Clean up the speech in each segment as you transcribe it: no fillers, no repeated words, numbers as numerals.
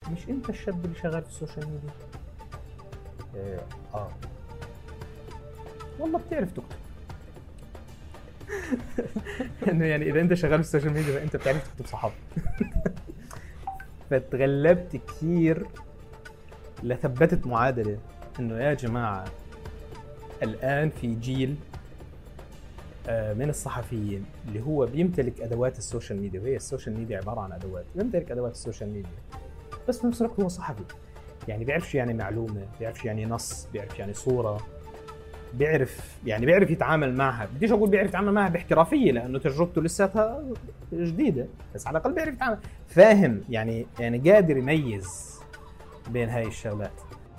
مش انت الشاب اللي شغال في السوشيال ميديا؟ اه والله بتعرف تكتب. انه يعني اذا انت شغال في السوشيال ميديا فانت بتعرف تكتب صحافه. فتغلبت كثير لثبتت معادله انه يا جماعه الان في جيل من الصحفيين اللي هو بيمتلك ادوات السوشيال ميديا، وهي السوشيال ميديا عباره عن ادوات، بيمتلك ادوات السوشيال ميديا بس في نفس الوقت هو صحفي. يعني بيعرفش يعني معلومه، بيعرفش يعني نص، بيعرف يعني صوره، بيعرف يتعامل معها. بديش اقول بيعرف يتعامل معها باحترافيه لانه تجربته لساتها جديده، بس على الاقل بيعرف يتعامل، فاهم يعني قادر يميز بين هاي الشغلات.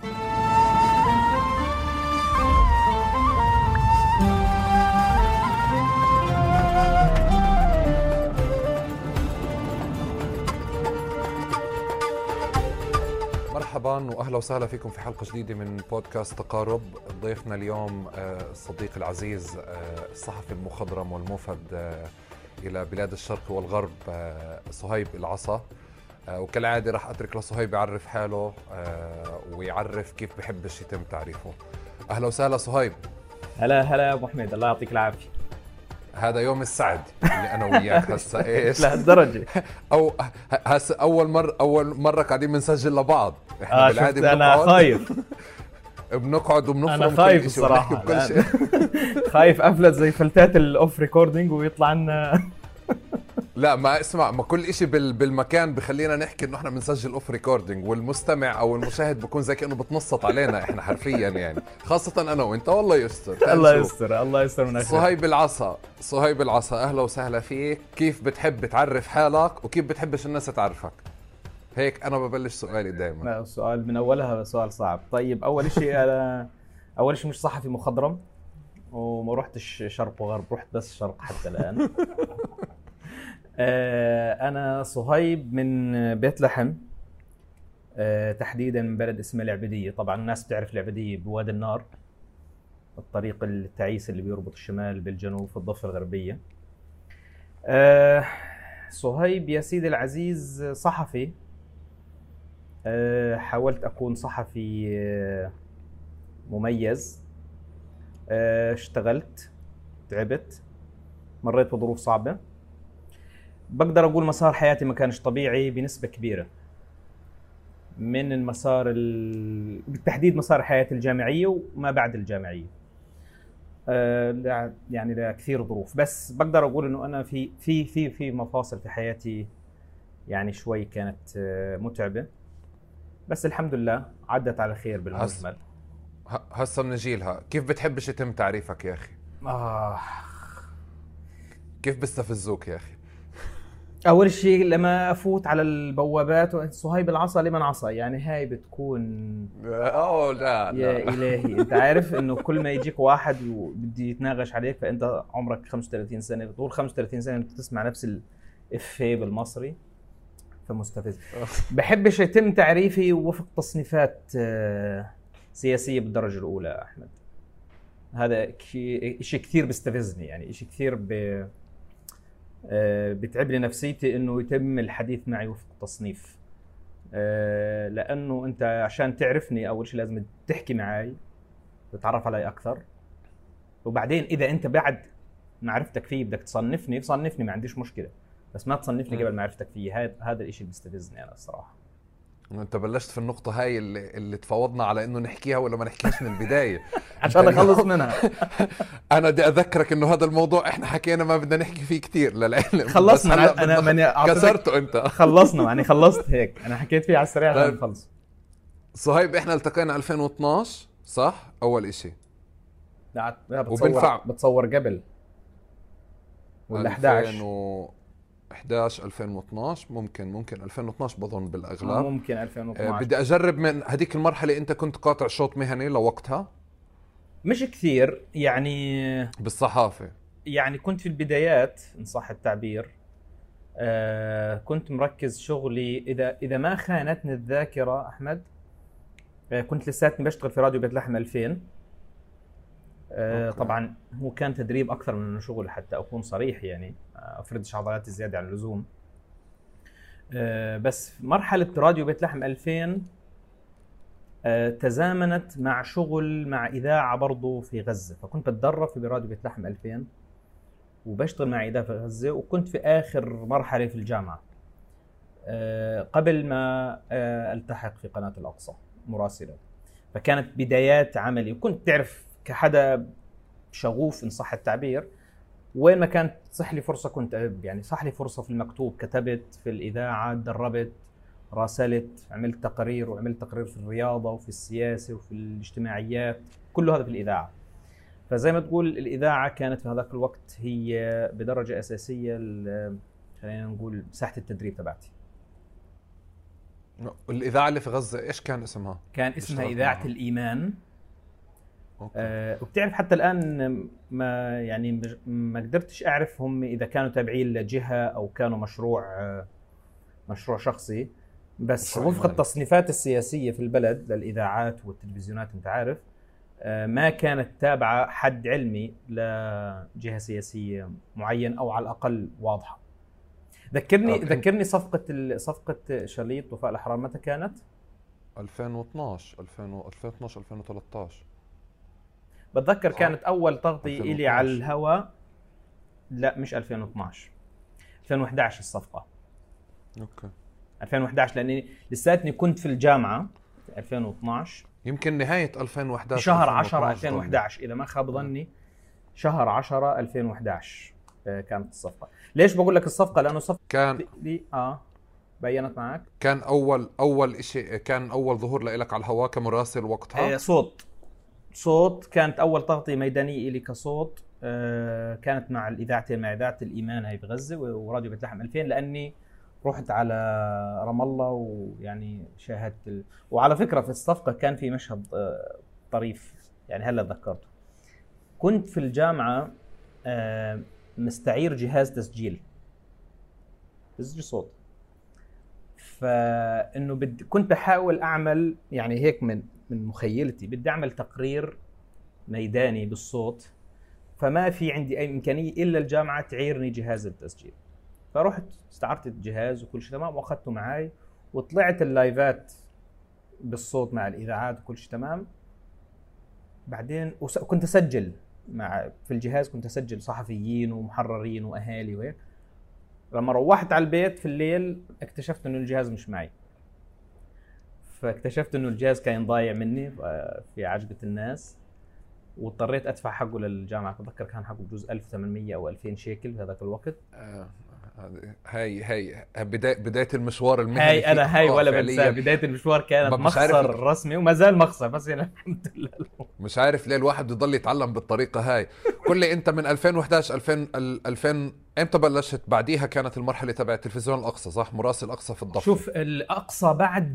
مرحبا واهلا وسهلا فيكم في حلقه جديده من بودكاست تقارب. ضيفنا اليوم الصديق العزيز الصحفي المخضرم والموفد الى بلاد الشرق والغرب صهيب العصا. وكالعاده راح اترك لصهيب يعرف حاله ويعرف كيف بحبش يتم تعريفه. اهلا وسهلا صهيب. هلا ابو حميد، الله يعطيك العافيه. هذا يوم السعد اللي انا وياك هسه ايش لهالدرجه او هسه اول مره قاعدين بنسجل لبعض. احنا بالعاده انا خايف. بنقعد وبنفرم انا خايف كل شيء الصراحه بكل شيء. خايف افلت زي فلتات الاوف ريكوردينج ويطلع لنا. لا ما اسمع، ما كل اشي بالمكان بخلينا نحكي انه احنا بنسجل اوف ريكوردينج، والمستمع او المشاهد بكون زي كأنه بتنصت علينا احنا حرفيا يعني، خاصة انا وانت. والله يستر. الله يستر الله يستر من اخر. صهيب العصا اهلا وسهلا فيك. كيف بتحب تعرف حالك وكيف بتحبش الناس تعرفك؟ هيك انا ببلش سؤالي دائما. لا السؤال من اولها سؤال صعب. طيب اول شيء انا مش صحفي مخضرم وما رحتش شرق وغرب، رحت بس شرق حتى الان. أنا صهيب من بيت لحم، تحديدا من بلد اسمها العبدية. طبعا الناس بتعرف العبدية بوادي النار، الطريق التعيس اللي بيربط الشمال بالجنوب في الضفة الغربية. صهيب يا سيدي العزيز صحفي. حاولت أكون صحفي مميز. اشتغلت، تعبت، مريت بظروف صعبة. بقدر أقول مسار حياتي ما كانش طبيعي بنسبة كبيرة، من المسار بالتحديد مسار حياتي الجامعية وما بعد الجامعية. يعني لكثير ظروف، بس بقدر أقول إنه أنا في مفاصل في حياتي يعني شوي كانت متعبة، بس الحمد لله عدت على خير بالمجمل. هسه بنجيلها. كيف بتحبش يتم تعريفك يا أخي؟ كيف بيستفزوك يا أخي؟ اول شيء لما افوت على البوابات صهيب العصا لمن عصا، يعني هاي بتكون لا يا الهي. انت عارف انه كل ما يجيك واحد وبدي يتناقش عليك، فانت عمرك 35 سنه، بتقول 35 سنه انت تسمع نفس الافيه بالمصري، فمستفز. بحبش يتم تعريفي وفق تصنيفات سياسيه بالدرجه الاولى احمد. هذا شيء كثير بيستفزني، يعني شيء كثير بتعب لي نفسيتي انه يتم الحديث معي وفق تصنيف. لانه انت عشان تعرفني اول شيء لازم تحكي معي، تتعرف علي اكثر، وبعدين اذا انت بعد معرفتك فيه بدك تصنفني ما عنديش مشكله، بس ما تصنفني قبل معرفتك فيه. هذا الشيء بيستفزني انا الصراحه. انت بلشت في النقطة هاي اللي تفاوضنا على انه نحكيها ولا ما نحكيهاش من البداية عشان اخلص منها. انا بدي اذكرك انه هذا الموضوع احنا حكينا ما بدنا نحكي فيه كثير للعلم. خلصنا. انا ماني كسرته انت. خلصنا يعني، خلصت هيك انا حكيت فيه على السريع عشان نخلص. صهيب احنا التقينا 2012 صح اول اشي؟ لا بتصور قبل ولا 11 2012 ممكن 2012 بظن بالاغلب. ممكن 2012. بدي اجرب من هذيك المرحله. انت كنت قاطع شوط مهني لوقتها؟ مش كثير يعني بالصحافه، يعني كنت في البدايات ان صح التعبير. كنت مركز شغلي، اذا ما خانتني الذاكره احمد، كنت لساتني بشتغل في راديو بيت لحم 2000. طبعا هو كان تدريب اكثر من انه شغل، حتى اكون صريح يعني افردش عضلاتي زياده عن اللزوم. بس مرحلة راديو بيت لحم 2000 تزامنت مع شغل مع إذاعة برضو في غزة، فكنت بتدرب في براديو بيت لحم 2000 وبشتغل مع إذاعة في غزة، وكنت في آخر مرحلة في الجامعة قبل ما التحق في قناة الأقصى مراسلا. فكانت بدايات عملي، وكنت تعرف كحدا شغوف إن صح التعبير، وين ما كانت صح لي فرصة كنت يعني صح لي فرصة في المكتوب، كتبت في الإذاعة، دربت، راسلت، عملت تقارير، وعملت تقرير في الرياضة وفي السياسة وفي الاجتماعيات، كله هذا في الإذاعة. فزي ما تقول الإذاعة كانت في هذاك الوقت هي بدرجة أساسية خلينا نقول ساحة التدريب تبعتي. الإذاعة اللي في غزة إيش كان اسمها؟ كان اسمها إذاعة الإيمان. وبتعرف حتى الآن ما يعني ما قدرتش أعرف هم إذا كانوا تابعين لجهة أو كانوا مشروع شخصي، بس وفق التصنيفات السياسية في البلد للإذاعات والتلفزيونات أنت عارف ما كانت تابعة حد علمي لجهة سياسية معين أو على الأقل واضحة. ذكرني صفقة شريط وفاء الأحرار متى كانت؟ 2012 2013 بتذكر كانت أول تغطية إلي على الهواء. لا مش 2012، 2011 الصفقة. اوكي 2011 لأني لساتني كنت في الجامعة في 2012، يمكن نهاية 2011 شهر 10 2011 إذا ما خاب ظني، شهر 10 2011 كانت الصفقة. ليش بقول لك الصفقة؟ لأنه الصفقة كان دي بينت معك، كان أول شيء، كان أول ظهور لك على الهواء كمراسل وقتها. صوت كانت أول تغطية ميدانية إلي كصوت، كانت مع الإذاعتين، مع إذاعة الإيمان هي بغزة وراديو بيت لحم 2000، لأني رحت على رام الله ويعني شاهدت وعلى فكرة في الصفقة كان في مشهد طريف يعني هلا تذكرته. كنت في الجامعة مستعير جهاز تسجيل صوت، فإنه كنت بحاول أعمل يعني هيك من مخيلتي، بدي أعمل تقرير ميداني بالصوت، فما في عندي أي إمكانية إلا الجامعة تعيرني جهاز التسجيل. فرحت استعرت الجهاز وكل شيء تمام وأخذته معاي، وطلعت اللايفات بالصوت مع الإذاعات وكل شيء تمام. بعدين كنت أسجل في الجهاز، كنت أسجل صحفيين ومحررين وأهالي وهيك. لما روحت على البيت في الليل اكتشفت إنه الجهاز مش معي، فاكتشفت إنه الجهاز كان ضايع مني في عجقة الناس، واضطريت أدفع حقه للجامعة. أتذكر كان حقه بجوز 1800 أو 2000 شيكل في هذاك الوقت. هاي بداية المشوار المهني. هاي ولا بنسى بداية المشوار كانت مخسر رسمي وما زال مخسر، بس يعني الحمد لله. مش عارف ليه الواحد يضل يتعلم بالطريقة هاي. قل لي انت من 2011 2000 امتى بلشت؟ بعديها كانت المرحلة تبع التلفزيون الأقصى صح؟ مراسل الأقصى في الضفة. شوف الأقصى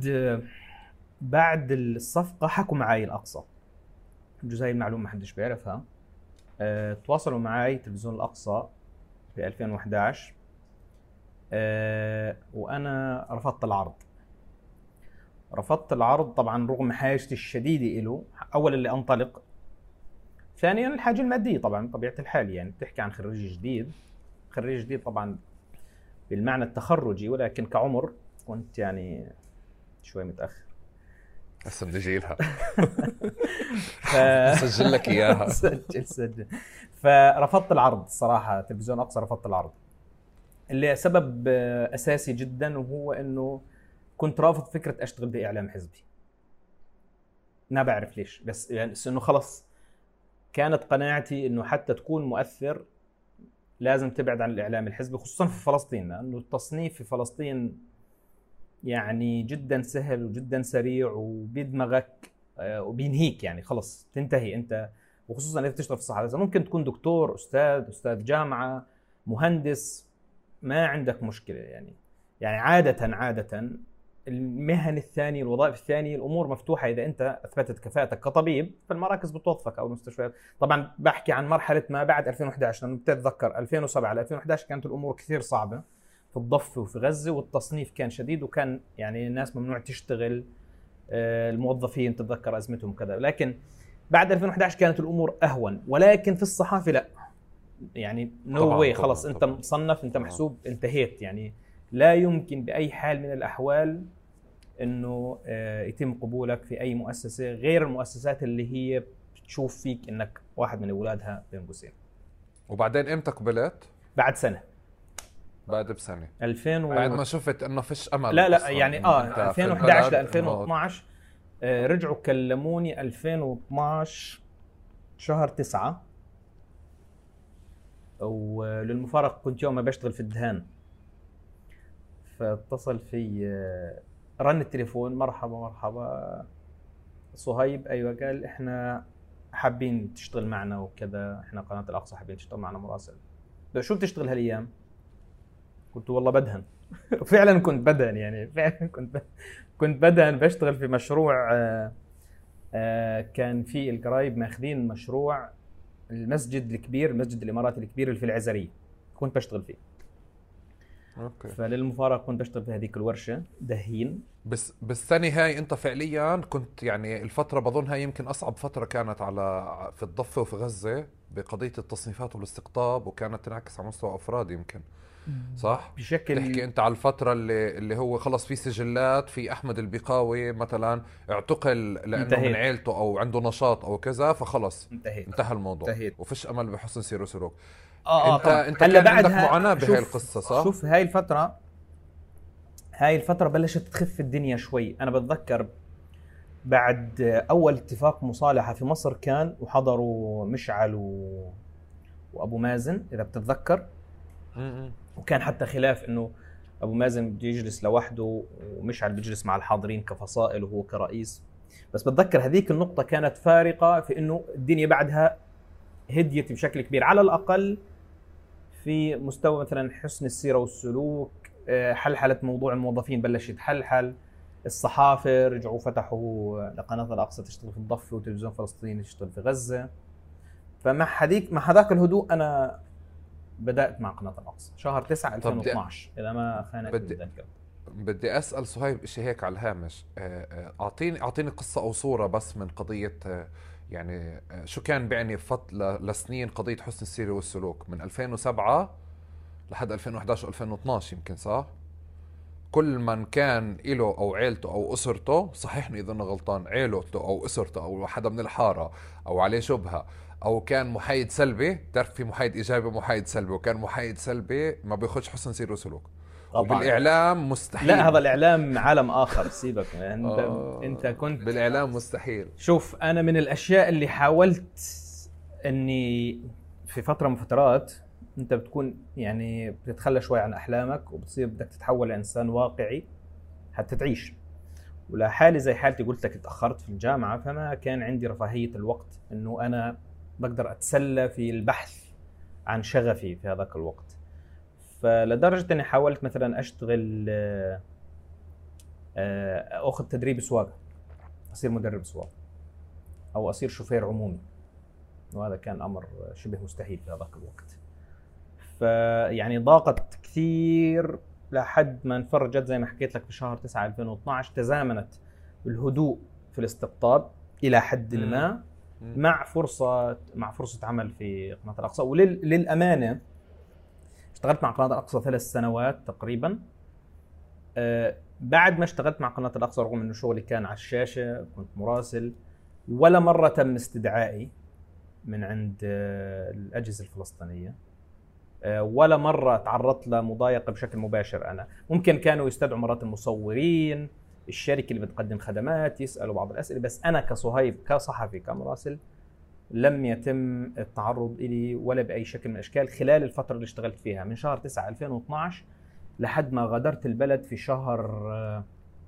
بعد الصفقة حكوا معي الأقصى، هاي المعلومة ما حدش بيعرفها. تواصلوا معي تلفزيون الأقصى في 2011 وأنا رفضت العرض طبعا رغم حاجتي الشديدة إله. أولا اللي أنطلق، ثانيا الحاجة المادية طبعا طبيعة الحال، يعني بتحكي عن خريج جديد طبعا بالمعنى التخرجي، ولكن كعمر كنت يعني شوي متأخر. هسه بدي اجي لها سجل لك اياها. سجل. فرفضت العرض الصراحة، تلفزيون أقصى رفضت العرض اللي سبب أساسي جدا، وهو إنه كنت رافض فكرة أشتغل بإعلام حزبي. ما بعرف ليش، بس يعني إنه خلص كانت قناعتي إنه حتى تكون مؤثر لازم تبعد عن الإعلام الحزبي، خصوصا في فلسطين، لأنه التصنيف في فلسطين يعني جدا سهل وجدا سريع وبيدمغك وبينهيك، يعني خلص تنتهي أنت، وخصوصا إذا تشتغل في الصحافة. ممكن تكون دكتور، أستاذ جامعة، مهندس، ما عندك مشكلة يعني عادة المهن الثانية، الوظائف الثانية، الأمور مفتوحة إذا أنت أثبتت كفاءتك كطبيب، فالمراكز بتوظفك أو المستشفيات. طبعا بحكي عن مرحلة ما بعد 2011، لأنه بتتذكر 2007 ل 2011 كانت الأمور كثير صعبة في الضفة وفي غزة، والتصنيف كان شديد، وكان يعني الناس ممنوع تشتغل، الموظفين تتذكر أزمتهم كذا. لكن بعد 2011 كانت الأمور أهون، ولكن في الصحافة لا، يعني نو واي، خلص أنت مصنف، أنت محسوب، انتهيت، يعني لا يمكن باي حال من الاحوال انه يتم قبولك في اي مؤسسه غير المؤسسات اللي هي بتشوف فيك انك واحد من اولادها بين قوسين. وبعدين امتى قبلت؟ بعد سنه. بعد بسنه. 2000 بعد ما شفت انه فيش امل. لا يعني 2011 ل 2012 رجعوا كلموني 2012 شهر 9. وللمفارقه كنت يوم ما بشتغل في الدهان، فاتصل في رن التليفون، مرحبا صهيب. ايوه. قال احنا حابين تشتغل معنا وكذا، احنا قناه الاقصى حابين تشتغل معنا مراسل. شو بتشتغل هالايام؟ قلت والله بدهن. فعلا كنت بدهن، يعني فعلا كنت بدهن بشتغل في مشروع. كان في القرايب ماخذين مشروع المسجد الكبير، المسجد الاماراتي الكبير اللي في العزريه، كنت بشتغل فيه. اوكي. فللمفارقه كنت بشتغل في هذيك الورشه دهين. بس بالسنه هاي انت فعليا كنت، يعني الفتره بظن هاي يمكن اصعب فتره كانت في الضفه وفي غزه بقضيه التصنيفات والاستقطاب، وكانت تنعكس على مستوى افراد يمكن، صح؟ بشكل تحكي انت على الفتره اللي هو خلص في سجلات في احمد البقاوي مثلا اعتقل لانه انتهيت. من عيلته او عنده نشاط او كذا، فخلص انتهى الموضوع. انتهيت. وفيش امل بحسن سير وسلوك. انت هلا كان عندك بعدها معاناه بهاي القصه، صح؟ شوف هاي الفتره بلشت تخف الدنيا شوي. انا بتذكر بعد اول اتفاق مصالحه في مصر كان، وحضروا مشعل وابو مازن اذا بتتذكر. وكان حتى خلاف انه ابو مازن بده يجلس لوحده ومشعل بيجلس مع الحاضرين كفصائل وهو كرئيس. بس بتذكر هذيك النقطه كانت فارقه في انه الدنيا بعدها هديت بشكل كبير، على الاقل في مستوى مثلا حسن السيره والسلوك. حلحله موضوع الموظفين بلش يتحلحل. الصحافه رجعوا فتحوا لقناه الاقصى تشتغل في الضفه، وتلفزيون فلسطيني تشتغل في غزه. فمع هذاك الهدوء انا بدات مع قناه الاقصى شهر 9 2012 اذا ما خانتني الذاكره. بدي اسال صهيب شيء هيك على الهامش. اعطيني قصه او صوره بس من قضيه، يعني شو كان بيعني لسنين قضيه حسن السير والسلوك من 2007 لحد 2011 و2012 يمكن، صح؟ كل من كان له او عيلته او اسرته، صحيحني اذا انا غلطان، عيلته او اسرته او حدا من الحاره او عليه شبهه او كان محايد سلبي، بتعرف في محايد ايجابي ومحايد سلبي، وكان محايد سلبي ما بياخذش حسن سير وسلوك. وبالاعلام مستحيل. لا هذا الاعلام عالم اخر، سيبك انت كنت بالاعلام مستحيل. شوف انا من الاشياء اللي حاولت اني في فتره من فترات، انت بتكون يعني بتتخلى شوي عن احلامك وبتصير بدك تتحول لانسان واقعي حتى تعيش. ولحالي زي حالتي قلت لك اتاخرت في الجامعه، فما كان عندي رفاهيه الوقت انه انا بقدر اتسلى في البحث عن شغفي في هذاك الوقت. فلدرجه اني حاولت مثلا اشتغل اخذ تدريب سواقه، اصير مدرب سواقه او اصير شوفير عمومي، وهذا كان امر شبه مستحيل في هذاك الوقت. فيعني ضاقت كثير لحد ما انفرجت زي ما حكيت لك في شهر 9 2012. تزامنت الهدوء في الاستقطاب الى حد ما مع فرصه عمل في قناه الاقصى. وللامانه اشتغلت مع قناه الاقصى 3 سنوات تقريبا. بعد ما اشتغلت مع قناه الاقصى، رغم انه شغلي كان على الشاشه كنت مراسل، ولا مره تم استدعائي من عند الاجهزه الفلسطينيه، ولا مرة تعرضت لمضايقة بشكل مباشر. أنا ممكن كانوا يستدعوا مرات المصورين، الشركة اللي بتقدم خدمات يسألوا بعض الأسئلة، بس أنا كصهيب كصحفي كمراسل لم يتم التعرض إلي ولا بأي شكل من الأشكال خلال الفترة اللي اشتغلت فيها من شهر 9 2012 لحد ما غادرت البلد في شهر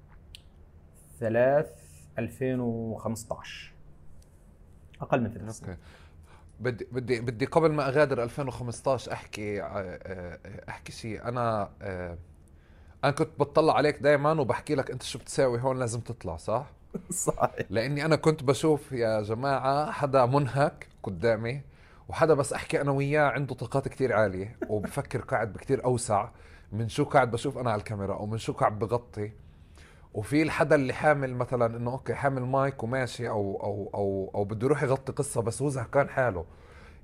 3 2015. أقل من 3 سنين. بدي قبل ما اغادر 2015 احكي شيء. انا كنت بتطلع عليك دائما وبحكي لك انت شو بتساوي هون، لازم تطلع، صح؟ صحيح. لاني انا كنت بشوف يا جماعه حدا منهك قدامي، وحدا بس احكي انا وياه عنده طاقات كتير عاليه وبفكر قاعد بكتير اوسع من شو قاعد بشوف انا على الكاميرا او من شو قاعد بغطي. وفي الحدا اللي حامل مثلا انه اوكي حامل مايك وماشي او بده يروح يغطي قصه بس هو زهقان حاله.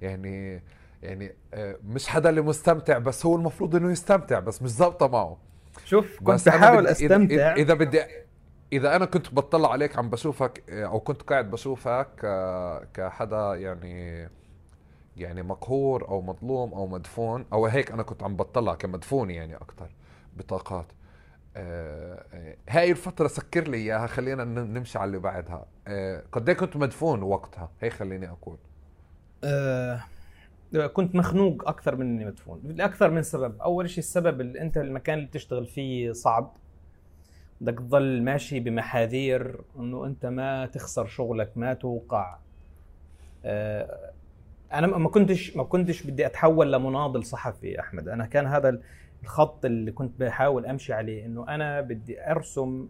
يعني مش حدا اللي مستمتع، بس هو المفروض انه يستمتع بس مش ظابطه معه. شوف كنت بس أنا بحاول بدي استمتع. إذا أنا كنت بطلع عليك عم بشوفك أو كنت قاعد بشوفك كحدا يعني مقهور أو مظلوم أو مدفون أو هيك، أنا كنت عم بطلع كمدفون يعني أكتر بطاقات. هاي الفترة سكر لي إياها، خلينا نمشي على اللي بعدها. قد ايه كنت مدفون وقتها؟ هي خليني أقول. آه كنت مخنوق اكثر من اني مدفون لاكثر من سبب. اول شيء السبب اللي انت المكان اللي بتشتغل فيه صعب، بدك تضل ماشي بمحاذير انه انت ما تخسر شغلك، ما توقع. انا ما كنتش بدي اتحول لمناضل صحفي احمد. انا كان هذا الخط اللي كنت بحاول امشي عليه، انه انا بدي ارسم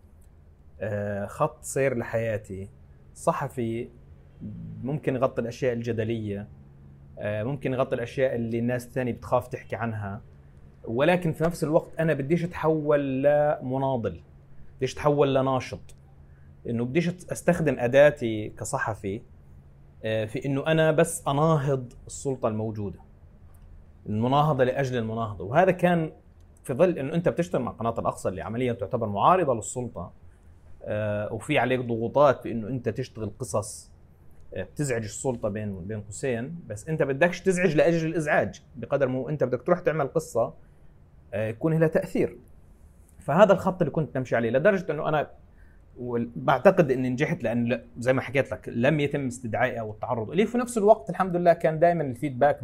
خط سير لحياتي. صحفي ممكن يغطي الاشياء الجدليه، ممكن يغطي الاشياء اللي الناس الثانيه بتخاف تحكي عنها، ولكن في نفس الوقت انا بديش اتحول لمناضل، بديش اتحول لناشط. انه بديش استخدم اداتي كصحفي في انه انا بس اناهض السلطه الموجوده، المناهضه لاجل المناهضه. وهذا كان في ظل انه انت بتشتغل مع قناه الاقصى اللي عمليا تعتبر معارضه للسلطه، وفي عليك ضغوطات في انه انت تشتغل قصص بتزعج السلطه بين قوسين، بس انت بدكش تزعج لاجل الازعاج بقدر ما انت بدك تروح تعمل قصه يكون لها تاثير. فهذا الخط اللي كنت نمشي عليه، لدرجه انه انا بعتقد اني نجحت، لان زي ما حكيت لك لم يتم استدعائي او التعرض لي. في نفس الوقت الحمد لله كان دائما الفيدباك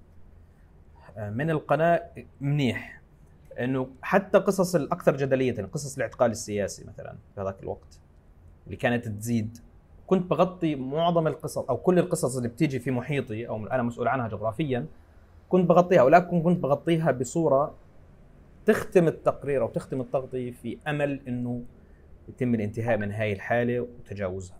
من القناه منيح، انه حتى قصص الاكثر جدليه، قصص الاعتقال السياسي مثلا في هذاك الوقت اللي كانت تزيد، كنت بغطي معظم القصص او كل القصص اللي بتيجي في محيطي او انا مسؤول عنها جغرافيا، كنت بغطيها، ولكن كنت بغطيها بصوره تختم التقرير او تختم التغطيه في امل انه يتم الانتهاء من هاي الحاله وتجاوزها.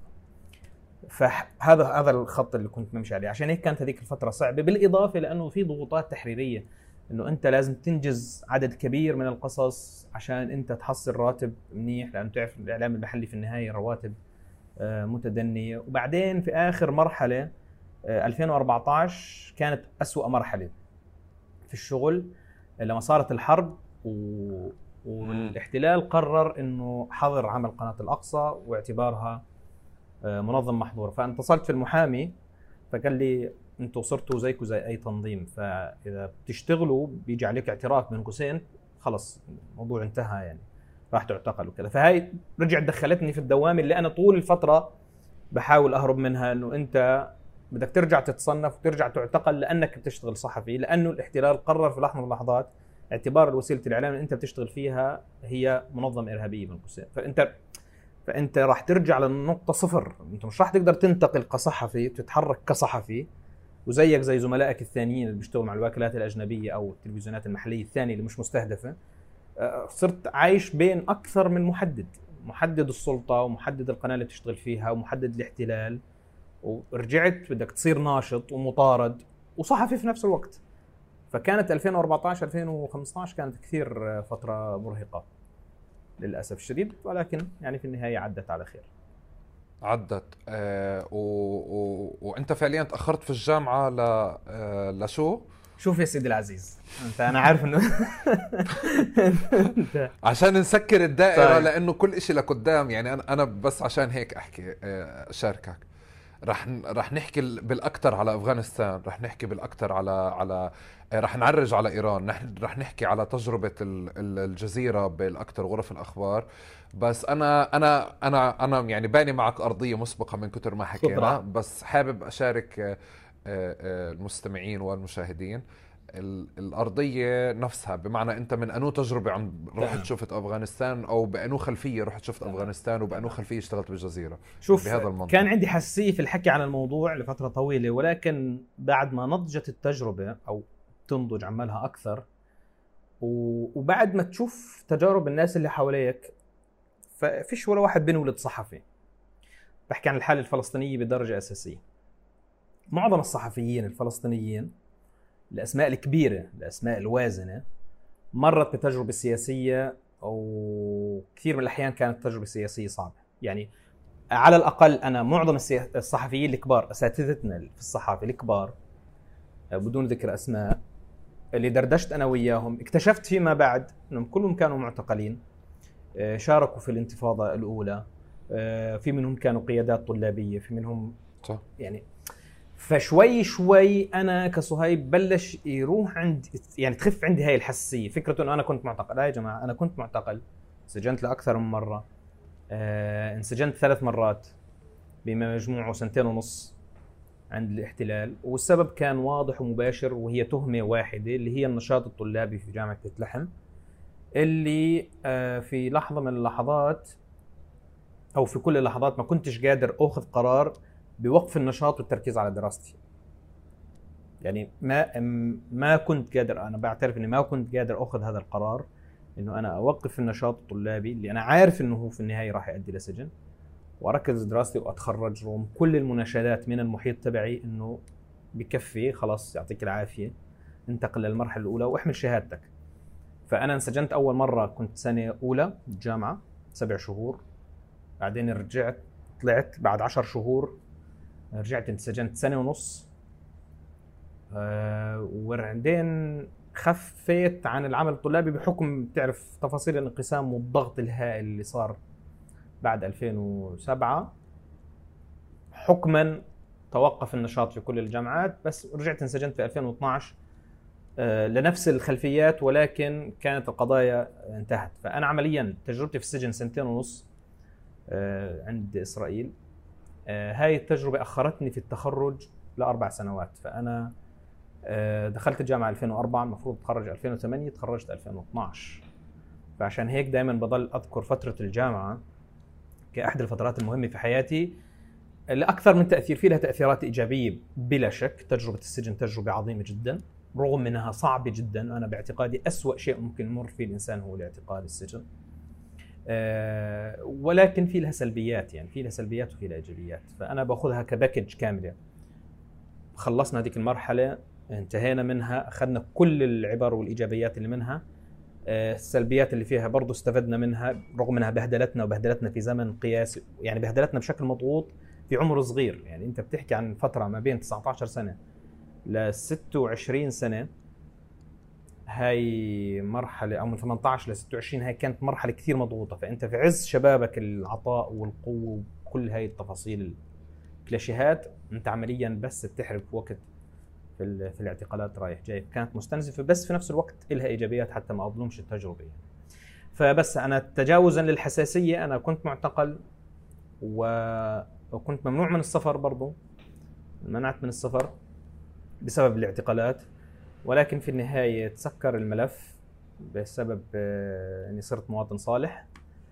فهذا الخط اللي كنت بمشي عليه. عشان هيك كانت هذيك الفتره صعبه، بالاضافه لانه في ضغوطات تحريريه، انه انت لازم تنجز عدد كبير من القصص عشان انت تحصل راتب منيح، لانه تعرف الاعلام المحلي في النهايه رواتب متدنيه. وبعدين في اخر مرحله 2014 كانت أسوأ مرحله في الشغل، لما صارت الحرب والاحتلال قرر انه حظر عمل قناه الاقصى واعتبارها منظم محظور. فانا اتصلت في المحامي فقال لي انتوا صرتوا زيكم زي اي تنظيم، فاذا بتشتغلوا بيجي عليك اعتراف من قوسين خلص الموضوع انتهى، يعني راح تعتقل وكذا. فهاي رجعت دخلتني في الدوامه اللي انا طول الفتره بحاول اهرب منها، انه انت بدك ترجع تتصنف وترجع تعتقل لانك بتشتغل صحفي، لانه الاحتلال قرر في لحظه من اللحظات اعتبار وسيله الاعلام اللي انت بتشتغل فيها هي منظمه ارهابيه من قوسين. فانت راح ترجع للنقطه صفر، انت مش راح تقدر تنتقل كصحفي تتحرك كصحفي وزيك زي زملائك الثانيين اللي بيشتغلوا مع الوكالات الاجنبيه او التلفزيونات المحليه الثانيه اللي مش مستهدفه. صرت عايش بين اكثر من محدد السلطه ومحدد القناه اللي بتشتغل فيها ومحدد الاحتلال، ورجعت بدك تصير ناشط ومطارد وصحفي في نفس الوقت. فكانت 2014 2015 كانت كثير فتره مرهقه للاسف الشديد، ولكن يعني في النهايه عدت على خير. عدت. وانت فعليا تاخرت في الجامعه لشو؟ شوف يا سيدي العزيز، انا عارف انه عشان نسكر الدائره طيب. لانه كل إشي لقدام. يعني انا بس عشان هيك احكي شاركك. رح نحكي بالاكثر على افغانستان، رح نحكي بالاكثر على رح نعرج على ايران، رح نحكي على تجربه الجزيره بالاكثر غرف الاخبار. بس انا يعني باني معك ارضيه مسبقه من كتر ما حكينا، بس حابب اشارك المستمعين والمشاهدين الأرضية نفسها. بمعنى أنت من أنو تجربة عم رحت شفت أفغانستان، أو بأنو خلفية رحت شفت أفغانستان، وبأنو خلفية اشتغلت بالجزيرة؟ شوف بهذا المنطق كان عندي حساسية في الحكي عن الموضوع لفترة طويلة، ولكن بعد ما نضجت التجربة أو تنضج عمالها أكثر، وبعد ما تشوف تجارب الناس اللي حواليك، ففيش ولا واحد بينولد صحفي. بحكي عن الحالة الفلسطينية بدرجة أساسية. معظم الصحفيين الفلسطينيين، الأسماء الكبيرة الأسماء الوازنة، مرت بتجربة سياسية، أو كثير من الأحيان كانت تجربة سياسية صعبة. يعني على الأقل أنا معظم الصحفيين الكبار، أساتذتنا في الصحافة الكبار بدون ذكر أسماء، اللي دردشت أنا وياهم اكتشفت فيما بعد أنهم كلهم كانوا معتقلين، شاركوا في الانتفاضة الأولى، في منهم كانوا قيادات طلابية، في منهم صح. يعني فشوي شوي أنا كصهيب بلش يروح عند يعني تخف عندي هاي الحساسية، فكرة أنه أنا كنت معتقل. يا جماعة أنا كنت معتقل، سجنت لأكثر من مرة، انسجنت 3 مرات بمجموعه 2.5 عند الاحتلال، والسبب كان واضح ومباشر، وهي تهمة واحدة اللي هي النشاط الطلابي في جامعة بيت لحم، اللي في لحظة من اللحظات أو في كل اللحظات ما كنتش قادر أخذ قرار بوقف النشاط والتركيز على دراستي. يعني ما كنت قادر، أنا بعترف إني ما كنت قادر أخذ هذا القرار إنه أنا أوقف النشاط الطلابي اللي أنا عارف إنه هو في النهاية راح يؤدي لسجن، واركز دراستي واتخرج، رغم كل المناشدات من المحيط تبعي انه بكفي خلاص يعطيك العافيه انتقل للمرحله الاولى واحمل شهادتك. فانا انسجنت اول مره كنت سنه اولى جامعه 7 شهور، بعدين رجعت طلعت بعد 10 شهور، رجعت انسجنت 1.5 سنة، وبعدين خفيت عن العمل الطلابي بحكم تعرف تفاصيل الانقسام والضغط الهائل اللي صار بعد 2007. حكما توقف النشاط في كل الجامعات، بس رجعت انسجنت في 2012 لنفس الخلفيات، ولكن كانت القضايا انتهت. فأنا عمليا تجربتي في السجن 2.5 سنين عند إسرائيل، هاي التجربة أخرتني في التخرج ل4 سنوات. فأنا دخلت الجامعة 2004، المفروض تخرج 2008، تخرجت 2012. فعشان هيك دائما بضل أذكر فترة الجامعة كأحد الفترات المهمة في حياتي، لأكثر من تأثير، فيه لها تأثيرات إيجابية بلا شك. تجربة السجن تجربة عظيمة جدا رغم أنها صعبة جدا. أنا باعتقادي أسوأ شيء ممكن يمر فيه الإنسان هو الاعتقال السجن، ولكن في لها سلبيات، يعني في لها سلبيات وفي لها إيجابيات. فأنا بأخذها كباكج كاملة. خلصنا هذيك المرحلة، انتهينا منها، أخذنا كل العبر والإيجابيات اللي منها. السلبيات اللي فيها برضو استفدنا منها، رغم أنها بهدلتنا في زمن قياسي، يعني بهدلتنا بشكل مضغوط في عمر صغير. يعني أنت بتحكي عن فترة ما بين 19 سنة ل 26 سنة، هاي مرحلة، أو من 18 ل 26 هاي كانت مرحلة كثير مضغوطة. فأنت في عز شبابك، العطاء والقوة وكل هاي التفاصيل الكلاشيهات، أنت عمليا بس بتحرق وقت في الاعتقالات رايح جاي. كانت مستنزفة، بس في نفس الوقت إلها إيجابيات حتى ما أظلمش التجربة يعني. فبس أنا تجاوزا للحساسية أنا كنت معتقل وكنت ممنوع من السفر، برضو منعت من السفر بسبب الاعتقالات، ولكن في النهاية تسكر الملف بسبب أني صرت مواطن صالح.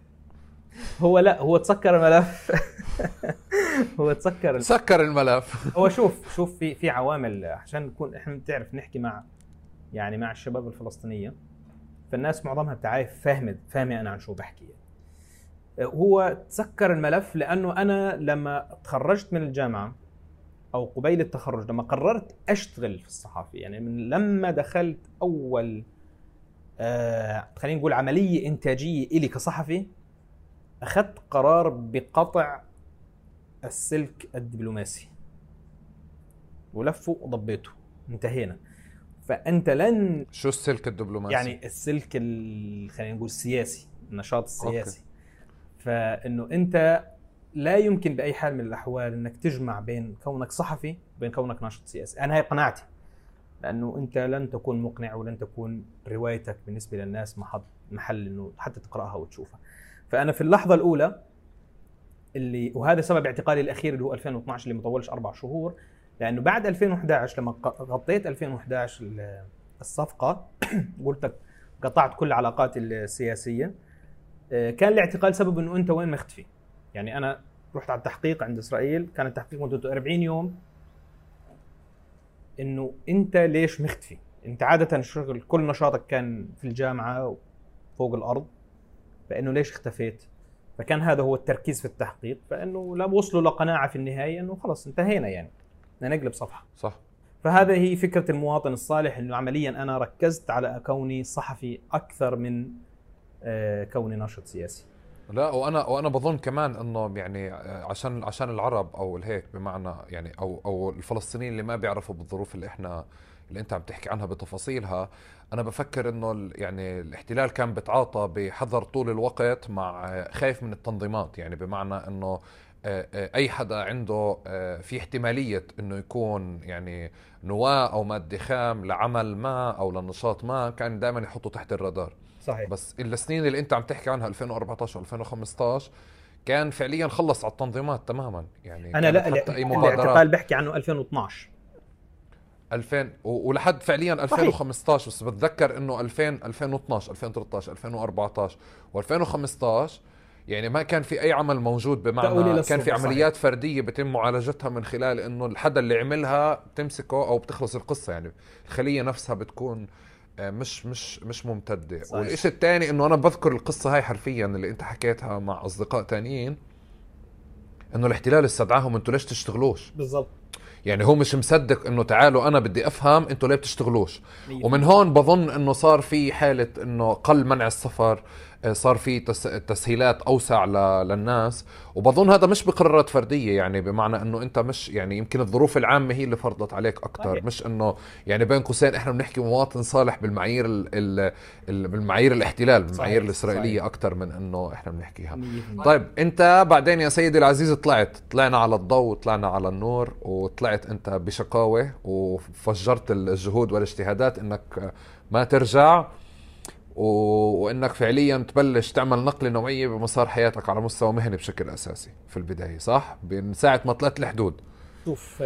هو تسكر الملف هو سكر الملف. هو شوف في عوامل عشان نكون احنا بتعرف نحكي مع الشباب الفلسطينية، فالناس معظمها بتعرف فاهمة أنا عن شو بحكي. هو تسكر الملف لأنه أنا لما تخرجت من الجامعة أو قبيل التخرج، لما قررت أشتغل في الصحافة، يعني من لما دخلت أول خلينا نقول عملية إنتاجية إلي كصحفي، أخذت قرار بقطع السلك الدبلوماسي ولفه وضبيته، انتهينا. فأنت لن شو السلك الدبلوماسي؟ يعني السلك خلينا نقول السياسي، النشاط السياسي. فإنه أنت لا يمكن بأي حال من الأحوال أنك تجمع بين كونك صحفي وبين كونك ناشط سياسي. أنا هي قناعتي، لأنه أنت لن تكون مقنع ولن تكون روايتك بالنسبة للناس محل أنه حتى تقرأها وتشوفها. فأنا في اللحظة الأولى وهذا سبب اعتقالي الأخير اللي هو 2012 اللي مطولش 4 شهور، لأنه بعد 2011 لما غطيت 2011 الصفقة قلت لك قطعت كل علاقاتي السياسية، كان الاعتقال سبب أنه أنت وين مختفي. يعني أنا رحت على التحقيق عند إسرائيل، كان التحقيق مدته 40 يوم، إنه أنت ليش مختفي؟ أنت عادة شغل كل نشاطك كان في الجامعة فوق الأرض، فإنه ليش اختفيت؟ فكان هذا هو التركيز في التحقيق، فإنه لا وصلوا لقناعة في النهاية إنه خلص انتهينا، يعني نقلب صفحة. صح. فهذا هي فكرة المواطن الصالح، إنه عمليا أنا ركزت على كوني صحفي أكثر من كوني ناشط سياسي. لا، وانا بظن كمان انه يعني عشان العرب او الهيك بمعنى يعني او الفلسطينيين اللي ما بيعرفوا بالظروف اللي احنا اللي انت عم تحكي عنها بتفاصيلها، انا بفكر انه يعني الاحتلال كان بتعاطى بحذر طول الوقت مع خايف من التنظيمات، يعني بمعنى انه اي حدا عنده في احتمالية انه يكون يعني نواة او مادة خام لعمل ما او لنشاط ما، كان دائما يحطه تحت الرادار. صحيح. بس السنين اللي انت عم تحكي عنها 2014 و2015 كان فعليا خلص على التنظيمات تماما، يعني انا كانت لا، حتى اي الاعتقال مبادرات بحكي عنه 2012. 2000 ولحد فعليا صحيح. 2015. بس بتذكر انه 2000 2012 2013 2014 و2015 يعني ما كان في اي عمل موجود، تأويل بمعنى كان في للصبح. عمليات فرديه بيتم معالجتها من خلال انه الحدا اللي عملها تمسكه او بتخلص القصه، يعني الخليه نفسها بتكون مش ممتده. صحيح. والشيء الثاني انه انا بذكر القصه هاي حرفيا اللي انت حكيتها مع اصدقاء تانيين، انه الاحتلال استدعاهم انتوا ليش تشتغلوش. بالضبط. يعني هو مش مصدق انه تعالوا انا بدي افهم انتوا ليه بتشتغلوش. 100%. ومن هون بظن انه صار في حالة انه قل منع السفر، صار في تسهيلات اوسع للناس. وبظن هذا مش بقرارات فردية، يعني بمعنى انه انت مش يعني يمكن الظروف العامة هي اللي فرضت عليك اكثر، صحيح. مش انه يعني بين قوسين احنا بنحكي مواطن صالح بالمعايير بالمعايير الاحتلال، بالمعايير صحيح. الاسرائيلية صحيح. اكثر من انه احنا بنحكيها. 100%. طيب انت بعدين يا سيدي العزيز طلعنا على الضوء، طلعنا على النور، وطلعت انت بشقاوة وفجرت الجهود والاجتهادات انك ما ترجع وانك فعليا تبلش تعمل نقلة نوعية بمسار حياتك على مستوى مهني بشكل اساسي في البداية، صح؟ من ساعة ما طلعت الحدود. شوف،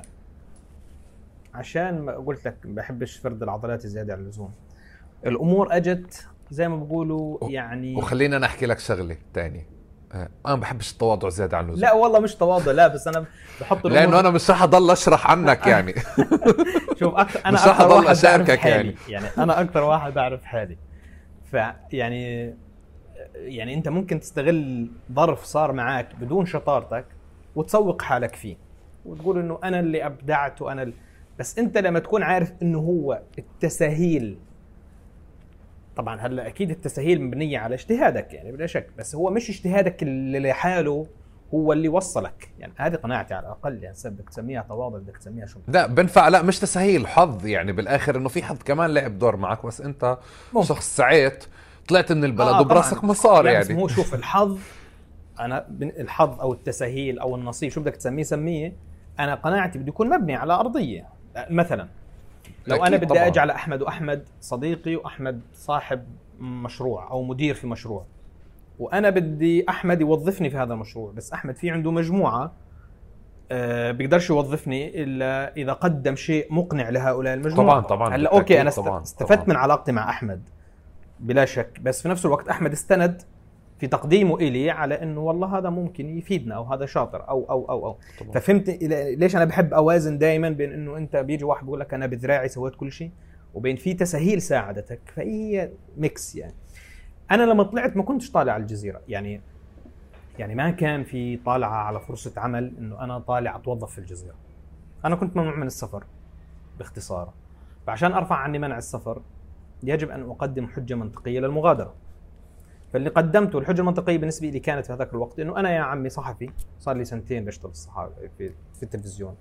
عشان ما قلت لك ما بحبش فرد العضلات زيادة عن اللزوم، الامور اجت زي ما بقولوا يعني. وخلينا نحكي لك شغلة تانية، انا ما بحبش التواضع زيادة عن اللزوم. لا والله مش تواضع، لا، بس انا بحط الامور لانه انا مش رح اضل اشرح عنك يعني. شوف انا مش رح اكثر اضل واحد بعرف اشاركك حالي، يعني انا اكثر واحد بعرف حالي. فيعني انت ممكن تستغل ظرف صار معك بدون شطارتك وتسوق حالك فيه وتقول انه انا اللي ابدعت وانا بس انت لما تكون عارف انه هو التساهيل، طبعا هلا اكيد التساهيل مبنيه على اجتهادك يعني بلا شك، بس هو مش اجتهادك اللي لحاله هو اللي وصلك، يعني هذه قناعتي على الاقل. يعني بدك تسميها تواضع، بدك تسميها شو، لا بنفع، لا مش تسهيل، حظ يعني بالاخر، انه في حظ كمان لعب دور معك، بس انت ممكن. شخص سعيت طلعت من البلد وبراسك طبعاً. مصاري لا يعني. بس هو شوف الحظ، انا الحظ او التساهيل او النصيب شو بدك تسميه سميه، انا قناعتي بده يكون مبني على ارضيه. مثلا لو انا بدي طبعاً. اجي على احمد، واحمد صديقي، واحمد صاحب مشروع او مدير في مشروع، وانا بدي احمد يوظفني في هذا المشروع، بس احمد في عنده مجموعه بيقدرش يوظفني الا اذا قدم شيء مقنع لهؤلاء المجموعه. طبعا هلا اوكي انا طبعاً. استفدت من علاقتي مع احمد بلا شك، بس في نفس الوقت احمد استند في تقديمه إلي على انه والله هذا ممكن يفيدنا او هذا شاطر او طبعاً. ففهمت ليش انا بحب اوازن دائما بين انه انت بيجي واحد بيقول لك انا بذراعي سويت كل شيء، وبين في تسهيل ساعدتك، فهي ميكس. يعني انا لما طلعت ما كنتش طالع على الجزيره، يعني ما كان في طالعه على فرصه عمل انه انا طالع اتوظف في الجزيره. انا كنت ممنوع من السفر باختصار، فعشان ارفع عني منع السفر يجب ان اقدم حجه منطقيه للمغادره. فاللي قدمته الحجه المنطقيه بالنسبه لي كانت في هذاك الوقت انه انا يا عمي صحفي، صار لي سنتين بشتغل في التلفزيون،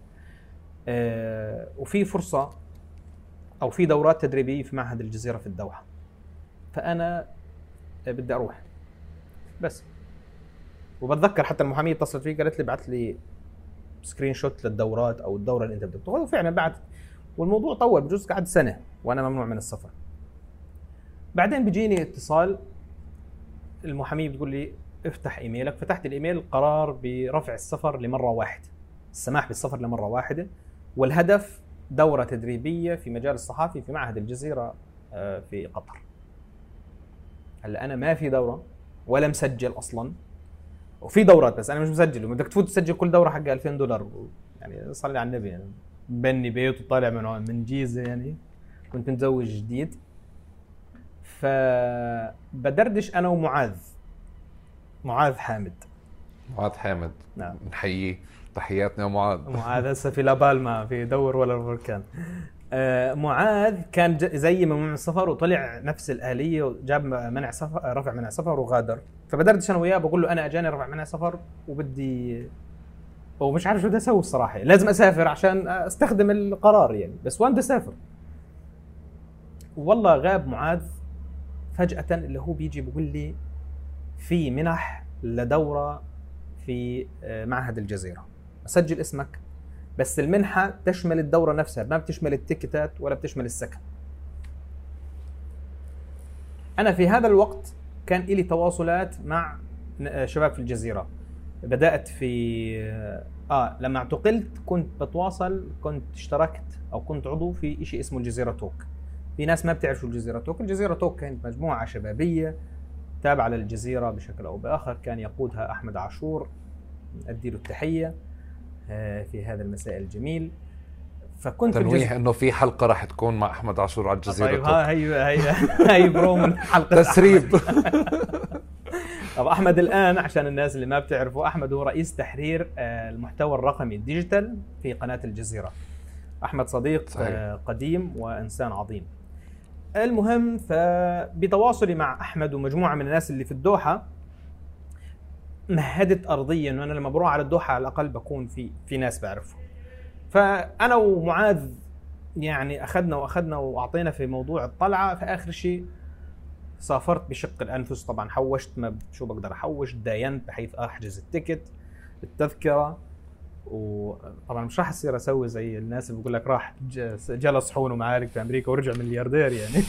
وفي فرصه او في دورات تدريبيه في معهد الجزيره في الدوحه، فانا بدي اروح بس. وبتذكر حتى المحاميه اتصلت فيه قالت لي بعث لي سكرين شوت للدورات او الدوره اللي انت بدك تاخذها، وفعلا بعت، والموضوع طول بجوز قعد سنه وانا ممنوع من السفر. بعدين بيجيني اتصال، المحاميه بتقول لي افتح ايميلك، فتحت الايميل، قرار برفع السفر لمره واحده، السماح بالسفر لمره واحده، والهدف دوره تدريبيه في مجال الصحافي في معهد الجزيره في قطر. هلا انا ما في دوره ولا مسجل اصلا، وفي دورات بس انا مش مسجل، وبدك تفوت تسجل كل دوره حق $2000، يعني صلي على النبي، يعني بني بيت وطالع من جيزه، يعني كنت متزوج جديد. فبدردش انا ومعاذ، معاذ حامد. نعم نحييه، تحياتنا معاذ هسه في لابالما في دور ولا البركان. معاذ كان زي ممنوع من السفر وطلع نفس الآلية وجاب منع سفر، رفع منع سفر وغادر. فبدردش انا وياه بقول له انا اجاني رفع منع سفر ومش عارف شو بدي اسوي الصراحه. لازم اسافر عشان استخدم القرار يعني، بس وين بدي اسافر؟ والله غاب معاذ فجاه، اللي هو بيجي بيقول لي في منح لدوره في معهد الجزيره، اسجل اسمك، بس المنحه تشمل الدوره نفسها، ما بتشمل التيكتات ولا بتشمل السكن. انا في هذا الوقت كان لي تواصلات مع شباب في الجزيره. بدات في لما اعتقلت كنت بتواصل، كنت اشتركت او كنت عضو في شيء اسمه الجزيره توك. في ناس ما بتعرف شو الجزيره توك. الجزيره توك كانت مجموعه شبابيه تابعه للجزيره بشكل او باخر، كان يقودها احمد عاشور، ادي له التحيه في هذا المساء الجميل. فكنت تنويه انه في حلقه راح تكون مع احمد عاشور على الجزيره. طيب هي برو من حلقه تسريب. طب احمد الان عشان الناس اللي ما بتعرفوا، احمد هو رئيس تحرير المحتوى الرقمي الديجيتال في قناه الجزيره. احمد صديق صحيح. قديم وانسان عظيم. المهم، فبتواصلي مع احمد ومجموعه من الناس اللي في الدوحه مهدت ارضيا انه انا لما بروح على الدوحه على الاقل بكون في ناس بعرفهم. فانا ومعاذ يعني اخذنا واعطينا في موضوع الطلعه. في اخر شيء سافرت بشق الانفس طبعا، حوشت ما شو بقدر احوش، داينت بحيث احجز التيكت التذكره. وطبعا مش راح اصير اسوي زي الناس اللي بيقول لك راح جلس حون ومعارك في امريكا ورجع ملياردير يعني.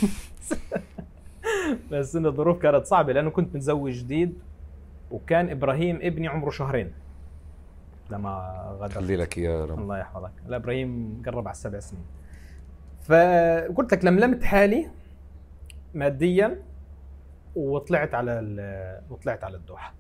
بس ان الظروف كانت صعبه لانه كنت متزوج جديد، وكان ابراهيم ابني عمره 2 شهر لما غادر. خلي لك يا رب. الله يحفظك. لا ابراهيم قرب على 7 سنين. فقلت لك لملمت حالي ماديا وطلعت على الدوحه.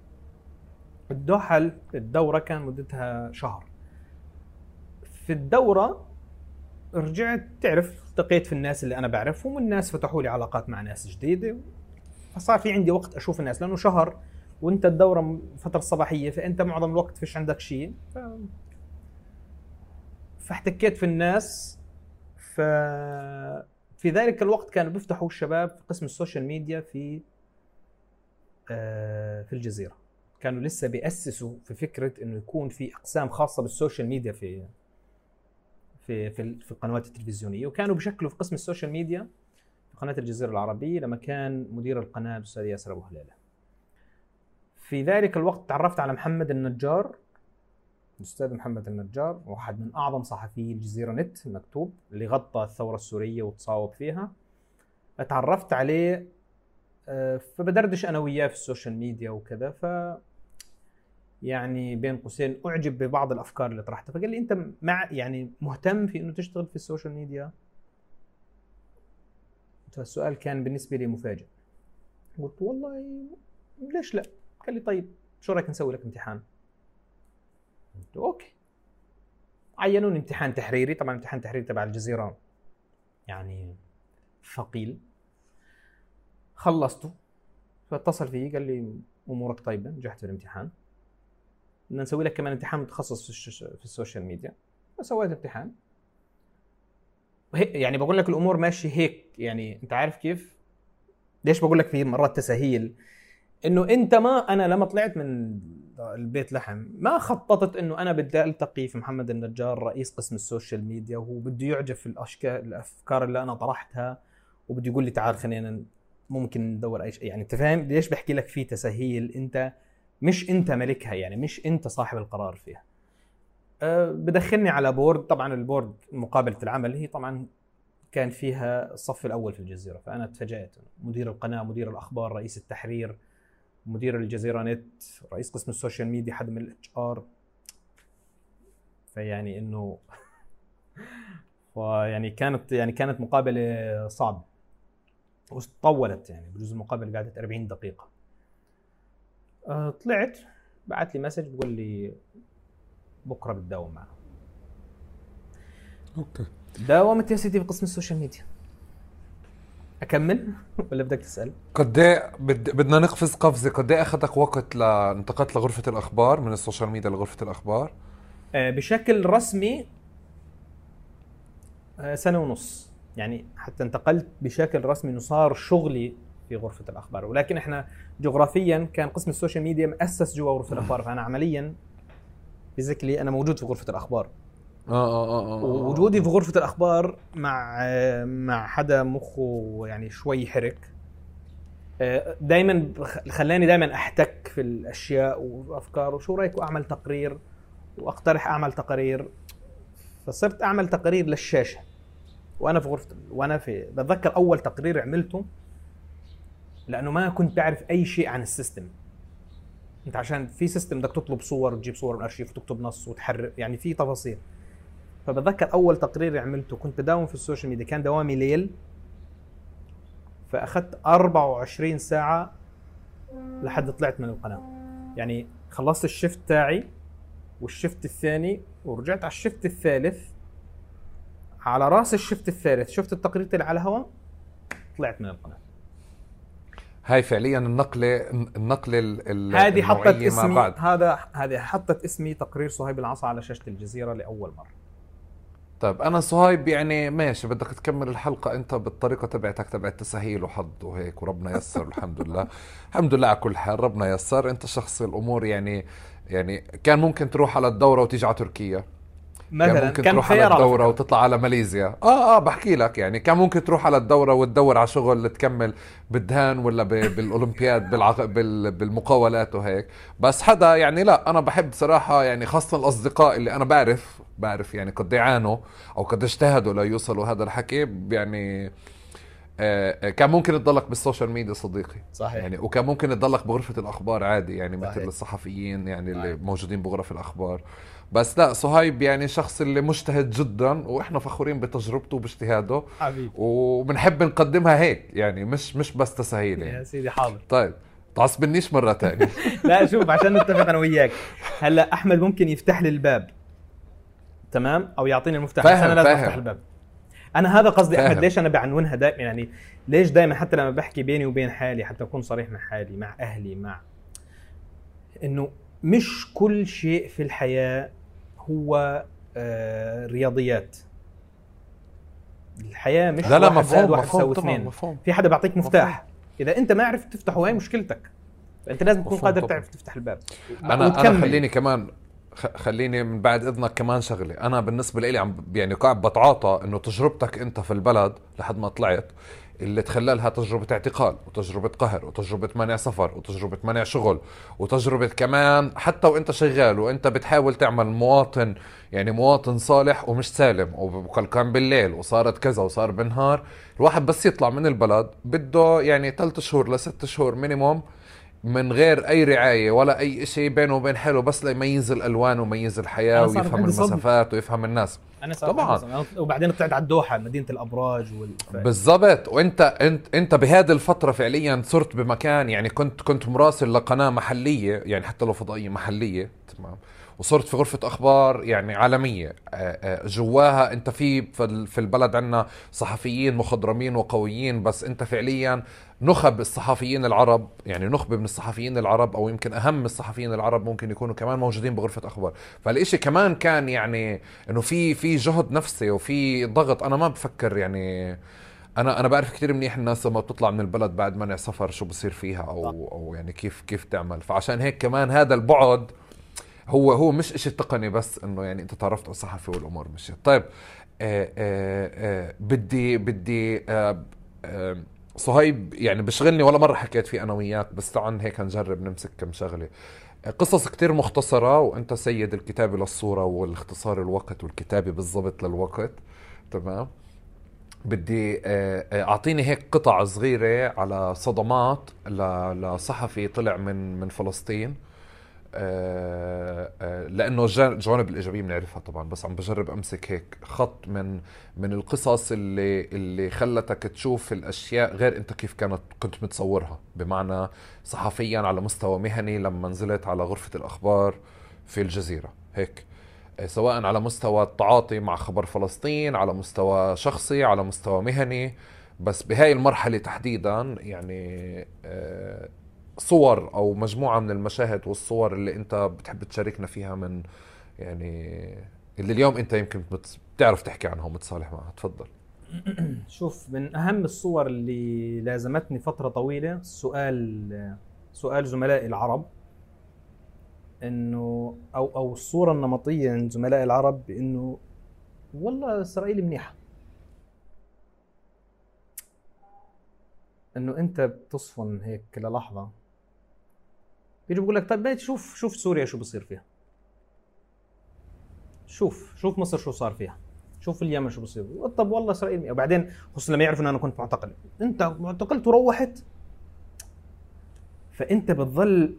الدوره كان مدتها شهر. في الدوره رجعت، تعرف، التقيت في الناس اللي انا بعرفهم، والناس فتحوا لي علاقات مع ناس جديده، فصار في عندي وقت اشوف الناس، لانه شهر وانت الدوره فتره صباحيه، فانت معظم الوقت فيش عندك شيء. فاحتكيت في الناس. في ذلك الوقت كانوا بيفتحوا الشباب في قسم السوشيال ميديا في الجزيره. كانوا لسه بيأسسوا في فكره انه يكون في اقسام خاصه بالسوشيال ميديا في القنوات التلفزيونيه، وكانوا بيشكلوا في قسم السوشيال ميديا في قناه الجزيره العربيه لما كان مدير القناه الاستاذ ياسر ابو هليله. في ذلك الوقت تعرفت على محمد النجار، الأستاذ محمد النجار، واحد من أعظم صحفي الجزيرة نت المكتوب، اللي غطى الثورة السورية وتصاوب فيها. اتعرفت عليه، فبدردش أنا وياه في السوشيال ميديا وكذا. يعني بين قوسين أعجب ببعض الأفكار اللي طرحتها، فقال لي أنت يعني مهتم في إنه تشتغل في السوشيال ميديا؟ فالسؤال كان بالنسبة لي مفاجئ. قلت والله ليش لا؟ قال لي طيب شو رايك نسوي لك امتحان؟ قلت اوكي. عينوني امتحان تحريري، طبعا امتحان تحريري تبع الجزيره يعني ثقيل. خلصته، فاتصل فيي قال لي امورك طيبه، نجحت في الامتحان، بدنا نسوي لك كمان امتحان متخصص في السوشيال ميديا. فسويت امتحان. يعني بقول لك الامور ماشيه هيك، يعني انت عارف كيف؟ ليش بقول لك في مرات تساهيل؟ انه انت انا لما طلعت من البيت لحم ما خططت انه انا بدي التقي في محمد النجار رئيس قسم السوشيال ميديا، وهو بده يعجب في الافكار اللي انا طرحتها، وبده يقول لي تعال خلينا ممكن ندور اي شيء. يعني انت فاهم ليش بحكي لك في تساهيل؟ انت مش انت ملكها، يعني مش انت صاحب القرار فيها. بدخلني على بورد، طبعا البورد مقابله العمل هي طبعا كان فيها الصف الاول في الجزيره. فانا تفاجأت، مدير القناه، مدير الاخبار، رئيس التحرير، مدير الجزيره نت، رئيس قسم السوشيال ميديا، حد من الاتش ار. فيعني انه كانت مقابله صعبه وطولت، يعني بجوز المقابله قعدت 40 دقيقه. طلعت، بعت لي مسج بقول لي بكره بتداوم معه. اوكي. داومت يا سيدي في قسم السوشيال ميديا. اكمل ولا بدك تسال؟ قد ايه بدنا نقفز قفزه؟ قد ايه اخذك وقت انتقلت لغرفه الاخبار من السوشيال ميديا لغرفه الاخبار؟ بشكل رسمي 1.5 سنة، يعني حتى انتقلت بشكل رسمي انه صار شغلي في غرفه الاخبار. ولكن احنا جغرافيا كان قسم السوشيال ميديا مؤسس جوا غرفه الاخبار، فانا عمليا فيزيكلي انا موجود في غرفه الاخبار. ووجودي في غرفه الاخبار مع حدا مخه يعني شوي حرك، دائما خلاني دائما احتك في الاشياء وافكار، وشو رايك اعمل تقرير واقترح اعمل تقارير. فصرت اعمل تقارير للشاشه وانا في غرفه، بتذكر اول تقرير عملته لانه ما كنت بعرف اي شيء عن السيستم. انت عشان في سيستم بدك تطلب صور وتجيب صور من الارشيف وتكتب نص وتحرر، يعني في تفاصيل. فبتذكر اول تقرير عملته كنت بداوم في السوشيال ميديا، كان دوامي ليل، فاخذت 24 ساعه لحد طلعت من القناه. يعني خلصت الشفت تاعي والشفت الثاني ورجعت على الشفت الثالث، على راس الشفت الثالث شفت التقرير اللي على الهواء، طلعت من القناه. هاي فعليا النقله هذه حطت اسمي، هذه حطت اسمي تقرير صهيب العصا على شاشه الجزيره لاول مره. طيب انا صهيب يعني ماشي، بدك تكمل الحلقه انت بالطريقه تبعتك تبعت تسهيل وحظ وهيك وربنا يسر الحمد لله. الحمد لله على كل حال، ربنا يسر. انت شخص الامور يعني كان ممكن تروح على الدوره وتيجي على تركيا مثلا، كان ممكن تروح على الدوره وتطلع على ماليزيا. بحكي لك يعني كان ممكن تروح على الدوره وتدور على شغل تكمل بالدهان ولا بالاولمبياد بالمقاولات وهيك. بس حدا يعني لا، انا بحب صراحه يعني خاصه الاصدقاء اللي انا بعرف يعني قد يعانوا او قد اجتهدوا ليوصلوا هذا الحكي. يعني كان ممكن تضلك بالسوشيال ميديا صديقي، صحيح. يعني وكان ممكن تضلك بغرفة الأخبار عادي، يعني مثل الصحفيين يعني اللي موجودين بغرف الأخبار. بس لا، صهيب يعني شخص اللي مجتهد جدا، وإحنا فخورين بتجربته وباجتهاده حبيبي، وبنحب نقدمها هيك يعني مش بس تسهيل يعني. يا سيدي حاضر. طيب تعصبنيش مرة تانية. لا شوف، عشان نتفق أنا وياك، هلا أحمد ممكن يفتح لي الباب تمام أو يعطيني المفتاح، بس أنا لازم أفتح الباب. انا هذا قصدي احمد. ليش انا بعنونها دائما، يعني ليش دائما حتى لما بحكي بيني وبين حالي، حتى اكون صريح مع حالي مع اهلي، مع انه مش كل شيء في الحياه هو رياضيات. الحياه مش لا مفهوم. في حدا بيعطيك مفتاح، اذا انت ما عرفت تفتحه هي مشكلتك، فانت لازم تكون قادر تعرف تفتح الباب. انا خليني من بعد اذنك كمان شغله. انا بالنسبه لي يعني قاعد بتعاطى انه تجربتك انت في البلد لحد ما طلعت، اللي تخللها تجربه اعتقال وتجربه قهر وتجربه منع سفر وتجربه منع شغل وتجربه كمان حتى وانت شغال وانت بتحاول تعمل مواطن صالح ومش سالم، وقلقان بالليل وصارت كذا وصار بالنهار. الواحد بس يطلع من البلد بده يعني 3 شهور ل6 شهور مينيموم من غير اي رعاية ولا اي اشي بينه وبين حاله، بس ليميز الالوان وميز الحياة ويفهم المسافات ويفهم الناس. أنا طبعا. وبعدين طلعت على الدوحة، مدينة الابراج بالضبط. وانت بهذه الفترة فعليا صرت بمكان، يعني كنت مراسل لقناة محلية، يعني حتى لو فضائية محلية، تمام، وصرت في غرفة أخبار يعني عالمية. جواها أنت في البلد عنا صحفيين مخضرمين وقويين، بس أنت فعليا نخب الصحفيين العرب، يعني نخبة من الصحفيين العرب أو يمكن أهم الصحفيين العرب ممكن يكونوا كمان موجودين بغرفة أخبار. فالإشي كمان كان يعني إنه في جهد نفسي وفي ضغط. أنا ما بفكر يعني أنا بعرف كتير منيح الناس لما بتطلع من البلد بعد منع سفر شو بصير فيها أو يعني كيف تعمل. فعشان هيك كمان هذا البعد هو مش اشي تقني، بس انه يعني انت تعرفت على الصحفي والامور مشيت. طيب بدي صهيب يعني بشغلني ولا مرة حكيت فيه انا وياك، بس طبعا هيك نجرب نمسك كم شغلة. قصص كتير مختصرة وانت سيد الكتابة للصورة والاختصار الوقت والكتابة بالضبط للوقت، تمام. بدي اعطيني هيك قطع صغيرة على صدمات لصحفي طلع من فلسطين. لانه الجوانب الايجابيه بنعرفها طبعا، بس عم بجرب امسك هيك خط من القصص اللي خلتك تشوف الاشياء غير انت كيف كنت متصورها، بمعنى صحفيا على مستوى مهني لما نزلت على غرفه الاخبار في الجزيره هيك، سواء على مستوى التعاطي مع خبر فلسطين، على مستوى شخصي، على مستوى مهني. بس بهاي المرحله تحديدا يعني صور او مجموعة من المشاهد والصور اللي انت بتحب تشاركنا فيها، من يعني اللي اليوم انت يمكن بتعرف تحكي عنها ومتصالح معها. تفضل. شوف، من اهم الصور اللي لازمتني فترة طويلة سؤال زملائي العرب انه او الصوره النمطيه عند زملائي العرب بانه والله اسرائيل منيحه، انه انت بتصفن هيك للحظه بيجي بقول لك طيب شوف سوريا شو بصير فيها، شوف مصر شو صار فيها، شوف اليمن شو بصير. طب والله اسرائيل، وبعدين خصوصا لما يعرفوا ان انا كنت معتقل، انت معتقلت وروحت، فانت بتظل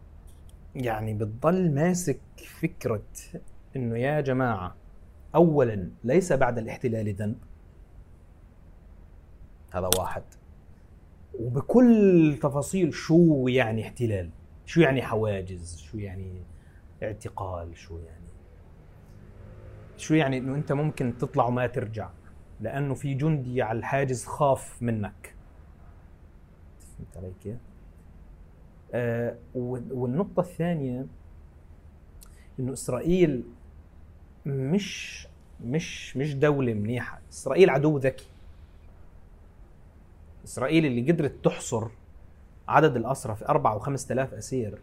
ماسك فكره انه يا جماعه اولا ليس بعد الاحتلال ذنب، هذا واحد، وبكل تفاصيل شو يعني احتلال، شو يعني حواجز، شو يعني اعتقال، شو يعني انه انت ممكن تطلع وما ترجع لانه في جندي على الحاجز خاف منك. فهمت علي كيف؟ والنقطة الثانية انه اسرائيل مش دولة منيحة، اسرائيل عدو ذكي. اسرائيل اللي قدرت تحصر عدد الأسرى في 4 و5 آلاف أسير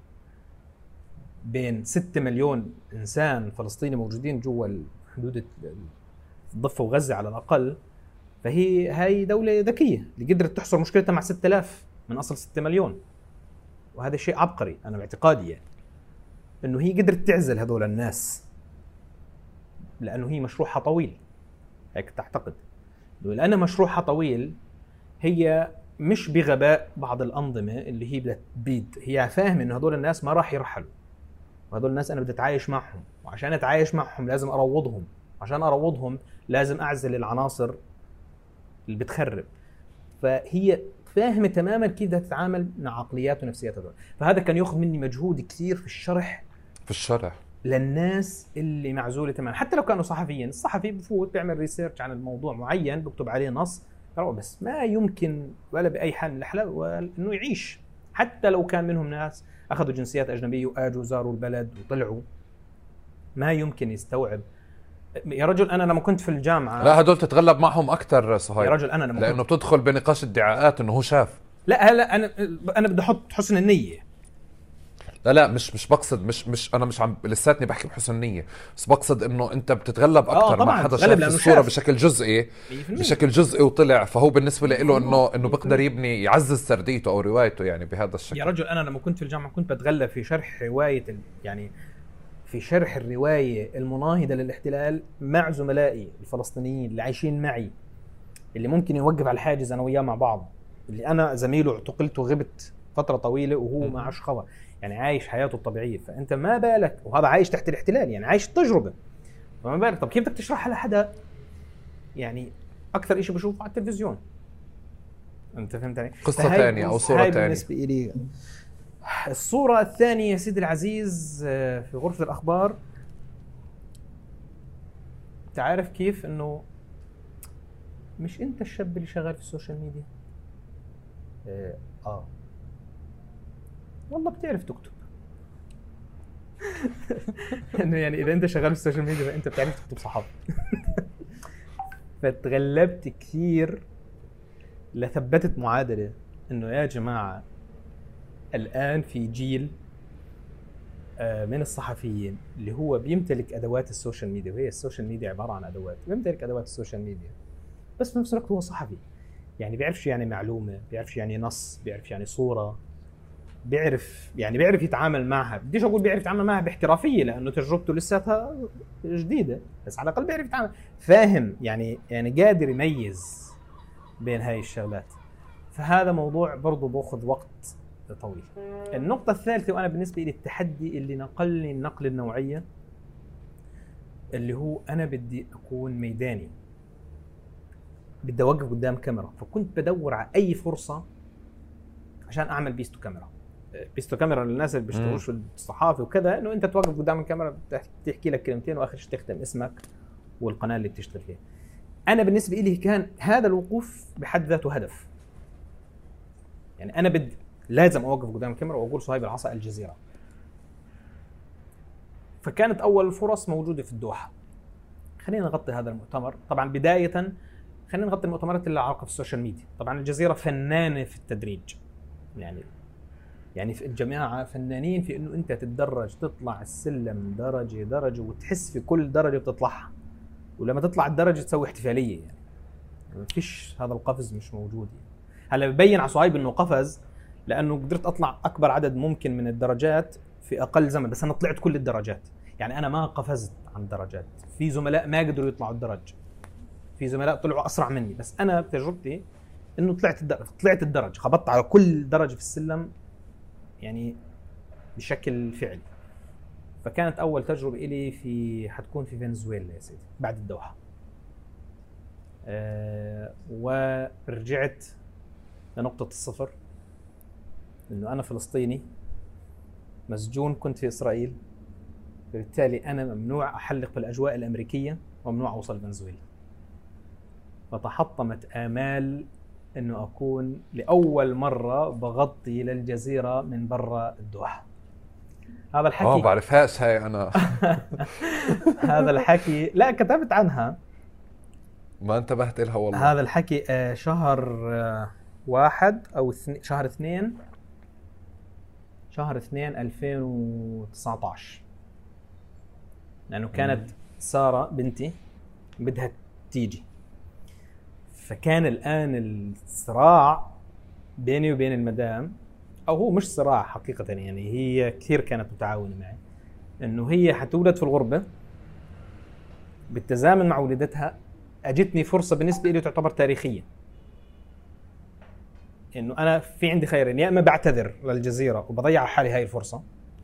بين 6 مليون إنسان فلسطيني موجودين جوا حدود الضفة وغزة على الأقل، هاي دولة ذكية اللي قدرت تحصر مشكلتها مع 6000 من أصل 6 مليون. وهذا شيء عبقري أنا باعتقادي، يعني إنه هي قدرت تعزل هذول الناس لأنه هي مشروعها طويل، هيك تعتقد. لأنه مشروعها طويل هي مش بغباء بعض الأنظمة اللي هي بدها تبيد، هي فاهمة إنه هذول الناس ما راح يرحلوا، وهذول الناس أنا بدي أتعايش معهم، وعشان أتعايش معهم لازم أروضهم، عشان أروضهم لازم أعزل العناصر اللي بتخرب. فهي فاهمة تماما كيف بدها تتعامل مع عقليات ونفسيات هذول. فهذا كان يأخذ مني مجهود كثير في الشرح للناس اللي معزولة تماما، حتى لو كانوا صحفيين. الصحفي بفوت بيعمل ريسيرش عن الموضوع معين، بكتب عليه نص، بس ما يمكن ولا بأي حال من الأحوال إنه يعيش، حتى لو كان منهم ناس أخذوا جنسيات أجنبية وآجوا زاروا البلد وطلعوا، ما يمكن يستوعب. يا رجل أنا لما كنت في الجامعة، لا هدول تتغلب معهم أكتر صهيب، يا رجل أنا لما لأنه بتدخل بنقاش ادعاءات إنه هو شاف. لا هلا أنا بدي أحط حسن النية. لا مش بقصد، مش انا مش عم لساتني بحكي بحسن نية، بس بقصد انه انت بتتغلب اكثر مع حدا شاف الصورة بشكل جزئي وطلع، فهو بالنسبة له انه بيقدر يبني يعزز سرديته او روايته يعني بهذا الشكل. يا رجل انا لما كنت في الجامعة كنت بتغلب في شرح رواية، يعني في شرح الرواية المناهضة للاحتلال مع زملائي الفلسطينيين اللي عايشين معي، اللي ممكن يوقف على الحاجز انا وياه مع بعض، اللي انا زميله اعتقلت وغبت فترة طويلة وهو ما عاش خبر، يعني عايش حياته الطبيعية. فأنت ما بالك، وهذا عايش تحت الاحتلال، يعني عايش التجربة، فما بالك. طب كيف بدك تشرحها لحدا يعني أكثر إشي بشوفه على التلفزيون؟ أنت فهمت علي؟ قصة ثانية أو صورة ثانية. بالنسبة إلي الصورة الثانية يا سيدي العزيز في غرفة الأخبار، تعرف كيف إنه مش أنت الشاب اللي شغال في السوشيال ميديا؟ والله بتعرف تكتب. انه يعني اذا انت شغال في السوشيال ميديا فانت بتعرف تكتب صحافه. فتغلبت كثير لثبتت معادله انه يا جماعه الان في جيل من الصحفيين اللي هو بيمتلك ادوات السوشيال ميديا، وهي السوشيال ميديا عباره عن ادوات، بيمتلك ادوات السوشيال ميديا، بس في نفس الوقت هو صحفي، يعني بيعرفش يعني معلومه، بيعرفش يعني نص، بيعرف يعني صوره، بيعرف يتعامل معها. بديش اقول بيعرف يتعامل معها باحترافيه لانه تجربته لساتها جديده، بس على الاقل بيعرف يتعامل، فاهم يعني قادر يميز بين هاي الشغلات. فهذا موضوع برضه باخذ وقت طويل. النقطه الثالثه، وانا بالنسبه لي التحدي اللي نقلني النقل النوعيه، اللي هو انا بدي اكون ميداني، بدي اوقف قدام كاميرا، فكنت بدور على اي فرصه عشان اعمل بيستو كاميرا. بيستو كاميرا للناس اللي بيشتغلوش في الصحافه وكذا، انه انت توقف قدام الكاميرا بتحكي لك كلمتين واخر شيء تختم اسمك والقناه اللي بتشتغل فيها. انا بالنسبه لي كان هذا الوقوف بحد ذاته هدف، يعني انا لازم اوقف قدام الكاميرا واقول صهيب العصا الجزيره. فكانت اول الفرص موجوده في الدوحه، خلينا نغطي هذا المؤتمر. طبعا بدايه خلينا نغطي المؤتمرات اللي علاقه في السوشيال ميديا. طبعا الجزيره فنانه في التدريج، يعني يعني في الجماعه فنانين في انه انت تتدرج، تطلع السلم درجه درجه وتحس في كل درجه بتطلعها، ولما تطلع الدرجه تسوي احتفاليه. يعني ما فيش هذا القفز، مش موجود يعني. هلا ببين على صهيب انه قفز لانه قدرت اطلع اكبر عدد ممكن من الدرجات في اقل زمن، بس انا طلعت كل الدرجات. يعني انا ما قفزت عن درجات، في زملاء ما قدروا يطلعوا الدرج، في زملاء طلعوا اسرع مني، بس انا بتجربتي انه طلعت الدرج، خبطت على كل درجه في السلم يعني بشكل فعلي. فكانت اول تجربه لي حتكون في فنزويلا يا سيدي بعد الدوحه. ورجعت لنقطه الصفر، انه انا فلسطيني مسجون كنت في اسرائيل، فبالتالي انا ممنوع احلق بالاجواء الامريكيه وممنوع اوصل فنزويلا. فتحطمت آمال انه اكون لاول مره بغطي للجزيره من برا الدوحه. هذا الحكي بعرفهاش هاي انا. هذا الحكي لا كتبت عنها، ما انتبهت لها والله. هذا الحكي شهر 1 أو شهر 2 2019، لأنه كانت سارة بنتي بدها تيجي. فكان الآن الصراع بيني وبين المدام، أو هو مش صراع حقيقة، يعني هي كثير كانت متعاونة معي، إنه هي حتولد في الغربة. بالتزامن مع ولادتها أجتني فرصة بالنسبة لي تعتبر تاريخية، إنه أنا في عندي خيارين: يا إما بعتذر للجزيرة وبضيع حالي هاي الفرصة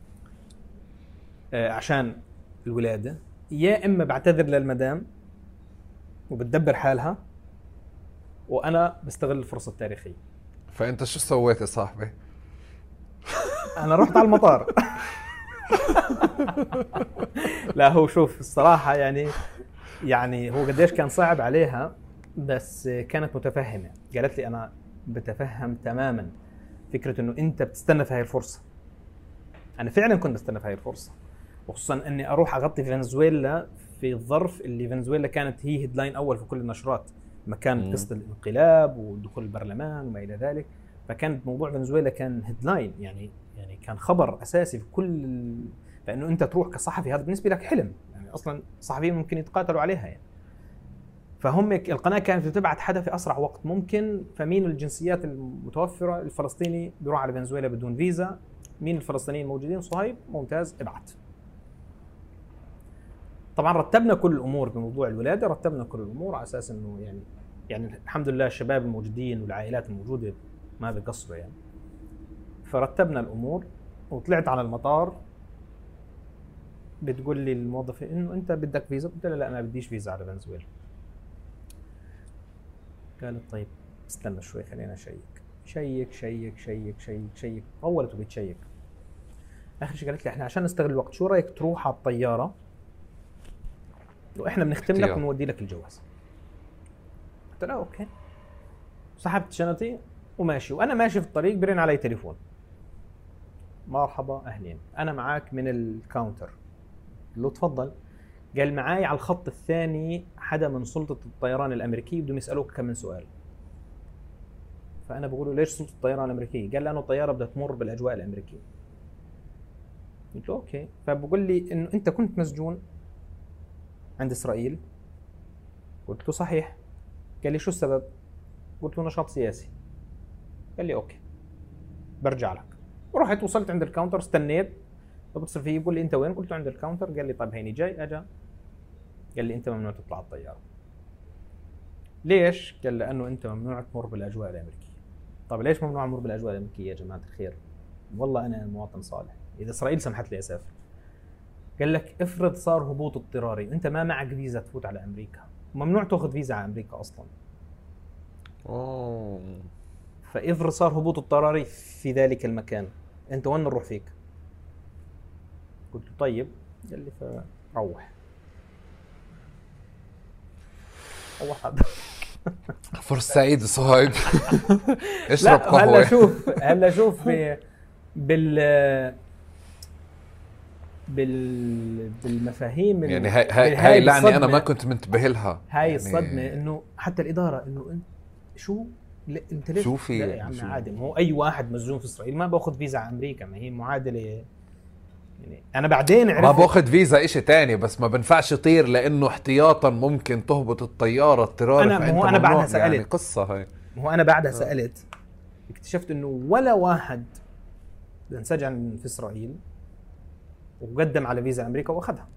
عشان الولادة، يا إما بعتذر للمدام وبتدبر حالها وأنا بستغل الفرصة التاريخية. فأنت شو سويت يا صاحبي؟ أنا رحت على المطار. لا هو شوف الصراحة يعني هو قديش كان صعب عليها، بس كانت متفهمة. قالت لي أنا بتفهم تماما فكرة إنه أنت بتستنى في هاي الفرصة. أنا فعلا كنت بستنى في هاي الفرصة، وخصوصا إني أروح أغطي في فنزويلا في الظرف اللي فنزويلا كانت هي هيدلاين أول في كل النشرات، مكان قصة الانقلاب ودخول البرلمان وما إلى ذلك. فكان موضوع فنزويلا كان هيدلاين، يعني كان خبر أساسي في كل فإنه أنت تروح كصحفي هذا بالنسبة لك حلم، يعني أصلا صحفيين ممكن يتقاتلوا عليها يعني. فهم القناة كانت بتبعت حدا في أسرع وقت ممكن. فمين الجنسيات المتوفرة؟ الفلسطيني بيروح على فنزويلا بدون فيزا. مين الفلسطينيين الموجودين؟ صهيب ممتاز ابعت. طبعا رتبنا كل الأمور بموضوع الولادة، رتبنا كل الأمور على أساس إنه يعني الحمد لله الشباب الموجودين والعائلات الموجودة ما بيقصروا يعني. فرتبنا الأمور وطلعت على المطار. بتقول لي الموظفة إنه أنت بدك فيزا؟ قلت لها لا أنا بديش فيزا على فنزويلا. قالت طيب استنى شوي خلينا شيك. طولت وبتشيك. آخر شيء قالت لي إحنا عشان نستغل الوقت شو رأيك تروح على الطيارة وإحنا بنختم لك ونودي لك الجواز. قلت لها أوكي. سحبت شنطتي وماشي، وأنا ماشي في الطريق برن علي تليفون: مرحبا أهلين، أنا معاك من الكاونتر. قلت له تفضل. قال معاي على الخط الثاني حدا من سلطة الطيران الأمريكية بدهم يسألوك كم من سؤال. فأنا بقول له ليش سلطة الطيران الأمريكية؟ قال لأنه الطيارة بدها تمر بالأجواء الأمريكية. قلت له أوكي. فبقول لي إنه أنت كنت مسجون عند إسرائيل؟ قلت له صحيح. قال لي شو السبب؟ قلت له نشاط سياسي. قال لي أوكي برجع لك. ورحت وصلت عند الكاونتر، استنيت. فبتصل فيه يقول لي أنت وين؟ قلت له عند الكاونتر. قال لي طيب هيني جاي. أجا قال لي أنت ممنوع تطلع الطيارة. ليش؟ قال لأنه أنت ممنوع تمر بالأجواء الأمريكية. طب ليش ممنوع أمر بالأجواء الأمريكية يا جماعة الخير؟ والله أنا مواطن صالح، إذا إسرائيل سمحت لي أسافر. قال لك افرض صار هبوط اضطراري، أنت ما معك فيزا تفوت على أمريكا، ممنوع تأخذ فيزا على أمريكا أصلا. فافرض صار هبوط اضطراري في ذلك المكان، أنت وين نروح فيك؟ قلت له طيب. قال لي فروح. فرصة سعيدة صهيب. اشرب قهوة. هلا شوف بالمفاهيم يعني هاي اللعنة أنا ما كنت منتبه لها. هاي يعني الصدمة إنه حتى الإدارة إنه شو لا انت ليش؟ شوفي لا يا عمي عادي، ما هو اي واحد مسجون في اسرائيل ما باخذ فيزا على امريكا، ما هي معادله يعني. انا بعدين عرفت ما باخذ فيزا اشي تاني، بس ما بنفعش يطير لانه احتياطا ممكن تهبط الطياره اضطراري. انا ما هو انا بعدها سالت يعني قصه هاي. ما هو انا بعدها سالت اكتشفت انه ولا واحد انسجن في اسرائيل وقدم على فيزا امريكا واخذها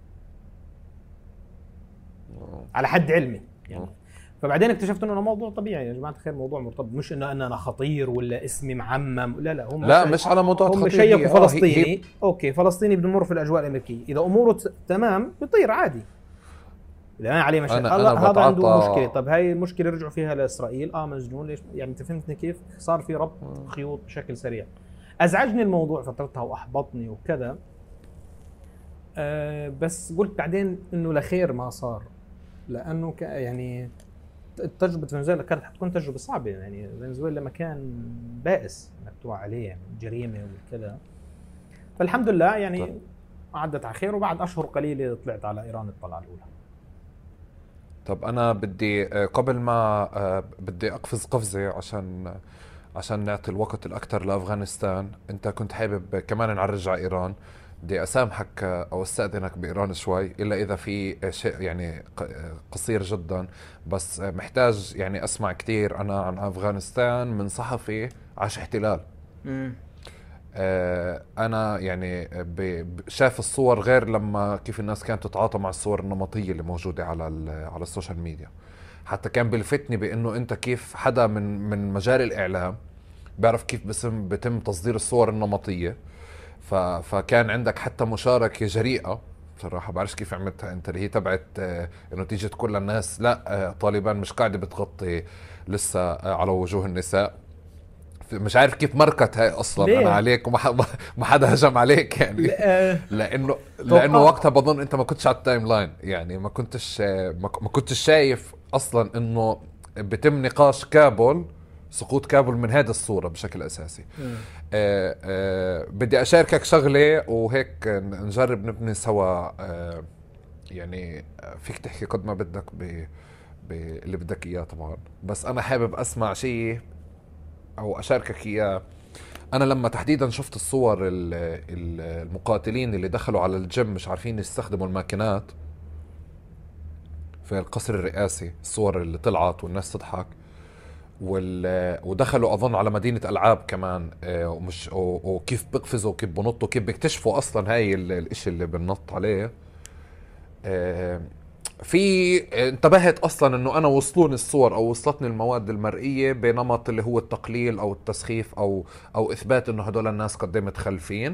على حد علمي يعني. فبعدين اكتشفت انه موضوع طبيعي يا جماعه الخير، موضوع مرتبط، مش انه انا خطير ولا اسمي معمم، لا هم لا مش على موضوع هم خطير. شيكوا فلسطيني اوكي، فلسطيني بمر في الاجواء الامريكيه، اذا اموره تمام بيطير عادي، اذا ما عليه مشاكل هذا عنده مشكله. طب هاي المشكله رجعوا فيها لاسرائيل مسجون ليش يعني؟ انت فهمتني كيف صار في ربط خيوط بشكل سريع. ازعجني الموضوع فترتها واحبطني وكذا، بس قلت بعدين انه لخير ما صار، لانه يعني تجربة فنزويلا كانت حتكون تجربة صعبة يعني. فنزويلا مكان بائس انك تروح عليه يعني، جريمة وكذا. فالحمد لله يعني عدت على خير، وبعد اشهر قليلة طلعت على ايران الطلعة الاولى. طب انا بدي قبل ما بدي اقفز قفزة عشان نعطي الوقت الاكثر لافغانستان. انت كنت حابب كمان نعرج على ايران، بدي اسامحك او استاذنك بايران شوي، الا اذا في شيء يعني قصير جدا، بس محتاج يعني اسمع كثير انا عن افغانستان من صحفي عاش احتلال. انا يعني شاف الصور غير لما كيف الناس كانت تتعاطى مع الصور النمطيه اللي موجوده على السوشيال ميديا. حتى كان بلفتني بانه انت كيف حدا من مجال الاعلام بيعرف كيف بتم تصدير الصور النمطيه. فكان عندك حتى مشاركة جريئة بصراحة، بعرفش كيف عملتها انت، اللي هي تبعت انه تيجي تقول للناس لا طالبان مش قاعدة بتغطي لسه على وجوه النساء. مش عارف كيف مركت هاي اصلا ليه؟ انا عليك وما حدا هجم عليك يعني. لانه وقتها بظن انت ما كنتش على التايم لاين يعني، ما كنتش شايف اصلا انه بتم نقاش كابول، سقوط كابول من هذه الصورة بشكل أساسي. بدي أشاركك شغلة وهيك نجرب نبني سوا. يعني فيك تحكي قد ما بدك اللي بدك إياه طبعا، بس أنا حابب أسمع شيء أو أشاركك إياه. أنا لما تحديدا شفت الصور المقاتلين اللي دخلوا على الجيم مش عارفين يستخدموا الماكينات في القصر الرئاسي، الصور اللي طلعت والناس تضحك، ودخلوا اظن على مدينه العاب كمان، وكيف بيقفزوا وكيف بنطوا، كيف بيكتشفوا اصلا هاي الاشي اللي بنط عليه. في انتبهت اصلا انه انا وصلوني الصور او وصلتني المواد المرئيه بنمط اللي هو التقليل او التسخيف او اثبات انه هدول الناس قد ايه متخلفين.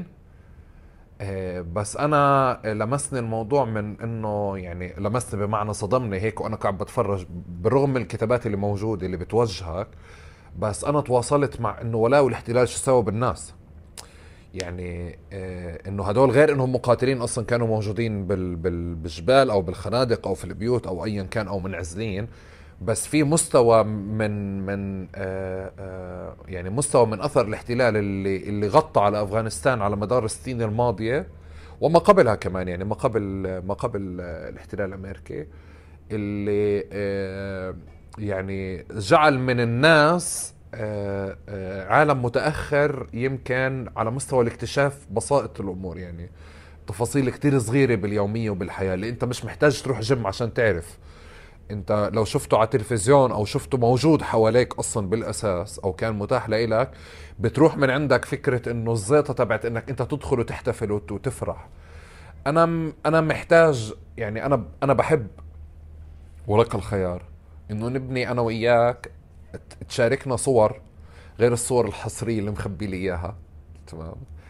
بس انا لمسني الموضوع من انه يعني لمسني بمعنى صدمني هيك وانا قاعد بتفرج، بالرغم من الكتابات اللي موجوده اللي بتوجهك، بس انا تواصلت مع انه ولاء الاحتلال شو سوى بالناس يعني. انه هدول غير انهم مقاتلين اصلا كانوا موجودين بالجبال او بالخنادق او في البيوت او ايا كان او منعزلين، بس في مستوى من يعني مستوى من اثر الاحتلال اللي غطى على افغانستان على مدار السنين الماضيه وما قبلها كمان، يعني ما قبل الاحتلال الامريكي، اللي يعني جعل من الناس عالم متاخر يمكن على مستوى الاكتشاف بساطة الامور، يعني تفاصيل كتير صغيره باليوميه وبالحياه اللي انت مش محتاج تروح جيم عشان تعرف. انت لو شفته على التلفزيون او شفته موجود حواليك اصلا بالاساس او كان متاح لإلك، بتروح من عندك فكرة انه الزيطة تبعت انك انت تدخل وتحتفل وتفرح. انا محتاج يعني انا بحب ولك الخيار انه نبني انا وياك، تشاركنا صور غير الصور الحصرية اللي مخبي لي اياها، تمام؟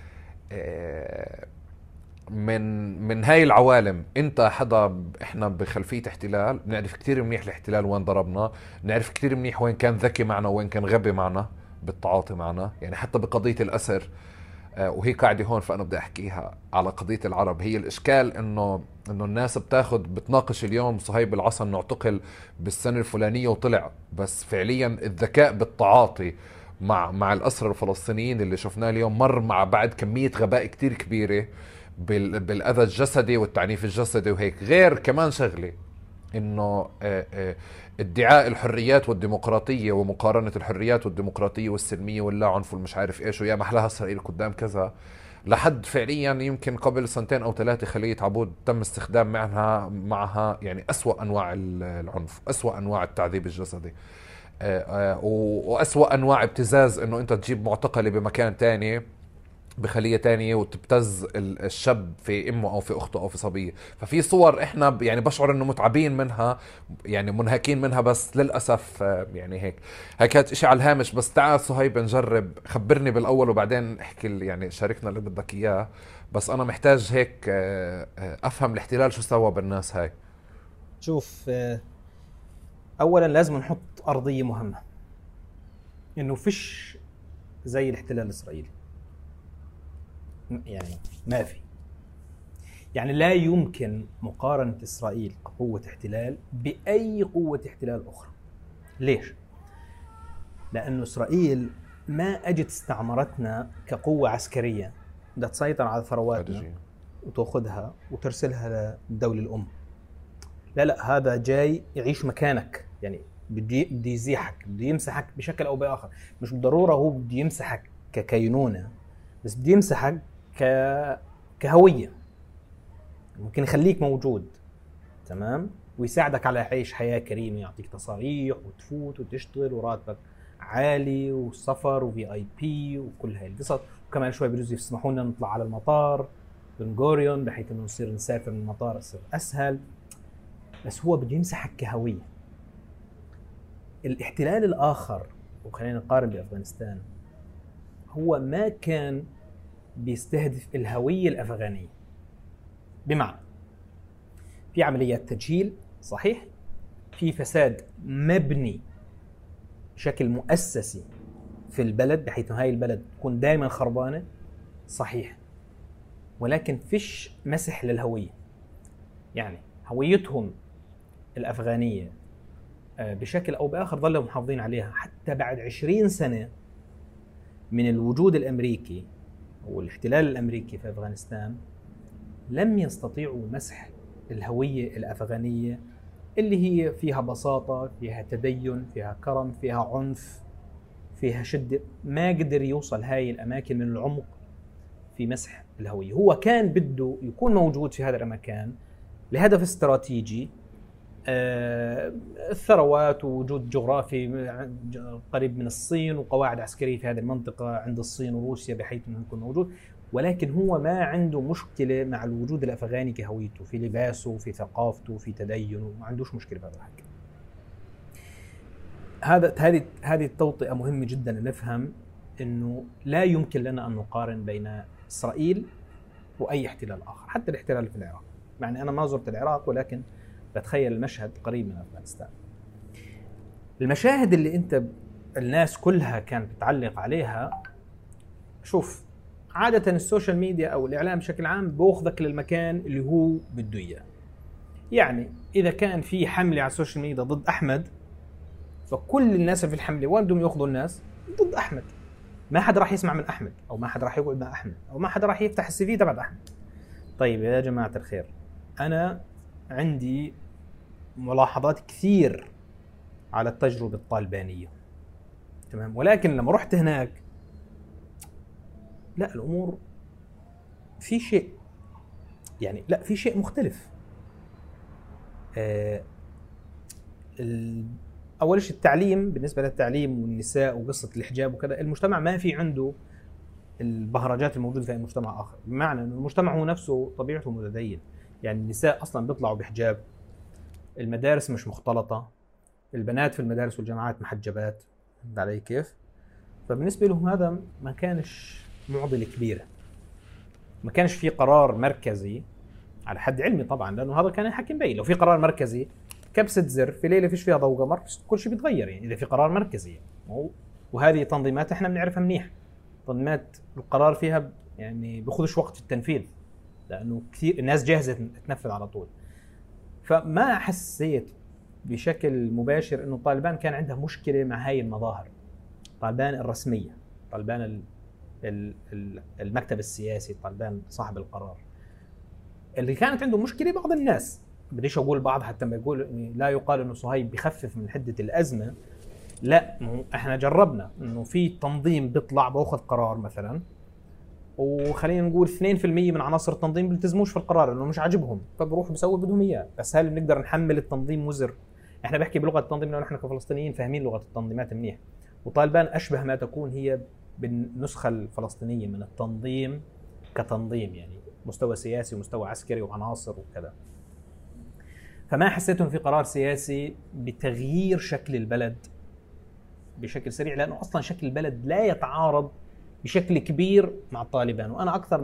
من هاي العوالم. انت حدا احنا بخلفية احتلال بنعرف كتير منيح الاحتلال وين ضربنا، بنعرف كتير منيح وين كان ذكي معنا وين كان غبي معنا بالتعاطي معنا، يعني حتى بقضية الأسر وهي قاعدة هون فأنا بدي أحكيها على قضية العرب. هي الإشكال إنه الناس بتناقش اليوم صهيب العصا إنه اعتقل بالسنة الفلانية وطلع، بس فعليا الذكاء بالتعاطي مع الأسرى الفلسطينيين اللي شفناه اليوم مر مع بعد كمية غباء كتير كبيرة بالأذى الجسدي والتعنيف الجسدي وهيك. غير كمان شغلة انه ادعاء الحريات والديمقراطيه ومقارنه الحريات والديمقراطيه والسلميه واللا عنف والمش عارف ايش ويا محلها اسرائيل قدام كذا، لحد فعليا يمكن قبل سنتين او ثلاثه خليه عبود تم استخدام معها يعني اسوأ انواع العنف، اسوأ انواع التعذيب الجسدي، واسوأ انواع ابتزاز، انه انت تجيب معتقله بمكان تاني بخلية تانية وتبتز الشاب في امه او في اخته او في صبية. ففي صور احنا يعني بشعر انه متعبين منها، يعني منهكين منها، بس للاسف يعني هيك كانت اشي على الهامش. بس تعال صهيب نجرب، خبرني بالاول وبعدين احكي يعني شاركنا اللي بدك اياه. بس انا محتاج هيك افهم الاحتلال شو سوى بالناس هاي. شوف، اولا لازم نحط ارضيه مهمه، انه فيش زي الاحتلال الاسرائيلي، يعني ما في، يعني لا يمكن مقارنه اسرائيل كقوه احتلال باي قوه احتلال اخرى. ليش؟ لانه اسرائيل ما اجت استعمرتنا كقوه عسكريه بدها تسيطر على ثرواتنا وتاخذها وترسلها للدوله الام. لا لا، هذا جاي يعيش مكانك، يعني بده يزيحك، بده يمسحك بشكل او باخر. مش بالضروره هو بده يمسحك ككينونه، بس بده يمسحك كهويه. ممكن يخليك موجود، تمام، ويساعدك على عيش حياه كريمه، يعطيك تصاريح وتفوت وتشتغل وراتبك عالي وسفر وفي اي بي وكل هاي القصص. وكمان شوي بيجوز يسمحوا لنا نطلع على المطار بن غوريون بحيث انه نصير نسافر من المطار يصير اسهل. بس هو بده يمسحك كهويه. الاحتلال الاخر، وخلينا نقارن بافغانستان، هو ما كان بيستهدف الهويه الافغانيه. بمعنى في عمليات تجهيل صحيح، في فساد مبني بشكل مؤسسي في البلد بحيث هاي البلد تكون دائما خربانه صحيح، ولكن فيش مسح للهويه. يعني هويتهم الافغانيه بشكل او باخر ظلوا محافظين عليها حتى بعد 20 سنه من الوجود الامريكي والاحتلال الامريكي في افغانستان. لم يستطيعوا مسح الهويه الافغانيه اللي هي فيها بساطه، فيها تدين، فيها كرم، فيها عنف، فيها شده. ما قدر يوصل هاي الاماكن من العمق في مسح الهويه. هو كان بده يكون موجود في هذا المكان لهدف استراتيجي، الثروات ووجود جغرافي قريب من الصين وقواعد عسكرية في هذه المنطقة عند الصين وروسيا بحيث أنه يكون موجود. ولكن هو ما عنده مشكلة مع الوجود الأفغاني كهويته، في لباسه، في ثقافته، في تدينه، ما عندوش مشكلة بهذا الحكي. هذه التوطئة مهمة جدا نفهم أنه لا يمكن لنا أن نقارن بين إسرائيل وأي احتلال آخر، حتى الاحتلال في العراق. يعني أنا ما زرت العراق ولكن بتخيل المشهد قريب من أفغانستان. المشاهد اللي انت الناس كلها كانت بتعلق عليها، شوف عادة السوشيال ميديا او الاعلام بشكل عام بياخذك للمكان اللي هو بده اياه. يعني اذا كان في حملة على السوشيال ميديا ضد احمد، فكل الناس في الحملة وين بدهم ياخذوا الناس؟ ضد احمد. ما حدا راح يسمع من احمد، او ما حدا راح يقعد مع احمد، او ما حدا راح يفتح السي في تبع احمد. طيب يا جماعة الخير، انا عندي ملاحظات كثير على التجربة الطالبانية، تمام، ولكن لما رحت هناك لا، الأمور في شيء، يعني لا، في شيء مختلف. أول شيء التعليم، بالنسبة للتعليم والنساء وقصة الحجاب وكذا، المجتمع ما في عنده البهرجات الموجودة في أي مجتمع آخر. بمعنى أن المجتمع هو نفسه طبيعته متدين، يعني النساء أصلا بيطلعوا بحجاب، المدارس مش مختلطة، البنات في المدارس والجامعات محجبات، فهمت علي كيف؟ فبالنسبة لهم هذا ما كانش معضلة كبيرة. ما كانش في قرار مركزي على حد علمي طبعا، لأنه هذا كان حكي مبين. لو في قرار مركزي كبسة زر في ليلة فيش فيها ضوء قمر كل شيء بيتغير، يعني إذا في قرار مركزي يعني. وهذه تنظيمات احنا بنعرفها منيح، تنظيمات القرار فيها يعني بياخذش وقت في التنفيذ، لأنه كثير الناس جاهزة تنفذ على طول. فما حسيت بشكل مباشر انه طالبان كان عندها مشكله مع هاي المظاهر، طالبان الرسميه، طالبان المكتب السياسي، طالبان صاحب القرار. اللي كانت عنده مشكله بعض الناس بديش اقول بعض حتى ما يقول لا يقال انه صهيب بيخفف من حده الازمه. لا، احنا جربنا انه في تنظيم بيطلع باخذ قرار مثلا، وخلينا نقول 2% من عناصر التنظيم بيلتزموش في القرار لانه مش عاجبهم، فبروحوا بيسووا بدهم اياه. بس هل بنقدر نحمل التنظيم وزر؟ احنا بحكي بلغه التنظيم لانه احنا كفلسطينيين فاهمين لغه التنظيمات منيح، وطالبان اشبه ما تكون هي بالنسخه الفلسطينيه من التنظيم كتنظيم، يعني مستوى سياسي ومستوى عسكري وعناصر وكذا. فما حسيت انه في قرار سياسي بتغيير شكل البلد بشكل سريع، لانه اصلا شكل البلد لا يتعارض بشكل كبير مع طالبان. وانا اكثر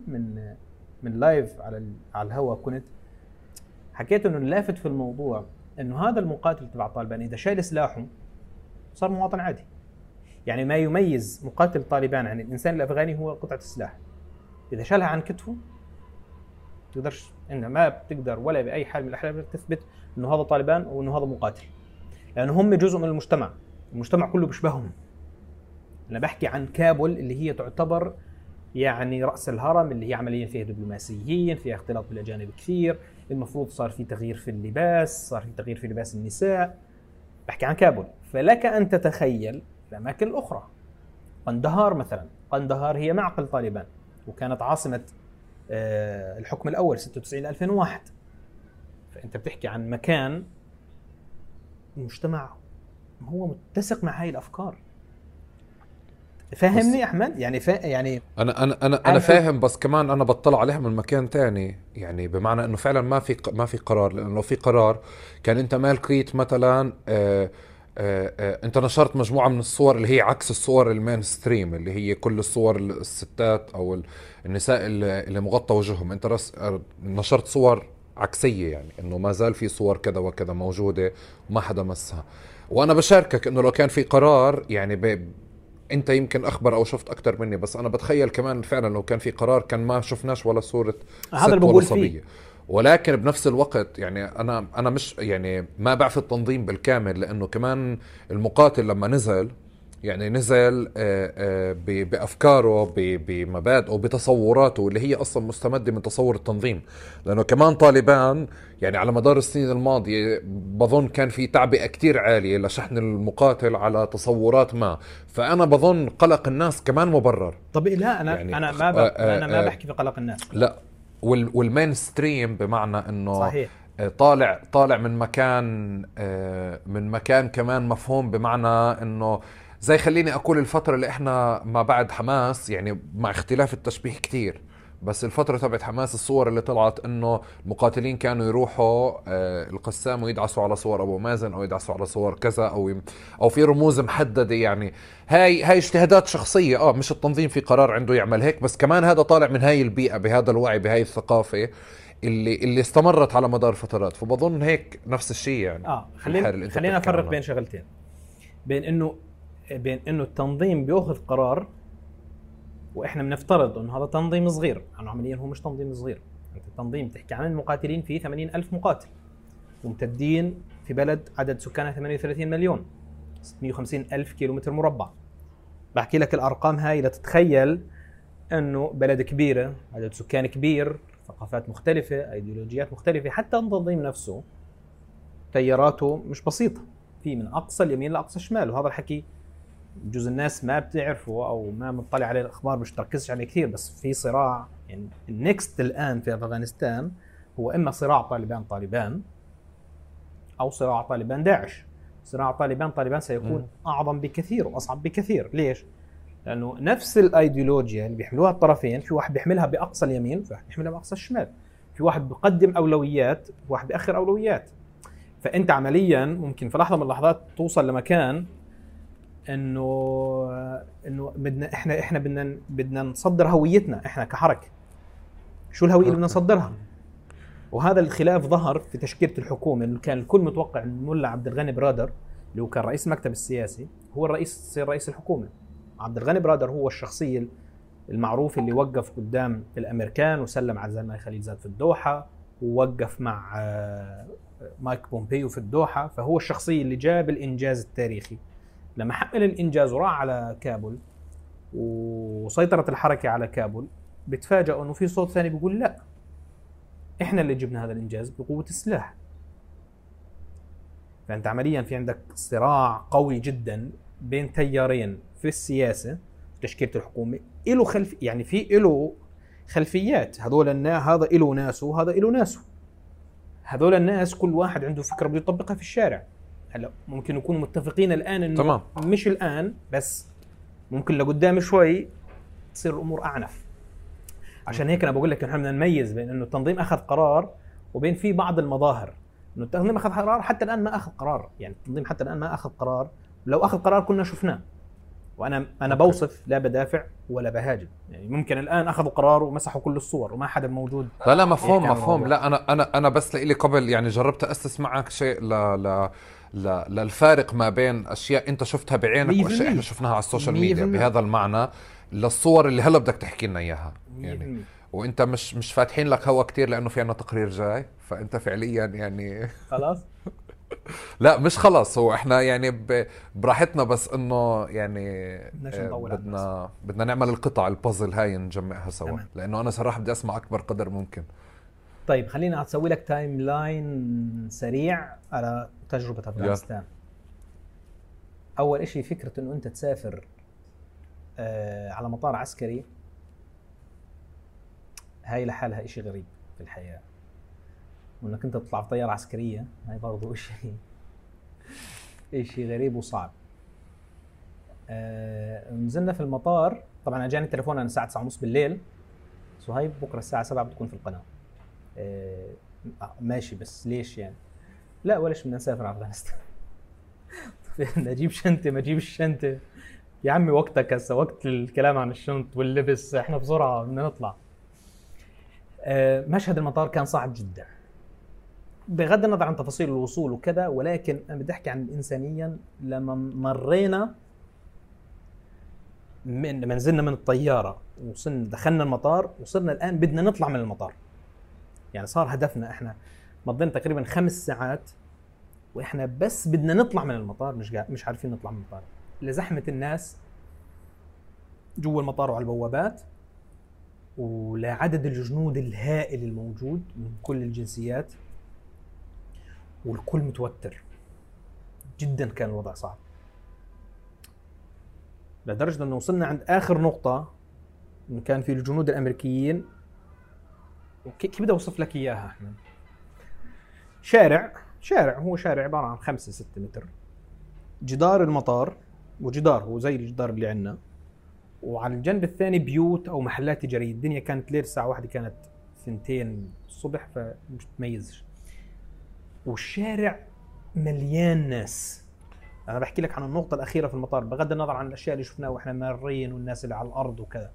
من لايف على الهواء كنت حكيت انه اللافت في الموضوع انه هذا المقاتل تبع طالبان اذا شايل سلاحه صار مواطن عادي. يعني ما يميز مقاتل طالبان عن الانسان الافغاني هو قطعه السلاح، اذا شالها عن كتفه تقدرش انه ما بتقدر ولا باي حال من الاحوال تثبت انه هذا طالبان وانه هذا مقاتل، لانه هم جزء من المجتمع كله بيشبههم. انا بحكي عن كابول اللي هي تعتبر يعني راس الهرم، اللي هي عمليا فيها دبلوماسيين، فيها اختلاط بالاجانب كثير، المفروض صار في تغيير في اللباس، صار في تغيير في لباس النساء. بحكي عن كابول. فلك ان تتخيل الاماكن الاخرى. قندهار مثلا، قندهار هي معقل طالبان وكانت عاصمه الحكم الاول 96 2001. فانت بتحكي عن مكان مجتمع هو متسق مع هاي الافكار. فاهمني احمد؟ يعني يعني انا فاهم، بس كمان انا بطلع عليها من مكان تاني، يعني بمعنى انه فعلا ما في قرار. لانه لو في قرار كان انت مالكريت مثلا انت نشرت مجموعه من الصور اللي هي عكس الصور المين ستريم، اللي هي كل الصور الستات او النساء اللي مغطى وجههم. انت نشرت صور عكسيه، يعني انه ما زال في صور كذا وكذا موجوده وما حدا مسها. وانا بشاركك انه لو كان في قرار، يعني انت يمكن اخبر او شفت اكثر مني، بس انا بتخيل كمان فعلا لو كان في قرار كان ما شفناش ولا صورة هذا اللي بقول فيه. ولكن بنفس الوقت يعني انا مش يعني ما بعرف التنظيم بالكامل، لانه كمان المقاتل لما نزل يعني نزل بافكاره بمبادئه بتصوراته اللي هي اصلا مستمده من تصور التنظيم. لانه كمان طالبان يعني على مدار السنين الماضيه بظن كان في تعبئه كتير عاليه لشحن المقاتل على تصورات ما. فانا بظن قلق الناس كمان مبرر. طب لا انا ما بحكي في قلق الناس، لا. والمين ستريم بمعنى انه صحيح طالع من مكان كمان مفهوم، بمعنى انه زي خليني أقول الفترة اللي إحنا ما بعد حماس، يعني مع اختلاف التشبيه كتير، بس الفترة تبعت حماس الصور اللي طلعت إنه المقاتلين كانوا يروحوا القسام ويدعسوا على صور أبو مازن أو يدعسوا على صور كذا أو في رموز محددة. يعني هاي اجتهادات شخصية، مش التنظيم في قرار عنده يعمل هيك، بس كمان هذا طالع من هاي البيئة بهذا الوعي بهاي الثقافة اللي استمرت على مدار فترات. فبظن هيك نفس الشيء يعني. خلينا نفرق بين شغلتين، بين انه التنظيم بياخذ قرار واحنا بنفترض انه هذا تنظيم صغير، يعني عمليا هو مش تنظيم صغير. انت التنظيم تحكي عن المقاتلين فيه 80,000 مقاتل ممتدين في بلد عدد سكانها 38 مليون، 650,000 كيلومتر مربع. بحكي لك الارقام هاي لتتخيل انه بلد كبيره، عدد سكان كبير، ثقافات مختلفه، ايديولوجيات مختلفه. حتى التنظيم نفسه تياراته مش بسيطه، في من اقصى اليمين لاقصى الشمال. وهذا الحكي بجوز الناس ما بتعرفه او ما مطلع عليه الاخبار، مش تركزش عليه كثير. بس في صراع، يعني النكست الان في افغانستان هو اما صراع طالبان او صراع طالبان داعش. صراع طالبان سيكون اعظم بكثير واصعب بكثير. ليش؟ لانه نفس الايديولوجيا اللي بيحملوها الطرفين، في واحد بيحملها باقصى اليمين وفي واحد بيحملها باقصى الشمال، في واحد بيقدم اولويات وفي واحد بيأخر اولويات. فانت عمليا ممكن في لحظه من اللحظات توصل لمكان انه احنا بدنا نصدر هويتنا احنا كحركه. شو الهويه اللي بدنا نصدرها؟ وهذا الخلاف ظهر في تشكيله الحكومه، اللي كان الكل متوقع ان الملا عبد الغني برادر اللي هو كان رئيس المكتب السياسي هو رئيس الحكومه. عبد الغني برادر هو الشخصيه المعروف اللي وقف قدام الامريكان وسلم على زلمه خليل زاد في الدوحه، ووقف مع مايك بومبيو في الدوحه. فهو الشخصيه اللي جاب الانجاز التاريخي. لما حمل الانجاز وراح على كابول وسيطرت الحركه على كابول، بتفاجئوا انه في صوت ثاني بيقول لا، احنا اللي جبنا هذا الانجاز بقوه السلاح. فانت عمليا في عندك صراع قوي جدا بين تيارين في السياسه، تشكيله الحكومه له يعني في له خلفيات. هذول الناس، هذا له ناسه وهذا له ناسه. هذول الناس كل واحد عنده فكره بده يطبقها في الشارع. هلا ممكن يكونوا متفقين الان انه تمام. مش الان، بس ممكن لقدام شوي تصير الامور اعنف. عشان هيك انا بقول لك احنا بدنا نميز بين انه التنظيم اخذ قرار وبين في بعض المظاهر انه التنظيم اخذ قرار. حتى الان ما اخذ قرار، يعني التنظيم حتى الان ما اخذ قرار. لو اخذ قرار كنا شفناه. وانا بوصف، لا بدافع ولا بهاجم. يعني ممكن الان اخذوا قرار ومسحوا كل الصور وما حدا موجود. لا مفهوم. لا انا بس لي قبل يعني جربت اسس معك شيء للفارق ما بين اشياء انت شفتها بعينك واشياء احنا شفناها على السوشيال ميديا. بهذا المعنى للصور اللي هلا بدك تحكي لنا اياها يعني. وانت مش فاتحين لك هوا كتير لانه في عنا تقرير جاي، فانت فعليا يعني خلاص. لا مش خلاص، هو احنا يعني براحتنا، بس انه يعني بدنا نعمل القطع البازل هاي نجمعها سوا. تمام. لانه انا صراحه بدي اسمع اكبر قدر ممكن. طيب خلينا اسوي لك تايم لاين سريع على تجربه افغانستان. اول اشي فكره انه انت تسافر على مطار عسكري، هاي لحالها اشي غريب في الحياه. وانك انت تطلع في طياره عسكريه، هاي برضو اشي غريب وصعب. نزلنا في المطار، طبعا اجاني التليفون انا الساعه 9:30 بالليل، صهيب بكره الساعه 7 بتكون في القناه. ماشي، بس ليش يعني؟ لا ولاش بدنا نسافر على افغانستان. بدنا نجيب شنطه، ما اجيب الشنطه يا عمي، وقتك هسه وقت الكلام عن الشنط واللبس، احنا بسرعه بدنا نطلع. مشهد المطار كان صعب جدا بغض النظر عن تفاصيل الوصول وكذا، ولكن انا بدي احكي عن انسانيا. لما مرينا لما نزلنا من الطياره وصلنا دخلنا المطار وصرنا الان بدنا نطلع من المطار، يعني صار هدفنا، احنا مضينا تقريبا 5 ساعات واحنا بس بدنا نطلع من المطار، مش عارفين نطلع من المطار لزحمه الناس جوا المطار وعلى البوابات، ولعدد الجنود الهائل الموجود من كل الجنسيات، والكل متوتر جدا. كان الوضع صعب لدرجة أنه وصلنا عند آخر نقطة إنه كان في الجنود الأمريكيين. كيف بدي أوصف لك إياها أحمد؟ شارع هو شارع عبارة عن 5-6 متر، جدار المطار، وجدار هو زي الجدار اللي عندنا، وعلى الجنب الثاني بيوت أو محلات تجارية. الدنيا كانت ليل الساعة 1، كانت 2 الصبح، فمش تميز. والشارع مليان ناس. أنا بحكي لك عن النقطة الأخيرة في المطار بغض النظر عن الأشياء اللي شفناها وإحنا مارين والناس اللي على الأرض وكذا.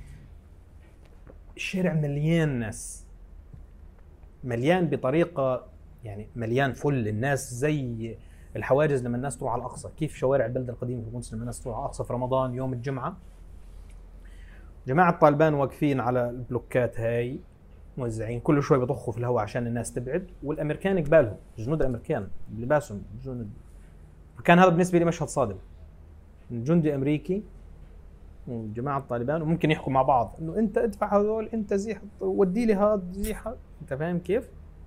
الشارع مليان ناس، مليان بطريقة يعني مليان فل. الناس زي الحواجز لما الناس تروح على الأقصى. كيف شوارع البلدة القديمة في تونس لما الناس تروح على الأقصى في رمضان يوم الجمعة، جماعة طالبان واقفين على البلوكات هاي موزعين، كل شوي بيضخوا في الهواء عشان الناس تبعد، والامريكان قبالهم، الجنود الامريكان بلباسهم جنود. فكان هذا بالنسبه لي مشهد صادم، جندي امريكي وجماعه طالبان وممكن يحكوا مع بعض انه انت ادفع هذول، انت زيح ودي لي هذا زيح، انت فاهم كيف؟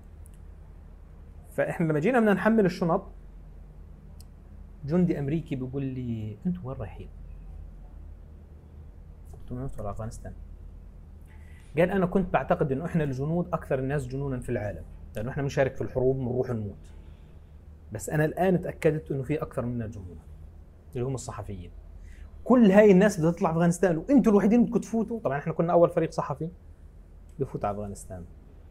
فاحنا لما جينا بدنا نحمل الشنط، جندي امريكي بيقول لي انتوا وين رايحين؟ قلت له ندخل افغانستان. قال انا كنت بعتقد انه احنا الجنود اكثر الناس جنونا في العالم، لانه احنا بنشارك في الحروب بنروح نموت، بس انا الان اتاكدت انه في اكثر منا جنود اللي هم الصحفيين. كل هاي الناس بدها تطلع افغانستان وانتوا الوحيدين بدكم تفوتوا. طبعا احنا كنا اول فريق صحفي بفوت على افغانستان.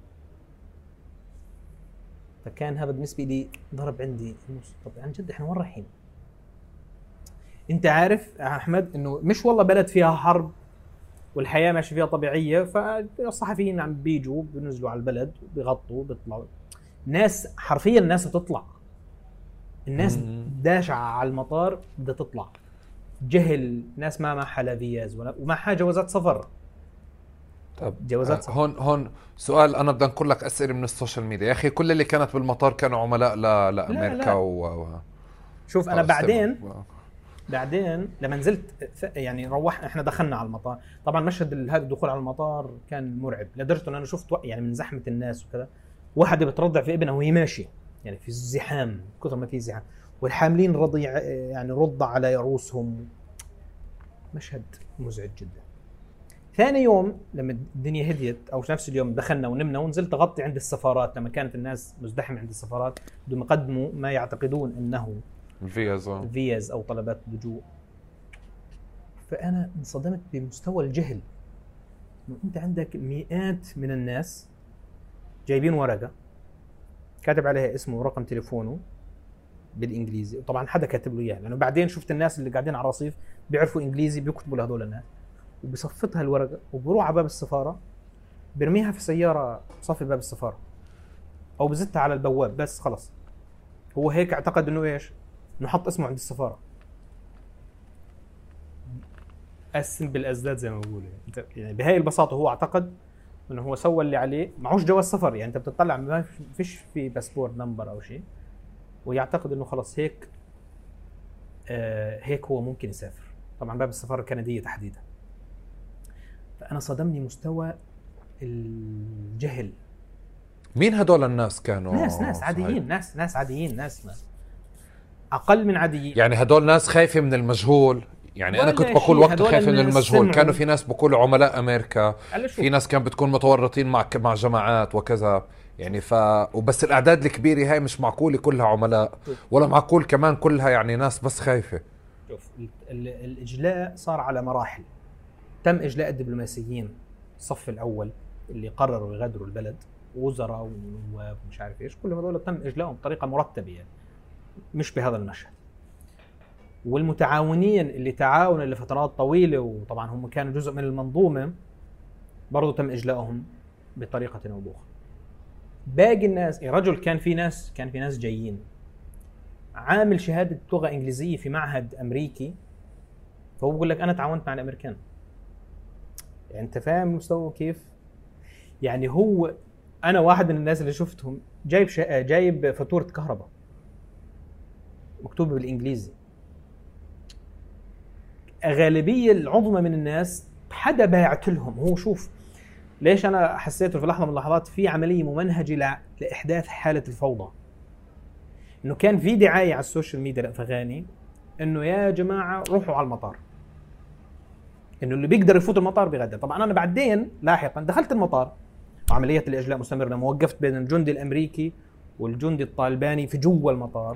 فكان هذا بالنسبه لي ضرب عندي النص. طب عن جد احنا وين رايحين؟ انت عارف يا احمد انه مش والله بلد فيها حرب والحياه ماشيه فيها طبيعيه، فالصحفيين عم بيجوا بينزلوا على البلد بيغطوا بيطلعوا. ناس حرفيا الناس بتطلع، الناس داشعه على المطار بدها تطلع، جهل ناس ما معها لا فيز وما حاجه جوازات سفر. طب جوازات سفر. هون سؤال، انا بدي انقل لك اسئله من السوشيال ميديا. يا اخي كل اللي كانت بالمطار كانوا عملاء لامريكا. لا. شوف انا بعدين بعدين لما نزلت يعني احنا دخلنا على المطار. طبعا مشهد هذا الدخول على المطار كان مرعب لدرجه ان انا شفت يعني من زحمه الناس وكذا واحده بترضع في ابنها وهي ماشيه، يعني في الزحام كثر ما في زحام، والحاملين رضيع يعني رضع على رؤوسهم. مشهد مزعج جدا. ثاني يوم لما الدنيا هديت او في نفس اليوم دخلنا ونمنا ونزلت اغطي عند السفارات لما كانت الناس مزدحمه عند السفارات بدهم يقدموا ما يعتقدون انه الفيز او طلبات اللجوء. فانا انصدمت بمستوى الجهل. انت عندك مئات من الناس جايبين ورقه كاتب عليها اسمه ورقم تليفونه بالانجليزي، وطبعا حدا كاتب له اياه لانه بعدين شفت الناس اللي قاعدين على الرصيف بيعرفوا انجليزي بيكتبوا لهذول الناس، وبصفتها الورقه وبروح على باب السفاره برميها في سياره صفي باب السفاره او بزتها على البواب بس خلص. هو هيك اعتقد انه ايش؟ انه حط اسمه عند السفاره. قسم بالازداد زي ما بقولوا يعني بهاي البساطه. هو اعتقد انه هو سوى اللي عليه، معوش جواز سفر، يعني انت بتطلع ما فيش في باسبور نمبر او شيء، ويعتقد انه خلص هيك هيك هو ممكن يسافر. طبعا باب السفاره الكنديه تحديدا. فانا صدمني مستوى الجهل. مين هدول الناس كانوا؟ ناس عاديين، ناس عاديين، ناس ما اقل من عاديين. يعني هدول ناس خايفه من المجهول. يعني انا كنت بقول وقت خايف من المجهول، كانوا في ناس بقولوا عملاء امريكا، في ناس كان بتكون متورطين مع جماعات وكذا يعني. وبس الاعداد الكبيره هاي مش معقوله كلها عملاء، ولا معقول كمان كلها يعني ناس بس خايفه. شوف الاجلاء صار على مراحل. تم اجلاء الدبلوماسيين الصف الاول اللي قرروا يغادروا البلد، وزراء ونواب ومش عارف ايش، كل هذول تم اجلائهم بطريقه مرتبه يعني مش بهذا المشهد. والمتعاونين اللي تعاونوا لفترات طويله وطبعا هم كانوا جزء من المنظومه برضو تم اجلائهم بطريقه او باخرى. باقي الناس رجل كان في ناس جايين عامل شهاده لغه انجليزيه في معهد امريكي، فهو بيقول لك انا تعاونت مع الامريكان. يعني انت فاهم مستوى كيف؟ يعني هو انا واحد من الناس اللي شفتهم جايب فاتوره كهرباء مكتوبه بالانجليزي. غالبيه العظمى من الناس حدا باعت لهم. هو شوف ليش انا حسيت في لحظه من اللحظات في عمليه ممنهجه لاحداث حاله الفوضى. انه كان في دعايه على السوشيال ميديا الافغاني انه يا جماعه روحوا على المطار، انه اللي بيقدر يفوت المطار بيغادر. طبعا انا بعدين لاحقا دخلت المطار وعمليه الاجلاء مستمره لما وقفت بين الجندي الامريكي والجندي الطالباني في جوا المطار.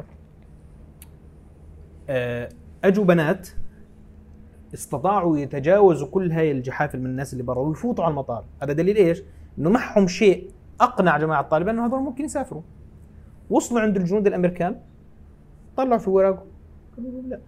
اجوا بنات استطاعوا يتجاوزوا كل هاي الجحافل من الناس اللي برا ويفوتوا على المطار. هذا دليل ايش؟ انه معهم شيء اقنع جماعه الطالبان انه هذول ممكن يسافروا. وصلوا عند الجنود الامريكان طلعوا في ورقه قالوا لا،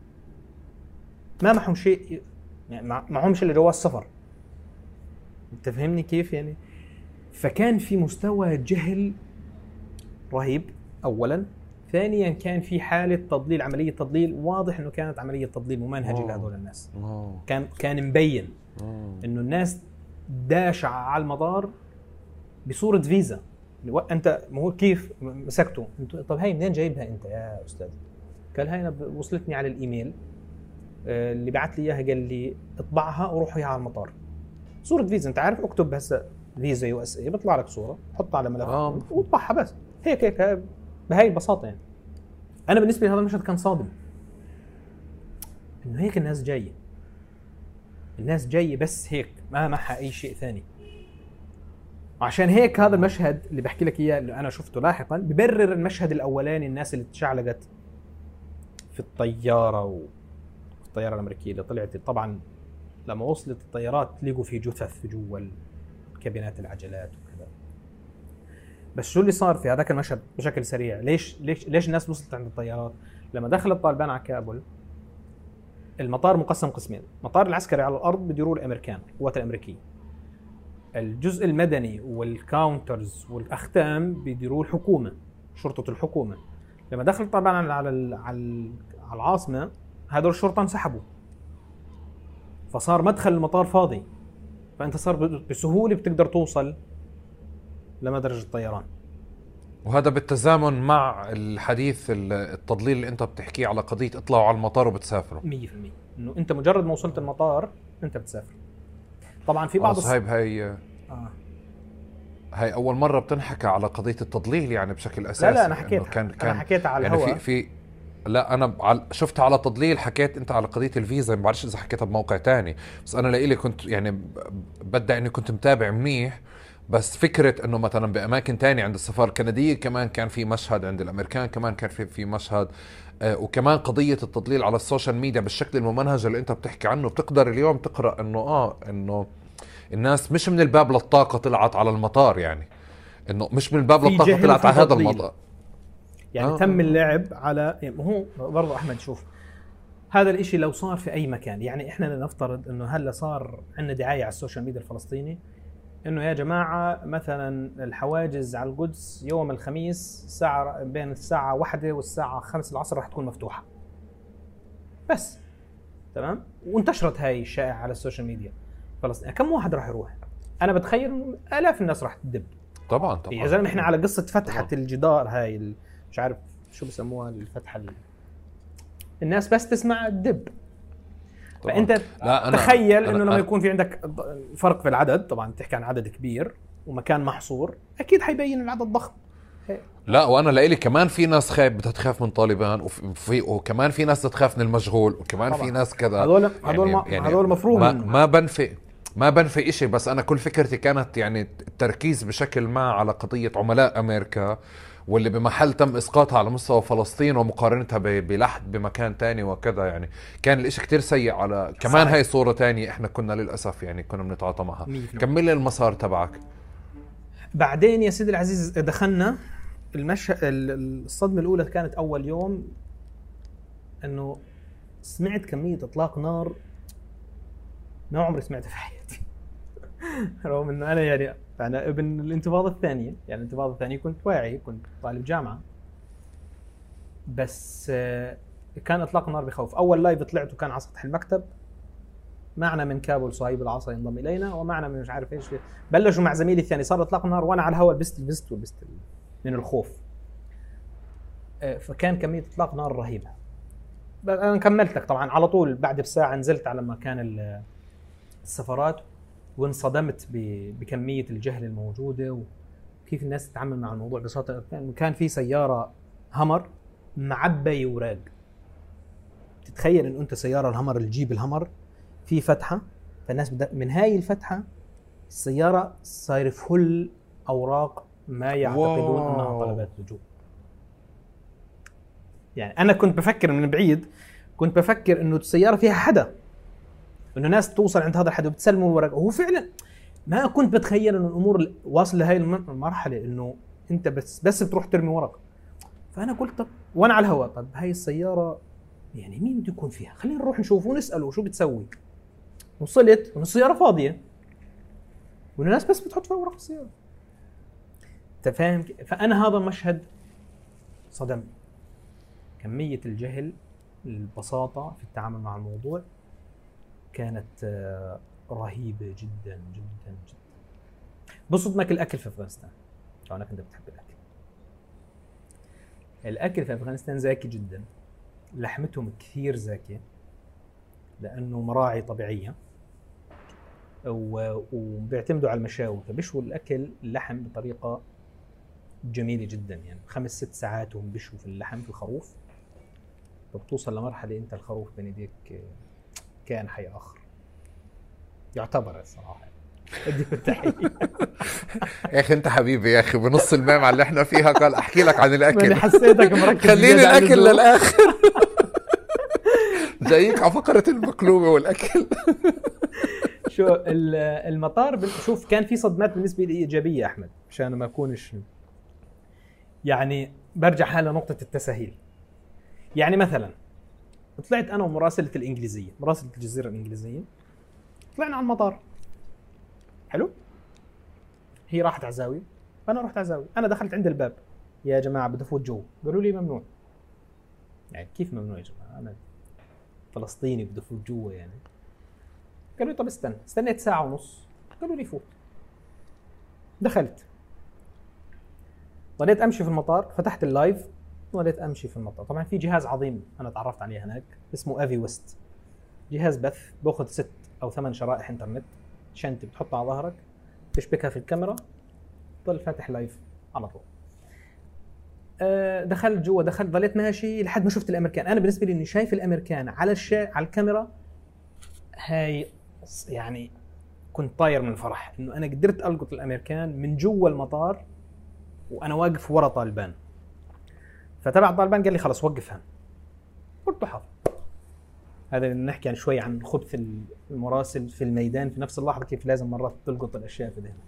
ما معهم شيء، يعني معهمش الا جواز سفر. انت فهمني كيف يعني؟ فكان في مستوى جهل رهيب اولا. ثانيا كان في حاله تضليل، عمليه تضليل واضح انه كانت عمليه تضليل ممنهجه لهذول الناس. كان مبين انه الناس داشعه على المطار بصوره فيزا. انت مو كيف مسكته انت؟ طب هاي منين جايبها انت يا استاذ؟ قال هاي انا وصلتني على الايميل اللي بعت لي اياها، قال لي اطبعها وروح اياها على المطار. صوره فيزا، انت عارف اكتب هسه فيزا يو اس اي بيطلع لك صوره، حطها على ملف واطبعها بس هيك بهاي البساطه يعني. انا بالنسبه لي هذا المشهد كان صادم، انه هيك الناس جايه بس هيك ما معها اي شيء ثاني. وعشان هيك هذا المشهد اللي بحكي لك اياه اللي انا شفته لاحقا ببرر المشهد الاولاني، الناس اللي تشعلقت في الطياره الطياره الامريكيه اللي طلعت. طبعا لما وصلت الطيارات لقوا في جثث في جوا الكابينات العجلات وكذا. بس شو اللي صار في هذاك المشهد بشكل سريع؟ ليش الناس وصلت عند الطيارات؟ لما دخل الطالبان على كابول المطار مقسم قسمين، المطار العسكري على الارض بديروه الامريكان القوات الامريكيه، الجزء المدني والكاونترز والاختام بيديروه الحكومه شرطه الحكومه. لما دخل طبعا على العاصمه هذول الشرطه انسحبوا، فصار مدخل المطار فاضي، فانت صار بسهوله بتقدر توصل لمدرج الطيران. وهذا بالتزامن مع الحديث التضليل اللي انت بتحكيه على قضية اطلعوا على المطار وبتسافروا 100%. انه انت مجرد ما وصلت المطار انت بتسافر. طبعا في بعض صهيب هاي اول مرة بتنحكى على قضية التضليل يعني بشكل اساسي. لا انا حكيت انا حكيت على يعني الهواء. في لا انا شفتها على تضليل، حكيت انت على قضية الفيزا، ما بعرفش اذا حكيتها بموقع تاني، بس انا لإلي كنت يعني بدي اني كنت متابع منيح. بس فكرة انه مثلا باماكن تانية عند السفارة الكندية كمان كان في مشهد، عند الامريكان كمان كان في مشهد. وكمان قضية التضليل على السوشيال ميديا بالشكل الممنهج اللي انت بتحكي عنه، بتقدر اليوم تقرأ انه الناس مش من الباب للطاقة طلعت على المطار، يعني انه مش من الباب للطاقة طلعت على هذا المطار. يعني تم اللعب على، يعني هو برضه احمد شوف، هذا الاشي لو صار في اي مكان، يعني احنا نفترض انه هلا صار عندنا دعاية على السوشيال ميديا الفلسطيني انه يا جماعة مثلا الحواجز على القدس يوم الخميس ساعة بين الساعة 1 والساعة 5 العصر راح تكون مفتوحة بس، تمام. وانتشرت هاي الشائعة على السوشيال ميديا فلسطين، كم واحد راح يروح؟ انا بتخيل انه الاف الناس راح تدب. طبعا يا زلمه احنا على قصه فتحه طبعاً. الجدار هاي مش عارف شو بسموها الفتحه الناس بس تسمع الدب. طبعاً. فانت لا تخيل انه لما يكون في عندك فرق في العدد، طبعا تحكي عن عدد كبير ومكان محصور، اكيد حيبين العدد ضخم. لا وانا لإلي كمان في ناس خايف بدها تخاف من طالبان، وكمان في ناس تخاف من المجهول، وكمان طبعا في ناس كذا. هذول مفروض ما بنفي إشي، بس انا كل فكرتي كانت يعني التركيز بشكل ما على قضية عملاء امريكا، واللي بمحل تم اسقاطها على مستوى فلسطين ومقارنتها بلحد بمكان تاني وكذا. يعني كان الاشي كتير سيء على كمان صحيح. هاي صورة تانية احنا كنا للأسف يعني كنا بنتعاطى معها. كمل لي المسار تبعك. بعدين يا سيدي العزيز دخلنا الصدمة الأولى كانت أول يوم، إنه سمعت كمية إطلاق نار ما عمري سمعتها في حياتي. رغم إنه أنا ابن الانتفاضة الثانية، يعني الانتفاضة الثانية كنت واعي، كنت طالب جامعة، بس كان إطلاق نار بخوف. أول لايف طلعته كان على سطح المكتب، معنا من كابول صهيب العصا ينضم إلينا، ومعنا من مش عارف إيش، بلشوا مع زميلي الثاني، صار إطلاق نار وأنا على الهواء لبست من الخوف. فكان كمية إطلاق نار رهيبة. أنا كملتك طبعا على طول بعد بساعة نزلت على مكان السفارات، وانصدمت بكمية الجهل الموجودة وكيف الناس تتعامل مع الموضوع ببساطة. كان في سيارة همر معبية وراق. تتخيل إنه أنت سيارة الهمر، الجيب الهمر في فتحة، فالناس من هاي الفتحة السيارة صاير فل أوراق ما يعتقدون أنها طلبات لجوء. يعني أنا كنت بفكر من بعيد، كنت بفكر إنه السيارة فيها حدا، إنه ناس توصل عند هذا الحدا وبتسلموا الورق. وهو فعلا ما كنت بتخيل إنه الأمور واصلة لهي المرحلة، إنه أنت بس بتروح ترمي ورق. فأنا قلت طب وأنا على الهواء، طب هاي السيارة يعني مين بده يكون فيها؟ خلينا نروح نشوف ونسأله شو بتسوي. وصلت والسيارة فاضية، والناس بس بتحط فيها ورق السيارة. أنت فاهم؟ فأنا هذا مشهد صدمني، كمية الجهل، البساطة في التعامل مع الموضوع كانت رهيبة جدا جدا جدا. بصدمك الأكل في أفغانستان، كونك أنت بتحب الأكل في أفغانستان زاكي جدا، لحمتهم كثير زاكية لأنه مراعي طبيعية، وبيعتمدوا على المشاوي، فبيشوا الأكل اللحم بطريقة جميلة جدا. يعني 5-6 ساعات وهم بيشوا في اللحم في الخروف، فبتوصل لمرحلة أنت الخروف بين يديك كائن حي آخر يعتبر الصراحة. أديك التحية. يا أخي أنت حبيبي يا أخي، بنص المام اللي إحنا فيها قال أحكي لك عن الأكل. أنا حسيتك مركز، خليني الأكل للآخر. جايك على فقرة المقلوبة والأكل. شو المطار شوف كان في صدمات بالنسبة لي إيجابية أحمد، عشان ما أكونش يعني برجع حالة نقطة التسهيل. يعني مثلا طلعت أنا ومراسلة الإنجليزية، مراسلة الجزيرة الإنجليزية، طلعنا على المطار حلو، هي راحت عزاوي وأنا رحت عزاوي. أنا دخلت عند الباب، يا جماعة بدي أفوت جوا، قالوا لي ممنوع. يعني كيف ممنوع يا جماعة؟ أنا فلسطيني بدي أفوت جوا يعني. قالوا لي طب استنيت ساعة ونص، قالوا لي فوت. دخلت، ضليت امشي في المطار، فتحت اللايف ضليت امشي في المطار. طبعا في جهاز عظيم انا تعرفت عليه هناك اسمه افي ويست، جهاز بث باخذ 6 أو 8 شرائح انترنت، شنطه بتحطها على ظهرك تشبكها في الكاميرا، ضل فاتح لايف على طول. دخلت جوا، ضليت ماشي لحد ما شفت الامريكان. انا بالنسبه لي اني شايف الامريكان على على الكاميرا هاي، يعني كنت طاير من الفرح انه انا قدرت القط الامريكان من جوا المطار وانا واقف ورا طالبان. فتبع طالبان قال لي خلص وقفها، قلت له حاضر. هذا نحكي عن شوي عن خبث المراسل في الميدان في نفس اللحظه، كيف لازم مرات تلقط الاشياء في ذهنك.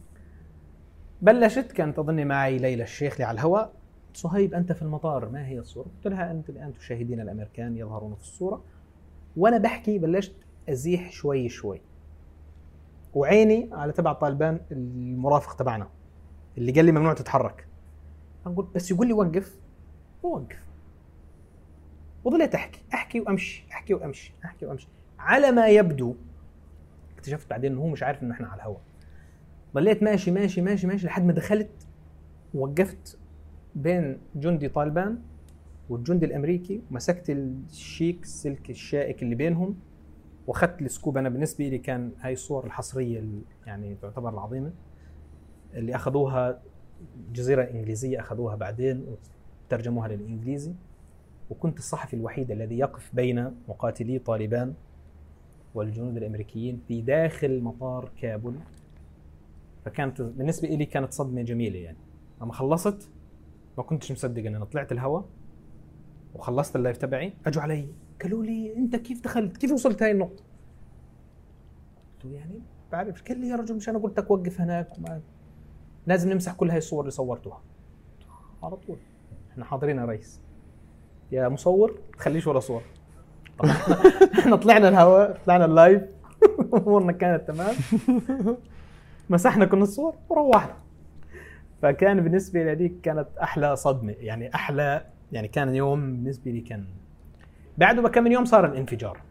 بلشت، كانت تظني معي ليلى الشيخ اللي على الهواء، صهيب انت في المطار ما هي الصوره؟ قلت لها انت الان تشاهدين الامريكان يظهرون في الصوره. وانا بحكي بلشت ازيح شوي شوي، وعيني على تبع طالبان المرافق تبعنا اللي قال لي ممنوع تتحرك. اقول بس يقول لي وقف، ووقف. وظليت احكي وامشي، احكي وامشي على ما يبدو. اكتشفت بعدين انه هو مش عارف انه احنا على الهواء. ضليت ماشي ماشي ماشي ماشي لحد ما دخلت، وقفت بين جندي طالبان والجندي الامريكي، ومسكت الشيك السلك الشائك اللي بينهم واخذت السكوب. انا بالنسبه لي كان هاي الصور الحصريه يعني تعتبر العظيمه اللي اخذوها جزيره انجليزيه، اخذوها بعدين وترجموها للانجليزي. وكنت الصحفي الوحيد الذي يقف بين مقاتلي طالبان والجنود الامريكيين في داخل مطار كابول. فكانت بالنسبه لي كانت صدمه جميله. يعني لما خلصت ما كنتش مصدق ان انا طلعت الهواء وخلصت اللايف تبعي. اجوا علي قالوا لي انت كيف دخلت، كيف وصلت هاي النقطه؟ قلت له يعني بعرف. قال لي يا رجل مش انا قلت لك وقف هناك وما لازم نمسح كل هاي الصور اللي صورتوها. على طول احنا حاضرين يا ريس، يا مصور تخليش ولا صور. طبعا احنا طلعنا الهواء، طلعنا اللايف امورنا كانت تمام، مسحنا كل الصور وروحنا. فكان بالنسبه لي هذيك كانت احلى صدمه، يعني احلى، يعني كان يوم بالنسبه لي. كان بعده بكم من يوم صار الانفجار.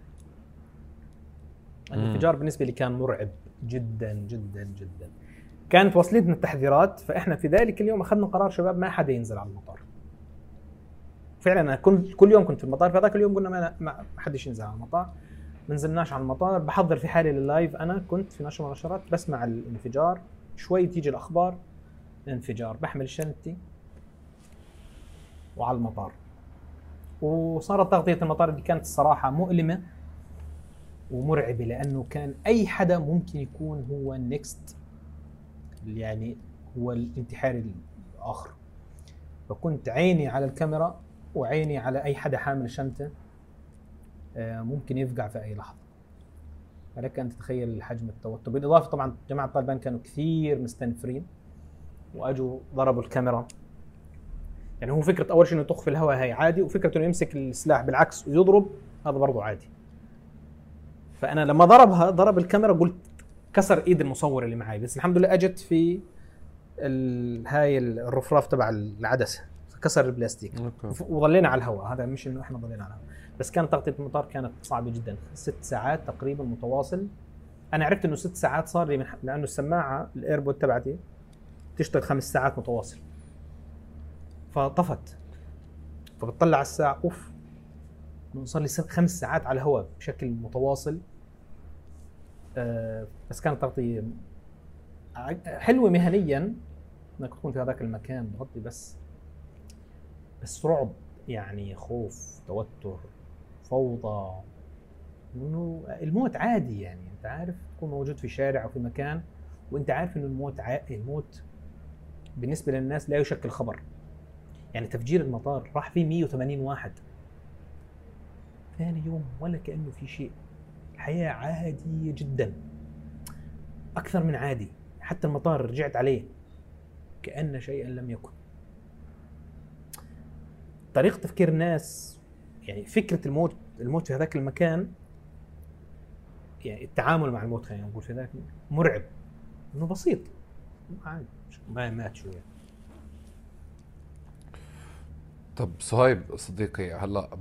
الانفجار بالنسبه لي كان مرعب جدا جدا جدا. كانت وصلتنا التحذيرات، فاحنا في ذلك اليوم اخذنا قرار شباب ما حدا ينزل على المطار. فعلا انا كنت كل يوم كنت في المطار. في هذاك اليوم قلنا ما حدش ينزل على المطار، ما نزلناش على المطار. بحضر في حالي لللايف، انا كنت في نشر منشرات بسمع الانفجار، شوي تيجي الاخبار انفجار، بحمل شنطتي وعلى المطار. وصارت تغطية المطار اللي كانت الصراحة مؤلمة ومرعبة، لأنه كان أي حدا ممكن يكون هو النكست، يعني هو الانتحاري الآخر. فكنت عيني على الكاميرا وعيني على أي حدا حامل شنطة ممكن يفقع في أي لحظة. فلك أن تتخيل حجم التوتر. بالإضافة طبعا جماعة طالبان كانوا كثير مستنفرين وأجوا ضربوا الكاميرا. يعني هو فكرة أول شيء إنه يطخ في الهواء هاي عادي، وفكرة إنه يمسك السلاح بالعكس ويضرب هذا برضو عادي. فأنا لما ضرب الكاميرا قلت كسر إيد المصور اللي معي، بس الحمد لله أجت في هاي الرفراف تبع العدسة فكسر البلاستيك. وظلينا على الهواء. هذا مش إنه إحنا ظلينا على الهواء، بس كانت تغطية المطار كانت صعبة جدا. 6 ساعات تقريبا متواصل. أنا عرفت إنه 6 ساعات صار لي لأنه السماعة الإيربود تبعتي تشتغل 5 ساعات متواصل، فطفت. فبتطلع على الساعة اوف صار لي 5 ساعات على الهواء بشكل متواصل. بس كانت تغطية حلوة مهنيا انك تكون في هذاك المكان تغطي، بس رعب، يعني خوف، توتر، فوضى، انه الموت عادي. يعني انت عارف تكون موجود في شارع او في مكان وانت عارف انه الموت بالنسبة للناس لا يشكل خبر. يعني تفجير المطار راح فيه 180 واحد، ثاني يوم ولا كأنه في شيء. الحياة عادية جدا، أكثر من عادي. حتى المطار رجعت عليه كأن شيئا لم يكن. طريقة تفكير الناس، يعني فكرة الموت في هذاك المكان، يعني التعامل مع الموت خلينا نقول في ذاك مرعب، إنه بسيط عادي ما مات شوية. طب صهيب صديقي، هلا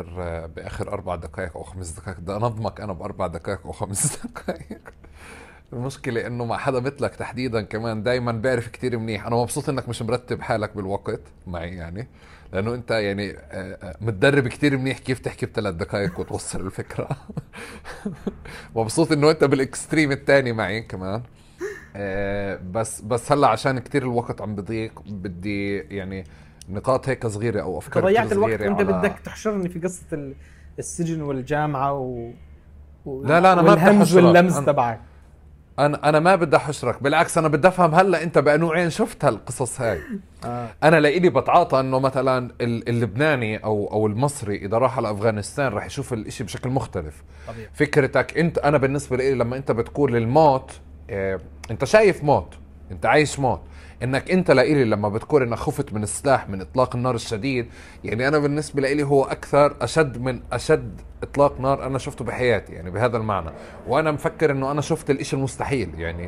باخر 4 دقائق او 5 دقائق بدي انظمك انا ب4 دقائق او 5 دقائق. المشكلة انه مع حدا مثلك تحديدا كمان دايما بعرف كتير منيح. انا مبسوط انك مش مرتب حالك بالوقت معي يعني، لانه انت يعني متدرب كتير منيح كيف تحكي بثلاث دقائق وتوصل الفكرة. مبسوط انه انت بالاكستريم التاني معي كمان. بس هلا عشان كتير الوقت عم بضيق، بدي يعني نقاط هيك صغيرة او انت افكار ضيعت كتير الوقت صغيرة وانت على... بدك تحشرني في قصة السجن والجامعة لا انا ما بدي والهمز احشرك. واللمز تبعك. انا ما بدي احشرك، بالعكس انا بدي افهم هلا انت بانواعين شفت هالقصص هاي. انا لإلي بتعاطى انه مثلا اللبناني او المصري اذا راح على افغانستان راح يشوف الاشي بشكل مختلف. طبيعي. فكرتك انت، انا بالنسبه لي لما انت بتقول الموت، انت شايف موت، انت عايش موت. انك انت لإلي لما بتقول انك خفت من السلاح، من اطلاق النار الشديد، يعني انا بالنسبه لإلي هو اكثر اشد من اشد اطلاق نار انا شفته بحياتي، يعني بهذا المعنى. وانا مفكر انه انا شفت الاشي المستحيل يعني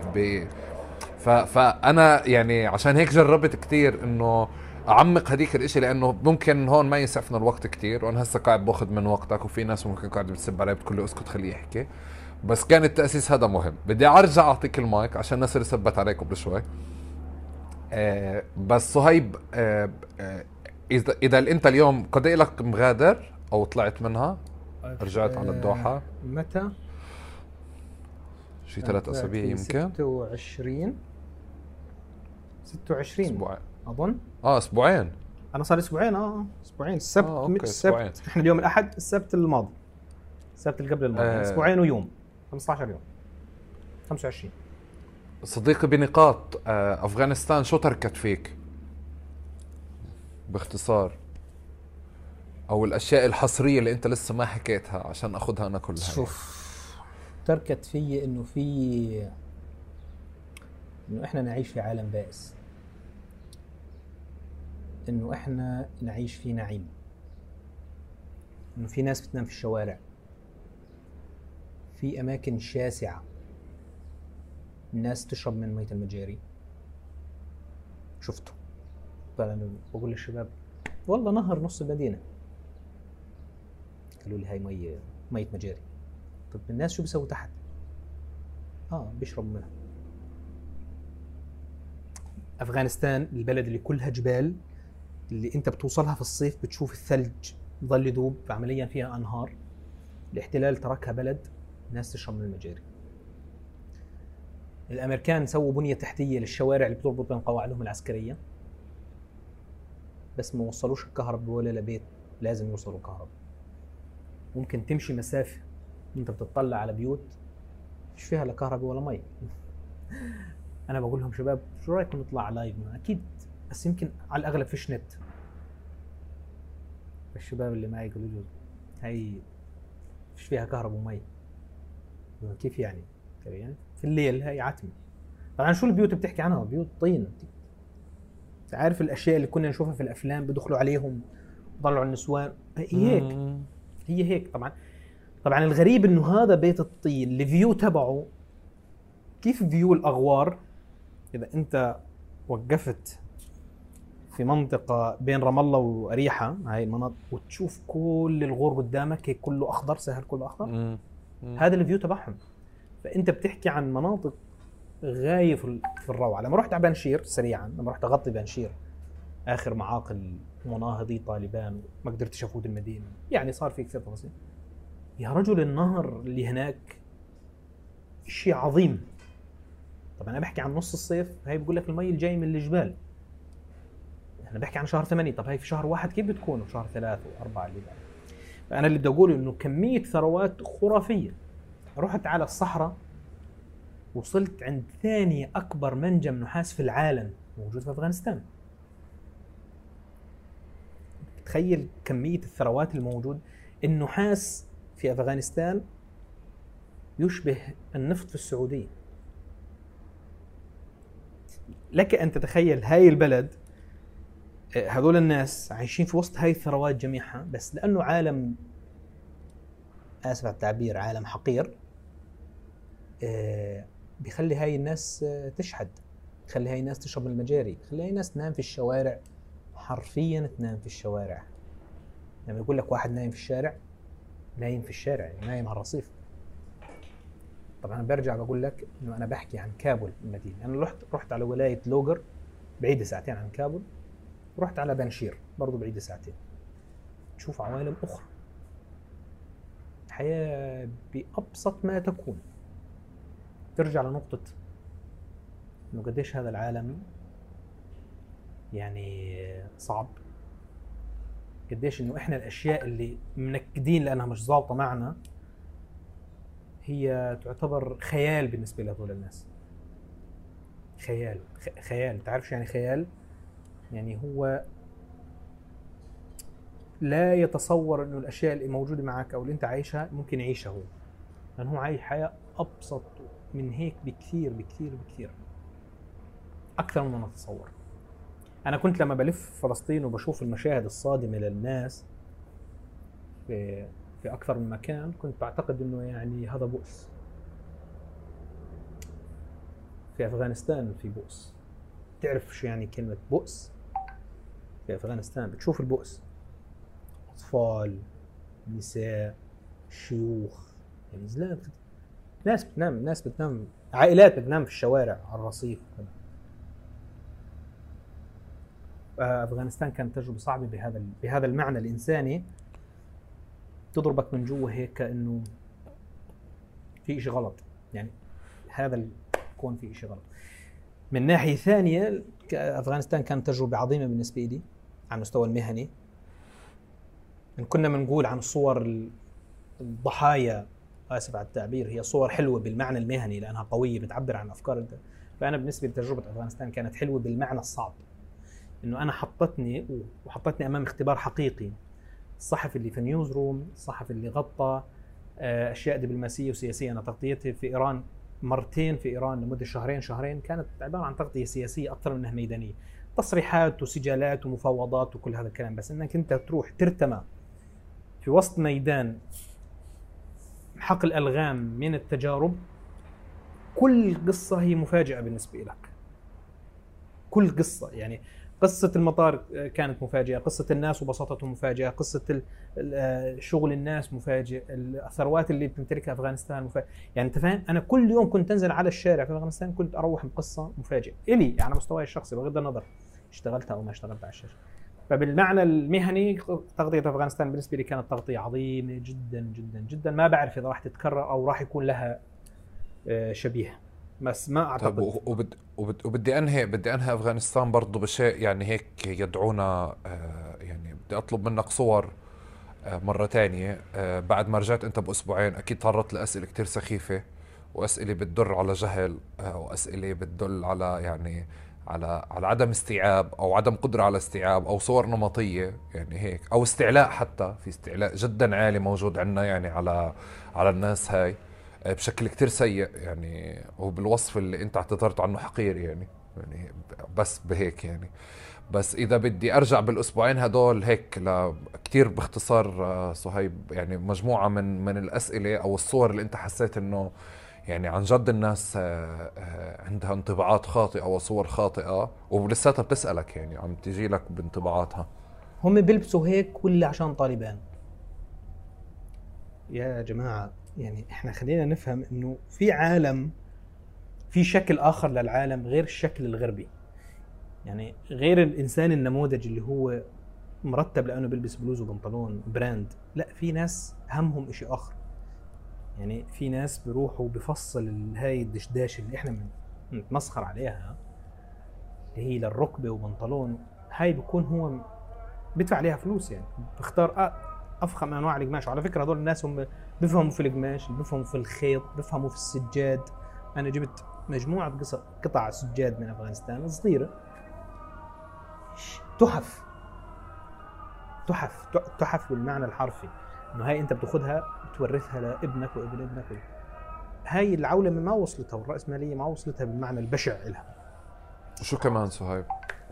فانا يعني عشان هيك جربت كتير انه اعمق هديك الاشي، لانه ممكن هون ما يسعفنا الوقت كتير، وانا هسه قاعد باخذ من وقتك، وفي ناس ممكن قاعد بتسب علي بتقول لي اسكت خليه يحكي. بس كان التأسيس هذا مهم. بدي ارجع اعطيك المايك عشان الناس اللي سبت عليك قبل شوي. بس صهيب، اذا انت اليوم قد لك مغادر او طلعت منها، رجعت على الدوحة متى؟ شي 3 اسابيع يمكن. 26 اسبوعين اظن. اسبوعين. انا صار لي اسبوعين. اسبوعين. السبت. أوكي. السبت احنا اليوم الاحد، السبت الماضي، السبت اللي قبل الماضي. اسبوعين ويوم، 15 يوم، 25. صديقي بنقاط، افغانستان شو تركت فيك باختصار، او الاشياء الحصريه اللي انت لسه ما حكيتها عشان اخذها انا كلها؟ شوف، تركت في انه احنا نعيش في عالم بائس، انه احنا نعيش في نعيم، انه في ناس بتنام في الشوارع، في اماكن شاسعه الناس تشرب من مية المجاري. شفته. فانا بقول للشباب والله نهر نص المدينه، قالوا لي هاي مية مجاري. طب الناس شو بيسووا تحت؟ بيشربوا منها. افغانستان البلد اللي كلها جبال، اللي انت بتوصلها في الصيف بتشوف الثلج ظل يذوب، عمليا فيها انهار. الاحتلال تركها بلد ناس تشرب من المجاري. الامريكان سووا بنية تحتية للشوارع اللي بتربط بين قواعدهم العسكرية، بس ما وصلوش الكهرباء ولا لبيت لازم يوصلوا الكهرباء. ممكن تمشي مسافة انت بتطلع على بيوت مش فيها لا كهرباء ولا مي. انا بقول لهم شباب شو رايكم نطلع لايف؟ اكيد، بس يمكن على الاغلب فيش نت. الشباب اللي معي يقولوا لي هاي فيش فيها كهرباء ومي. كيف يعني؟ في الليل هاي عتمة. طبعا شو البيوت بتحكي عنها؟ بيوت طين. عارف الاشياء اللي كنا نشوفها في الافلام، بدخلوا عليهم بطلعوا النسوان، هي هيك. طبعا الغريب انه هذا بيت الطين الفيو تبعه كيف فيو الاغوار. اذا انت وقفت في منطقة بين رام الله وأريحة، هاي المناطق، وتشوف كل الغور قدامك هيك كله أخضر، سهل كله أخضر، هذا الفيو تبعهم. فأنت بتحكي عن مناطق غاية في الروعة. لما رحت على بنشير سريعا، لما رحت أغطي بنشير آخر معاقل مناهضي طالبان، ما قدرتش أفوت المدينة، يعني صار في كثير تفاصيل. يا رجل النهر اللي هناك شيء عظيم. طبعا أنا بحكي عن نص الصيف، هاي بقول لك المي الجاي من الجبال. أنا بحكي عن شهر 8، طب هاي في شهر 1 كيف بتكون؟ وشهر 3 و4 اللي بعد. فأنا اللي بدي أقوله إنه كمية ثروات خرافية. رحت على الصحراء، وصلت عند ثاني أكبر منجم نحاس في العالم موجود في أفغانستان. تخيل كمية الثروات الموجود. النحاس في أفغانستان يشبه النفط في السعودية. لك أن تتخيل هاي البلد، هذول الناس عايشين في وسط هاي الثروات جميعها، بس لأنه عالم، آسف على التعبير، عالم حقير، بيخلي هاي الناس تشحد، بيخلي هاي الناس تشرب المجاري، بيخلي هاي الناس تنام في الشوارع، حرفيا تنام في الشوارع. لما يقول لك واحد نايم في الشارع، نايم في الشارع، يعني نايم على الرصيف. طبعا برجع بقول لك انه انا بحكي عن كابول المدينه. انا رحت على ولايه لوغر بعيده ساعتين عن كابول، ورحت على بنشير برضو بعيده ساعتين. تشوف عوالم اخرى، الحياه بابسط ما تكون. ترجع لنقطه انه قديش هذا العالم يعني صعب، قديش انه احنا الاشياء اللي منكدين لانها مش ظابطه معنا هي تعتبر خيال بالنسبه لهذول الناس. خيال خيال، تعرفش يعني خيال؟ يعني هو لا يتصور انه الاشياء اللي موجوده معك او اللي انت عايشها ممكن يعيشها هو، لانه هو عايش حياه ابسط من هيك بكثير بكثير بكثير، اكثر مما نتصور. انا كنت لما بلف فلسطين وبشوف المشاهد الصادمه للناس في اكثر من مكان، كنت بعتقد انه يعني هذا بؤس. في افغانستان في بؤس، تعرف شو يعني كلمه بؤس؟ في افغانستان بتشوف البؤس، اطفال، نساء، شيوخ، يعني زلات، ناس بتنام، عائلات بتنام في الشوارع على الرصيف. افغانستان كانت تجربه صعبه بهذا المعنى الانساني، تضربك من جوا هيك انه في شيء غلط، يعني هذا الكون في شيء غلط. من ناحيه ثانيه افغانستان كانت تجربه عظيمه بالنسبه لي على المستوى المهني. إن كنا بنقول عن صور الضحايا، اسف على التعبير، هي صور حلوه بالمعنى المهني لانها قويه بتعبر عن افكار، فانا بالنسبه لتجربه افغانستان كانت حلوه بالمعنى الصعب، انه انا حطتني امام اختبار حقيقي. الصحفي اللي في نيوز روم، الصحفي اللي غطى اشياء دبلوماسيه وسياسيه، انا تغطيتي في ايران مرتين، في ايران لمده شهرين كانت عباره عن تغطيه سياسيه اكثر منها ميدانيه، تصريحات وسجالات ومفاوضات وكل هذا الكلام. بس انك انت تروح ترتمى في وسط ميدان حقل الغام من التجارب، كل قصه هي مفاجاه بالنسبه لك، كل قصه. يعني قصة المطار كانت مفاجئة، قصة الناس وبساطتهم مفاجئة، قصة شغل الناس مفاجئ، الثروات اللي بتمتلكها أفغانستان مفاجئ. يعني أنت فاهم، أنا كل يوم كنت أنزل على الشارع في أفغانستان كنت أروح بقصة مفاجئة إلي على مستواي الشخصي بغض النظر اشتغلتها أو ما اشتغلت على الشاشة. فبالمعنى المهني تغطية أفغانستان بالنسبة لي كانت تغطية عظيمة جدا جدا جدا، ما بعرف إذا راح تتكرر أو راح يكون لها شبيه، بس ما اعتقد. طيب وبدي انهي افغانستان برضو بشيء يعني هيك يدعونا، يعني بدي اطلب منك صور مرة تانية. بعد ما رجعت انت باسبوعين اكيد تعرضت لاسئلة كتير سخيفة، واسئلة بتدل على جهل، واسئلة بتدل على يعني على عدم استيعاب او عدم قدرة على استيعاب، او صور نمطية يعني هيك، او استعلاء، حتى في استعلاء جدا عالي موجود عندنا يعني على الناس هاي بشكل كتير سيء يعني، وبالوصف اللي انت اعتذرت عنه حقير يعني بس بهيك يعني. بس اذا بدي ارجع بالاسبوعين هدول هيك كتير باختصار صهيب، يعني مجموعة من الاسئلة او الصور اللي انت حسيت انه يعني عن جد الناس عندها انطباعات خاطئة وصور خاطئة ولساتها بتسألك، يعني عم تجي لك بانطباعاتها. هم بيلبسوا هيك ولا عشان طالبان؟ يا جماعة يعني احنا خلينا نفهم انه في عالم، في شكل اخر للعالم غير الشكل الغربي. يعني غير الانسان النموذج اللي هو مرتب لانه بيلبس بلوز وبنطلون براند، لا، في ناس همهم اشي اخر. يعني في ناس بيروحوا بفصل هاي الدشداش اللي احنا بنتمسخر عليها، اللي هي للركبة وبنطلون، هاي بيكون هو بيدفع عليها فلوس، يعني بيختار افخم انواع القماش. وعلى فكره هذول الناس هم بيفهموا في القماش، بيفهموا في الخيط، بيفهموا في السجاد. انا جبت مجموعه قطع سجاد من افغانستان صغيره، تحف تحف تحف بالمعنى الحرفي، انه هاي انت بتاخذها بتورثها لابنك وابن ابنك. هاي العولمه ما وصلتها، والرأسمالية ما وصلتها بالمعنى البشع لها. وشو كمان صهيب؟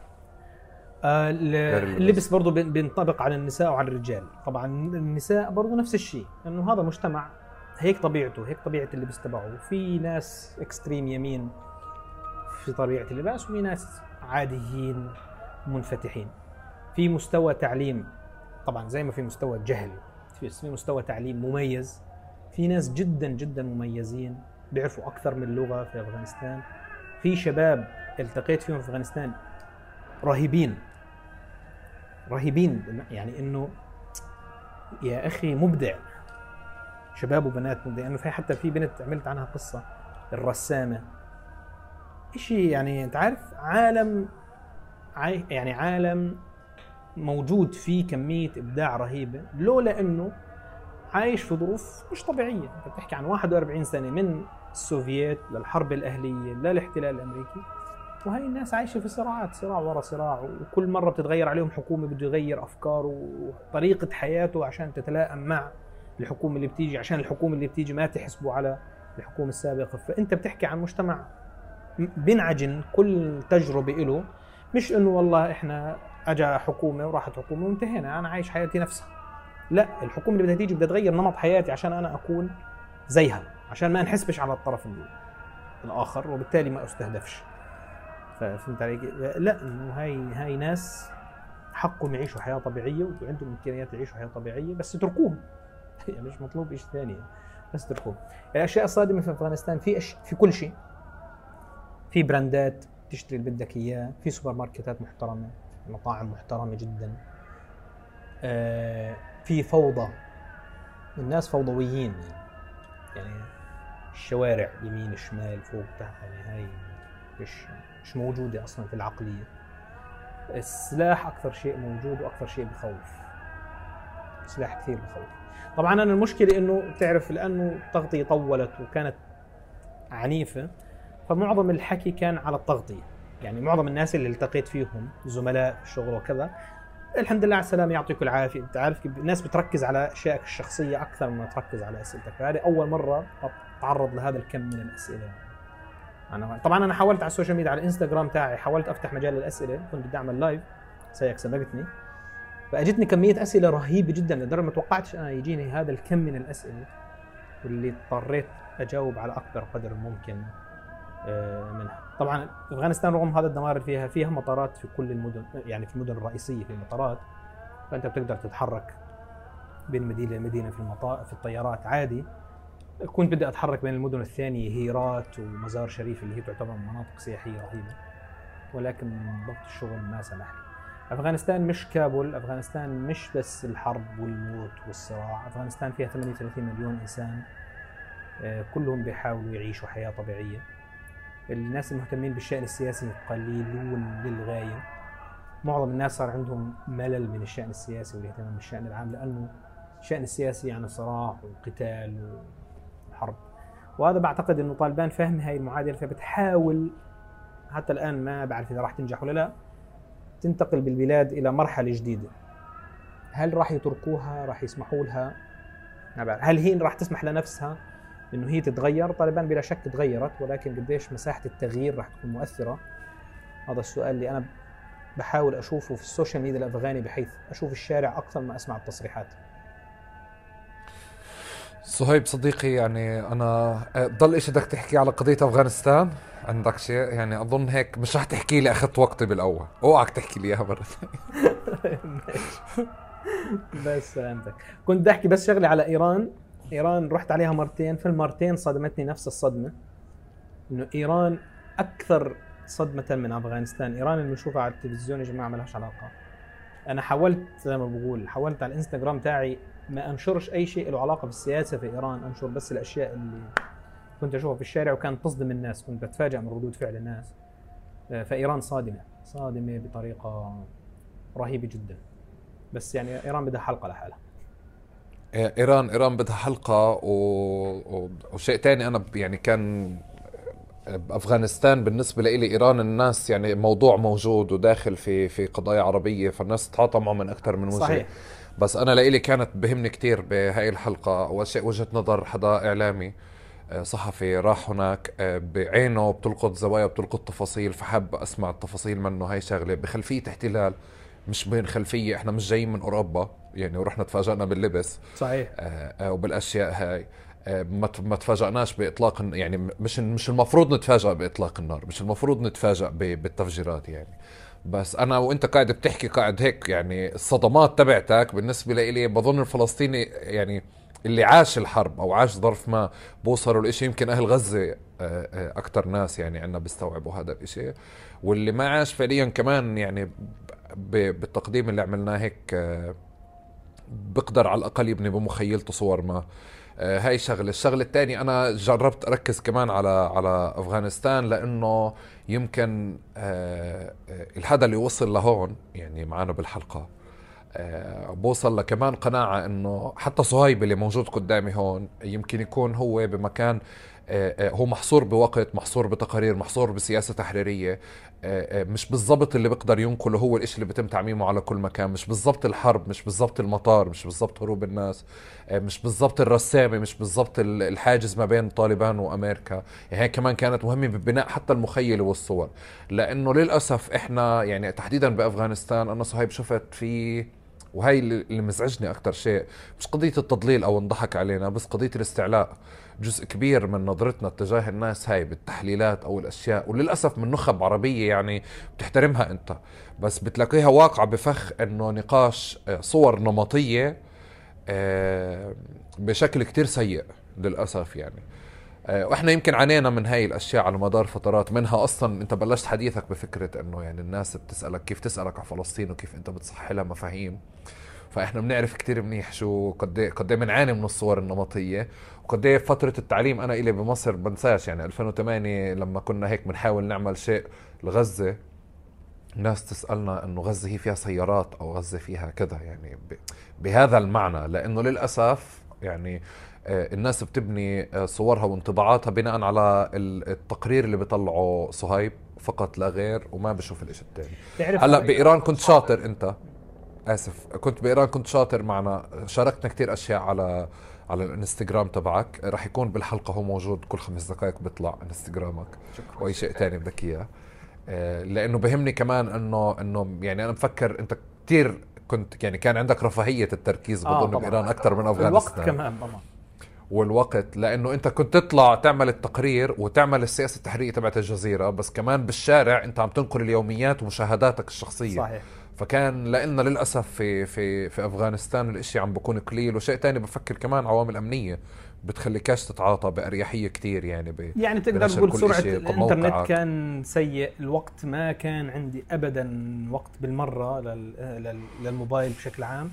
اللبس برضو بينطبق على النساء وعلى الرجال. طبعا النساء برضو نفس الشيء، انه هذا مجتمع هيك طبيعته، هيك طبيعة اللبس تبعه. في ناس اكستريم يمين في طبيعة اللباس، وفي ناس عاديين منفتحين. في مستوى تعليم طبعا زي ما في مستوى جهل، في مستوى تعليم مميز. في ناس جدا جدا مميزين بيعرفوا أكثر من لغة في أفغانستان. في شباب التقيت فيهم في أفغانستان رهيبين، يعني إنه يا أخي مبدع، شباب وبنات مبدع. إنه في حتى في بنت عملت عنها قصة، الرسامة، إشي يعني أنت عارف عالم يعني عالم موجود فيه كمية إبداع رهيبة، لولا إنه عايش في ظروف مش طبيعية. أنت بتحكي عن 41 سنة من السوفييت للحرب الأهلية للاحتلال الأمريكي، وهي الناس عايشة في صراعات، صراع ورا صراع، وكل مرة بتتغير عليهم حكومة بده يغير أفكاره وطريقة حياته عشان تتلائم مع الحكومة اللي بتيجي، عشان الحكومة اللي بتيجي ما تحسبوا على الحكومة السابقة. فأنت بتحكي عن مجتمع بينعجن كل تجربة له، مش إنه والله إحنا أجا حكومة وراحت حكومة وانتهينا أنا عايش حياتي نفسها. لا، الحكومة اللي بدها تيجي بدها تغير نمط حياتي عشان أنا أكون زيها، عشان ما انحسبش على الطرف الآخر وبالتالي ما أستهدفش. فهمت علي؟ لا، إنه هاي ناس حقهم يعيشوا حياة طبيعية وعندهم إمكانيات يعيشوا حياة طبيعية، بس تركوهم. يعني مش مطلوب إيش ثاني، بس تركوهم. الأشياء الصادمة في أفغانستان في كل شيء، في براندات تشتري اللي بدك إياه، في سوبر ماركتات محترمة، مطاعم محترمة جدا، في فوضى، الناس فوضويين يعني الشوارع يمين شمال فوق تحت، يعني هاي مش موجودة أصلا في العقلية. السلاح أكثر شيء موجود وأكثر شيء بخوف، سلاح كثير بخوف. طبعا أنا المشكلة إنه تعرف لأنه التغطية طولت وكانت عنيفة، فمعظم الحكي كان على التغطية. يعني معظم الناس اللي التقيت فيهم زملاء في الشغل وكذا، الحمد لله على السلامة، يعطيكم العافية. انت عارف الناس بتركز على اشيائك الشخصية اكثر ما تركز على اسئلتك. فهذه اول مرة اتعرض لهذا الكم من الاسئلة. طبعا حاولت على السوشيال ميديا، على الانستغرام تاعي حاولت افتح مجال الاسئلة، كنت بدي اعمل لايف سيك سبقتني، فاجتني كمية اسئلة رهيبة جدا لدرجة ما توقعتش انا يجيني هذا الكم من الاسئلة، واللي اضطريت اجاوب على اكبر قدر ممكن منها. طبعا افغانستان رغم هذا الدمار اللي فيها مطارات في كل المدن، يعني في المدن الرئيسيه في مطارات، فانت بتقدر تتحرك بين مدينه لمدينه في الطيارات عادي. كنت بدي اتحرك بين المدن الثانيه، هيرات ومزار شريف اللي هي تعتبر مناطق سياحيه رهيبه، ولكن ضغط الشغل ما سمح لي. افغانستان مش كابول، افغانستان مش بس الحرب والموت والصراع، افغانستان فيها 38 مليون انسان كلهم بيحاولوا يعيشوا حياه طبيعيه. الناس المهتمين بالشأن السياسي قليلون للغاية. معظم الناس صار عندهم ملل من الشأن السياسي والاهتمام بالشأن العام، لأنه الشأن السياسي يعني صراع وقتال وحرب. وهذا بعتقد أنه طالبان فهم هاي المعادلة، فبتحاول حتى الآن، ما بعرف إذا راح تنجح ولا لا، تنتقل بالبلاد إلى مرحلة جديدة. هل راح يتركوها؟ راح يسمحوا لها؟ ما بعرف. هل هي راح تسمح لنفسها انه هي تتغير؟ طالبان بلا شك تغيرت، ولكن قديش مساحة التغيير راح تكون مؤثرة؟ هذا السؤال اللي انا بحاول اشوفه في السوشيال ميديا الافغاني، بحيث اشوف الشارع اكثر ما اسمع التصريحات. صهيب صديقي، يعني انا ضل ايش بدك تحكي على قضية افغانستان؟ عندك شيء؟ يعني اظن هيك مش رح تحكي لي، اخذت وقتي بالاول، اوعك تحكي لي اياها مرة ثانية. بس فهمتك. كنت بدي احكي بس شغلة على إيران رحت عليها مرتين، في المرتين صدمتني نفس الصدمة، إنه إيران أكثر صدمة من أفغانستان. إيران اللي بنشوفها على التلفزيون يا جماعة ما لهاش علاقة. أنا حاولت زي ما بقول، حاولت على الإنستغرام تاعي ما أنشرش أي شيء له علاقة بالسياسة في إيران، أنشر بس الأشياء اللي كنت أشوفها في الشارع وكانت تصدم الناس، كنت بتفاجأ من ردود فعل الناس. فإيران صادمة بطريقة رهيبة جدا. بس يعني إيران بدها حلقة لحالها. إيران بدها حلقة. وشيء تاني، أنا يعني كان بأفغانستان بالنسبة لي إيران الناس يعني موضوع موجود وداخل في قضايا عربية، فالناس تتعاطى معه من أكثر من وجه. صحيح. بس أنا لإلي كانت بهمني كتير بهاي الحلقة أول شيء وجهة نظر حدا إعلامي صحفي راح هناك بعينه بتلقط زوايا بتلقط تفاصيل، فحب أسمع التفاصيل منه. هاي شغلة بخلفية احتلال، مش بين خلفية احنا مش جايين من أوروبا يعني ورحنا تفاجأنا باللبس. صحيح. وبالأشياء هاي. ما تفاجأناش بإطلاق، يعني مش المفروض نتفاجأ بإطلاق النار، مش المفروض نتفاجأ بالتفجيرات يعني. بس أنا وإنت قاعد بتحكي قاعد هيك، يعني الصدمات تبعتك بالنسبة لي بظن الفلسطيني يعني اللي عاش الحرب او عاش ظرف ما بوصلوا الاشي. يمكن اهل غزة اكتر ناس يعني عنا بيستوعبوا هذا الاشي، واللي ما عاش فعليا كمان يعني بالتقديم اللي عملناه هيك بقدر على الاقل يبني بمخيلته صور ما. هاي الشغلة الثانية أنا جربت أركز كمان على أفغانستان، لأنه يمكن الحدا اللي وصل لهون يعني معنا بالحلقة بوصل لكمان قناعة إنه حتى صهيب اللي موجود قدامي هون يمكن يكون هو بمكان هو محصور بوقت، محصور بتقارير، محصور بسياسة تحريرية، مش بالضبط اللي بيقدر ينقله هو الاشي اللي بيتم تعميمه على كل مكان، مش بالضبط الحرب، مش بالضبط المطار، مش بالضبط هروب الناس، مش بالضبط الرسامة، مش بالضبط الحاجز ما بين طالبان وأمريكا. يعني هي كمان كانت مهمة ببناء حتى المخيلة والصور، لأنه للأسف إحنا يعني تحديدا بأفغانستان أنا صهيب شفت في، وهي اللي مزعجني أكتر شيء، مش قضية التضليل أو انضحك علينا، بس قضية الاستعلاء. جزء كبير من نظرتنا تجاه الناس هاي بالتحليلات أو الأشياء، وللأسف من نخب عربية يعني بتحترمها أنت، بس بتلاقيها واقعة بفخ أنه نقاش صور نمطية بشكل كتير سيء للأسف يعني. واحنا يمكن عانينا من هاي الاشياء على مدار فترات، منها اصلا انت بلشت حديثك بفكرة انه يعني الناس بتسألك كيف تسألك على فلسطين وكيف انت بتصحح لها مفاهيم. فاحنا بنعرف كتير منيح شو قد بنعاني من الصور النمطية، وقد فترة التعليم انا الي بمصر بنساش يعني 2008 لما كنا هيك بنحاول نعمل شيء لغزة، الناس تسألنا انه غزة هي فيها سيارات او غزة فيها كذا، يعني بهذا المعنى، لانه للأسف يعني الناس بتبني صورها وانطباعاتها بناء على التقرير اللي بيطلعه صهيب فقط لا غير، وما بشوف الاشي التاني. هلا بإيران كنت شاطر انت، اسف، كنت بإيران كنت شاطر معنا، شاركنا كتير اشياء على الانستغرام تبعك، راح يكون بالحلقة هو موجود كل 5 دقائق بيطلع انستغرامك. شكرا. واي شيء تاني بدك اياه، لانه بهمني كمان انه يعني انا مفكر انت كتير كنت يعني كان عندك رفاهية التركيز بظن بإيران اكثر من افغانستان. الوقت كمان طبعا، والوقت، لانه انت كنت تطلع تعمل التقرير وتعمل السياسه التحريريه تبعت الجزيره، بس كمان بالشارع انت عم تنقل اليوميات ومشاهداتك الشخصيه. صحيح. فكان لنا للاسف في افغانستان الاشي عم بكون قليل. وشيء تاني بفكر كمان عوامل امنيه بتخليكاش تتعاطى باريحيه كتير يعني يعني تقدر تقول سرعه الانترنت كان سيء، الوقت ما كان عندي ابدا وقت بالمره للموبايل بشكل عام.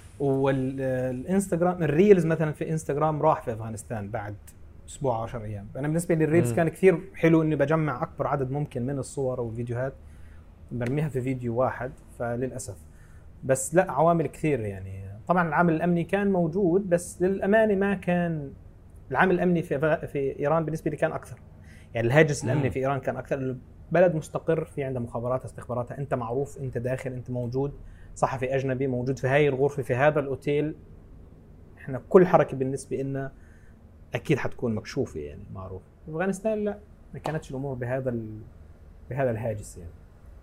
والانستغرام الريلز مثلا في انستغرام راح في افغانستان بعد اسبوع 10 ايام. انا بالنسبه لي الريلز كان كثير حلو اني بجمع اكبر عدد ممكن من الصور والفيديوهات برميها في فيديو واحد، فللاسف بس لا عوامل كثير يعني. طبعا العامل الامني كان موجود، بس للامانه ما كان العامل الامني في ايران بالنسبه لي كان اكثر. يعني الهاجس الامني في ايران كان اكثر. البلد مستقر، في عنده مخابرات استخباراتها، انت معروف، انت داخل، انت موجود، صحفي اجنبي موجود في هاي الغرفه في هذا الاوتيل، احنا كل حركه بالنسبه لنا اكيد حتكون مكشوفه يعني معروف. افغانستان لا، ما كانتش الامور بهذا الهاجس يعني.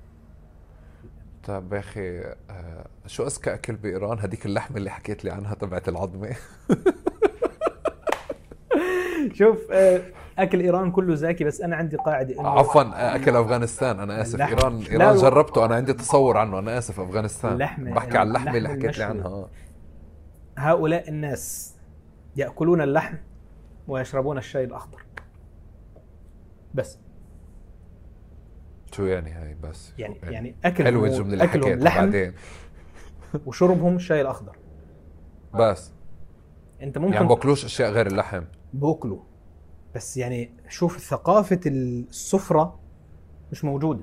طيب يا اخي شو اذكى اكل بايران؟ هذيك اللحمه اللي حكيت لي عنها تبعت العظمه. شوف اكل ايران كله زاكي، بس انا عندي قاعده انه عفوا اكل افغانستان، انا اسف. ايران جربته، انا عندي تصور عنه، انا اسف. افغانستان بحكي عن اللحمه اللي حكيت لي عنها. هؤلاء الناس ياكلون اللحم ويشربون الشاي الاخضر بس. شو يعني هاي بس؟ يعني اكلهم حلوه الجمله اللي حكيتها بعدين. وشربهم الشاي الاخضر بس. انت ممكن يعني باكلوش اشياء غير اللحم؟ باكلوا، بس يعني شوف ثقافة السفرة مش موجودة.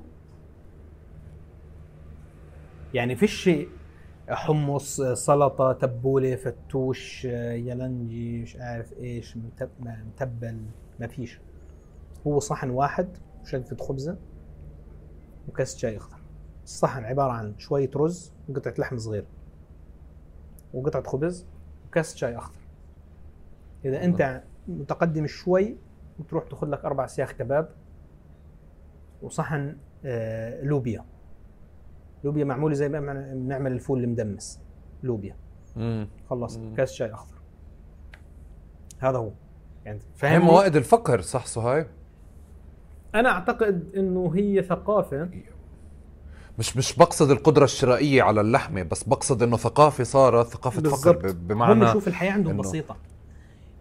يعني في شيء حمص، سلطة، تبولة، فتوش، يلنجي، مش عارف ايش، متبل، ما فيش. هو صحن واحد وشقفة خبزة وكاس شاي اخضر. الصحن عبارة عن شوية رز وقطعة لحم صغير وقطعة خبز وكاس شاي اخضر. اذا انت متقدم شوي وتروح تاخذ لك 4 سياخ كباب وصحن لوبيا معموله زي ما بنعمل الفول المدمس، لوبيا. خلص كاس شاي اخضر. هذا هو يعني. فهم موائد الفقر صح صهيب؟ انا اعتقد انه هي ثقافه، مش بقصد القدرة الشرائية على اللحمة، بس بقصد انه ثقافة صارت ثقافة فقر، بمعنى هم شوف الحياة عندهم بسيطة.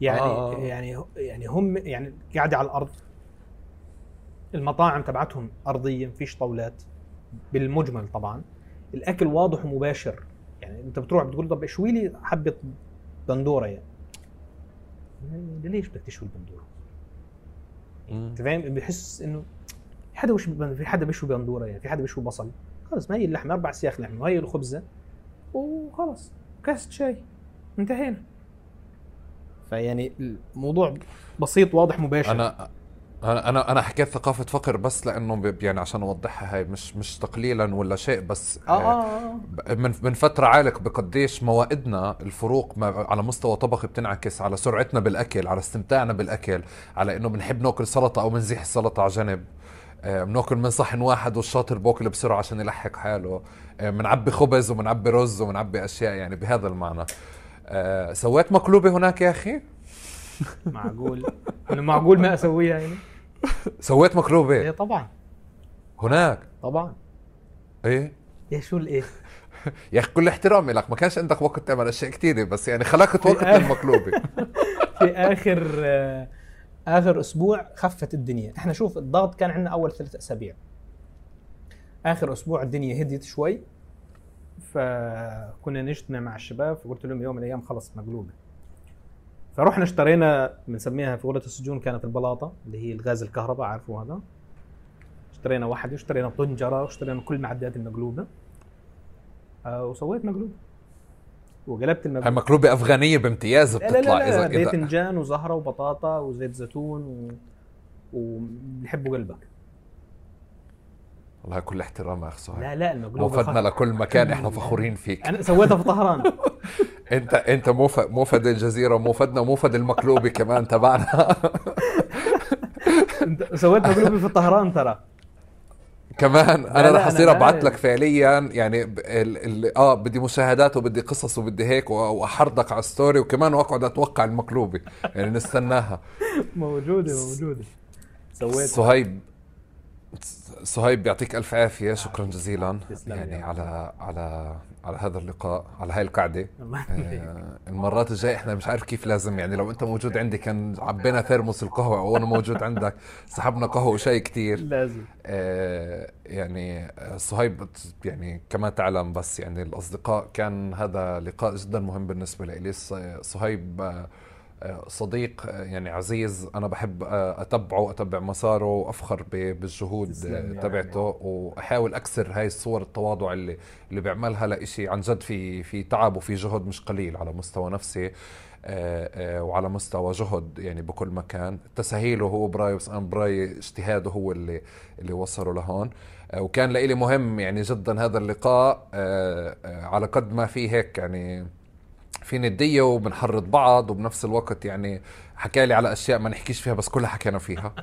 يعني هم يعني قاعده على الارض. المطاعم تبعتهم ارضيه، مفيش طاولات بالمجمل. طبعا الاكل واضح ومباشر، يعني انت بتروح بتقول طب اشوي لي حبه بندوره، يعني ليش بدك تشوي البندوره؟ انت فاهم؟ بحس انه في حدا بيشوي بندوره، يعني في حدا بيشوي بصل، خلص ما هي اللحمه 4 سياخ لحمه وهي الخبزه وخلص كاسة شاي انتهينا. فيعني الموضوع بسيط واضح مباشر. انا حكيت ثقافه فقر بس لانه يعني عشان اوضحها، هاي مش تقليلا ولا شيء، بس من فتره عالق بقديش موائدنا الفروق على مستوى طبقي بتنعكس على سرعتنا بالاكل، على استمتاعنا بالاكل، على انه بنحب ناكل سلطه او بنزيح السلطه على جنب، بناكل من صحن واحد والشاطر باكل بسرعه عشان يلحق حاله، بنعبي خبز وبنعبي رز وبنعبي اشياء يعني بهذا المعنى. سويت مقلوبه هناك يا اخي؟ معقول؟ انا معقول ما اسويها يعني؟ سويت مقلوبه؟ ايه طبعا هناك طبعا. ايه شو الايه يا اخي كل احترامي لك، ما كانش عندك وقت تعمل اشياء كثيره، بس يعني خلقت وقت للمقلوبه. في اخر اسبوع خفت الدنيا. احنا شوف الضغط كان عندنا اول 3 أسابيع، اخر اسبوع الدنيا هديت شوي، فكنا نجتمع مع الشباب، فقلت لهم يوم من الايام خلص مقلوبه. فرحنا اشترينا بنسميها في غرفة السجون كانت البلاطه اللي هي الغاز الكهرباء، عارفوا هذا؟ اشترينا واحد واشترينا طنجره واشترينا كل معدات المقلوبه، وسويت مقلوبه وقلبت المقلوبه. هاي مقلوبه افغانيه بامتياز بتطلع. لا باذنجان وزهره وبطاطا وزيت زيتون وبنحبوا قلبك. والله كل احترام يا اخ سهيل. لا المقلوبه موفدنا لكل مكان، احنا فخورين فيك. انا سويتها في طهران. انت موفد الجزيره وموفدنا وموفد المقلوبه كمان تبعنا. انت سويت مقلوبه في طهران ترى كمان. انا رح اصير ابعث لك فعليا يعني بدي مشاهدات وبدي قصص وبدي هيك، واحرضك على الستوري، وكمان واقعد اتوقع المقلوبه يعني نستناها. موجوده سويت. صهيب يعطيك الف عافيه، شكرا جزيلا يعني على هذا اللقاء، على هاي القعده. المرات الجايه احنا مش عارف كيف لازم، يعني لو انت موجود عندي كان عبينا ثرمس القهوه، او انا موجود عندك سحبنا قهوه وشاي كتير لازم. يعني صهيب يعني كما تعلم، بس يعني الاصدقاء كان هذا لقاء جدا مهم بالنسبه لي. صهيب صديق يعني عزيز، أنا بحب أتبع مساره وأفخر بالجهود تبعته، وأحاول أكسر هاي الصور التواضع اللي بيعملها لإشي عن جد في تعب وفي جهد مش قليل على مستوى نفسي وعلى مستوى جهد يعني بكل مكان. تسهيله هو براي، بس أنا براي اجتهاده هو اللي وصله لهون. وكان لإلي مهم يعني جدا هذا اللقاء، على قد ما فيه هيك يعني في ندية وبنحرض بعض، وبنفس الوقت يعني حكالي على أشياء ما نحكيش فيها بس كلها حكينا فيها.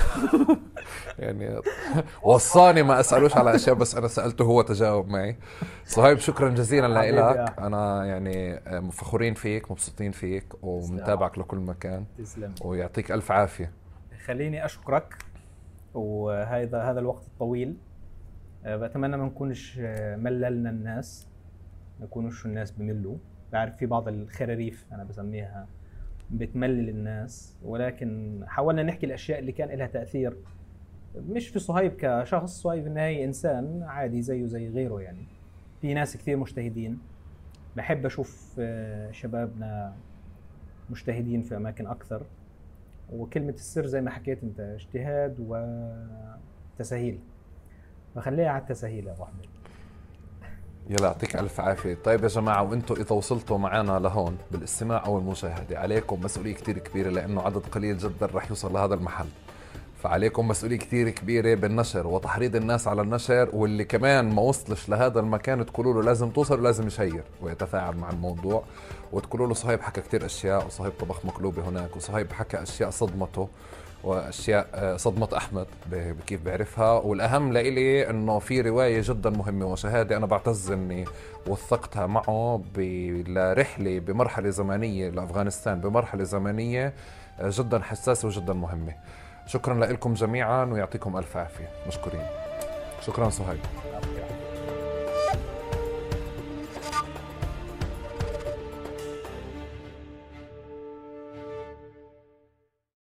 يعني وصاني ما أسألوش على أشياء بس أنا سألته هو تجاوب معي. صهيب شكرا جزيلا لك، أنا يعني فخورين فيك، مبسوطين فيك، ومنتابعك لكل مكان. تسلم ويعطيك ألف عافية. خليني أشكرك، وهذا الوقت الطويل بتمنى ما نكونش مللنا الناس، ما يكونوش الناس بملوا. بعرف في بعض الخراريف أنا بسميها بتملل الناس، ولكن حاولنا نحكي الأشياء اللي كان لها تأثير، مش في صهيب كشخص، صهيب في النهاية إنسان عادي زيه زي غيره. يعني في ناس كثير مجتهدين، بحب أشوف شبابنا مجتهدين في أماكن أكثر، وكلمة السر زي ما حكيت أنت اجتهاد وتسهيل، فخليها على التسهيل يا أبو أحمد. يلا يعطيك ألف عافية. طيب يا جماعة، وانتم إذا وصلتوا معنا لهون بالاستماع أو المشاهدة، عليكم مسؤولية كتير كبيرة، لأنه عدد قليل جدا رح يوصل لهذا المحل، فعليكم مسؤولية كتير كبيرة بالنشر وتحريض الناس على النشر. واللي كمان ما وصلش لهذا المكان تقولوا له لازم توصل ولازم يشير ويتفاعل مع الموضوع، وتقولوا له صهيب حكى كتير أشياء، وصهيب طبخ مقلوبة هناك، وصهيب حكى أشياء صدمته وأشياء صدمة أحمد بكيف بعرفها. والأهم لإلي أنه في رواية جدا مهمة وشهادة أنا بعتز أني وثقتها معه لرحلة بمرحلة زمنية لأفغانستان، بمرحلة زمنية جدا حساسة وجدا مهمة. شكرا لكم جميعا ويعطيكم ألف عافية، مشكورين. شكرا صهيب.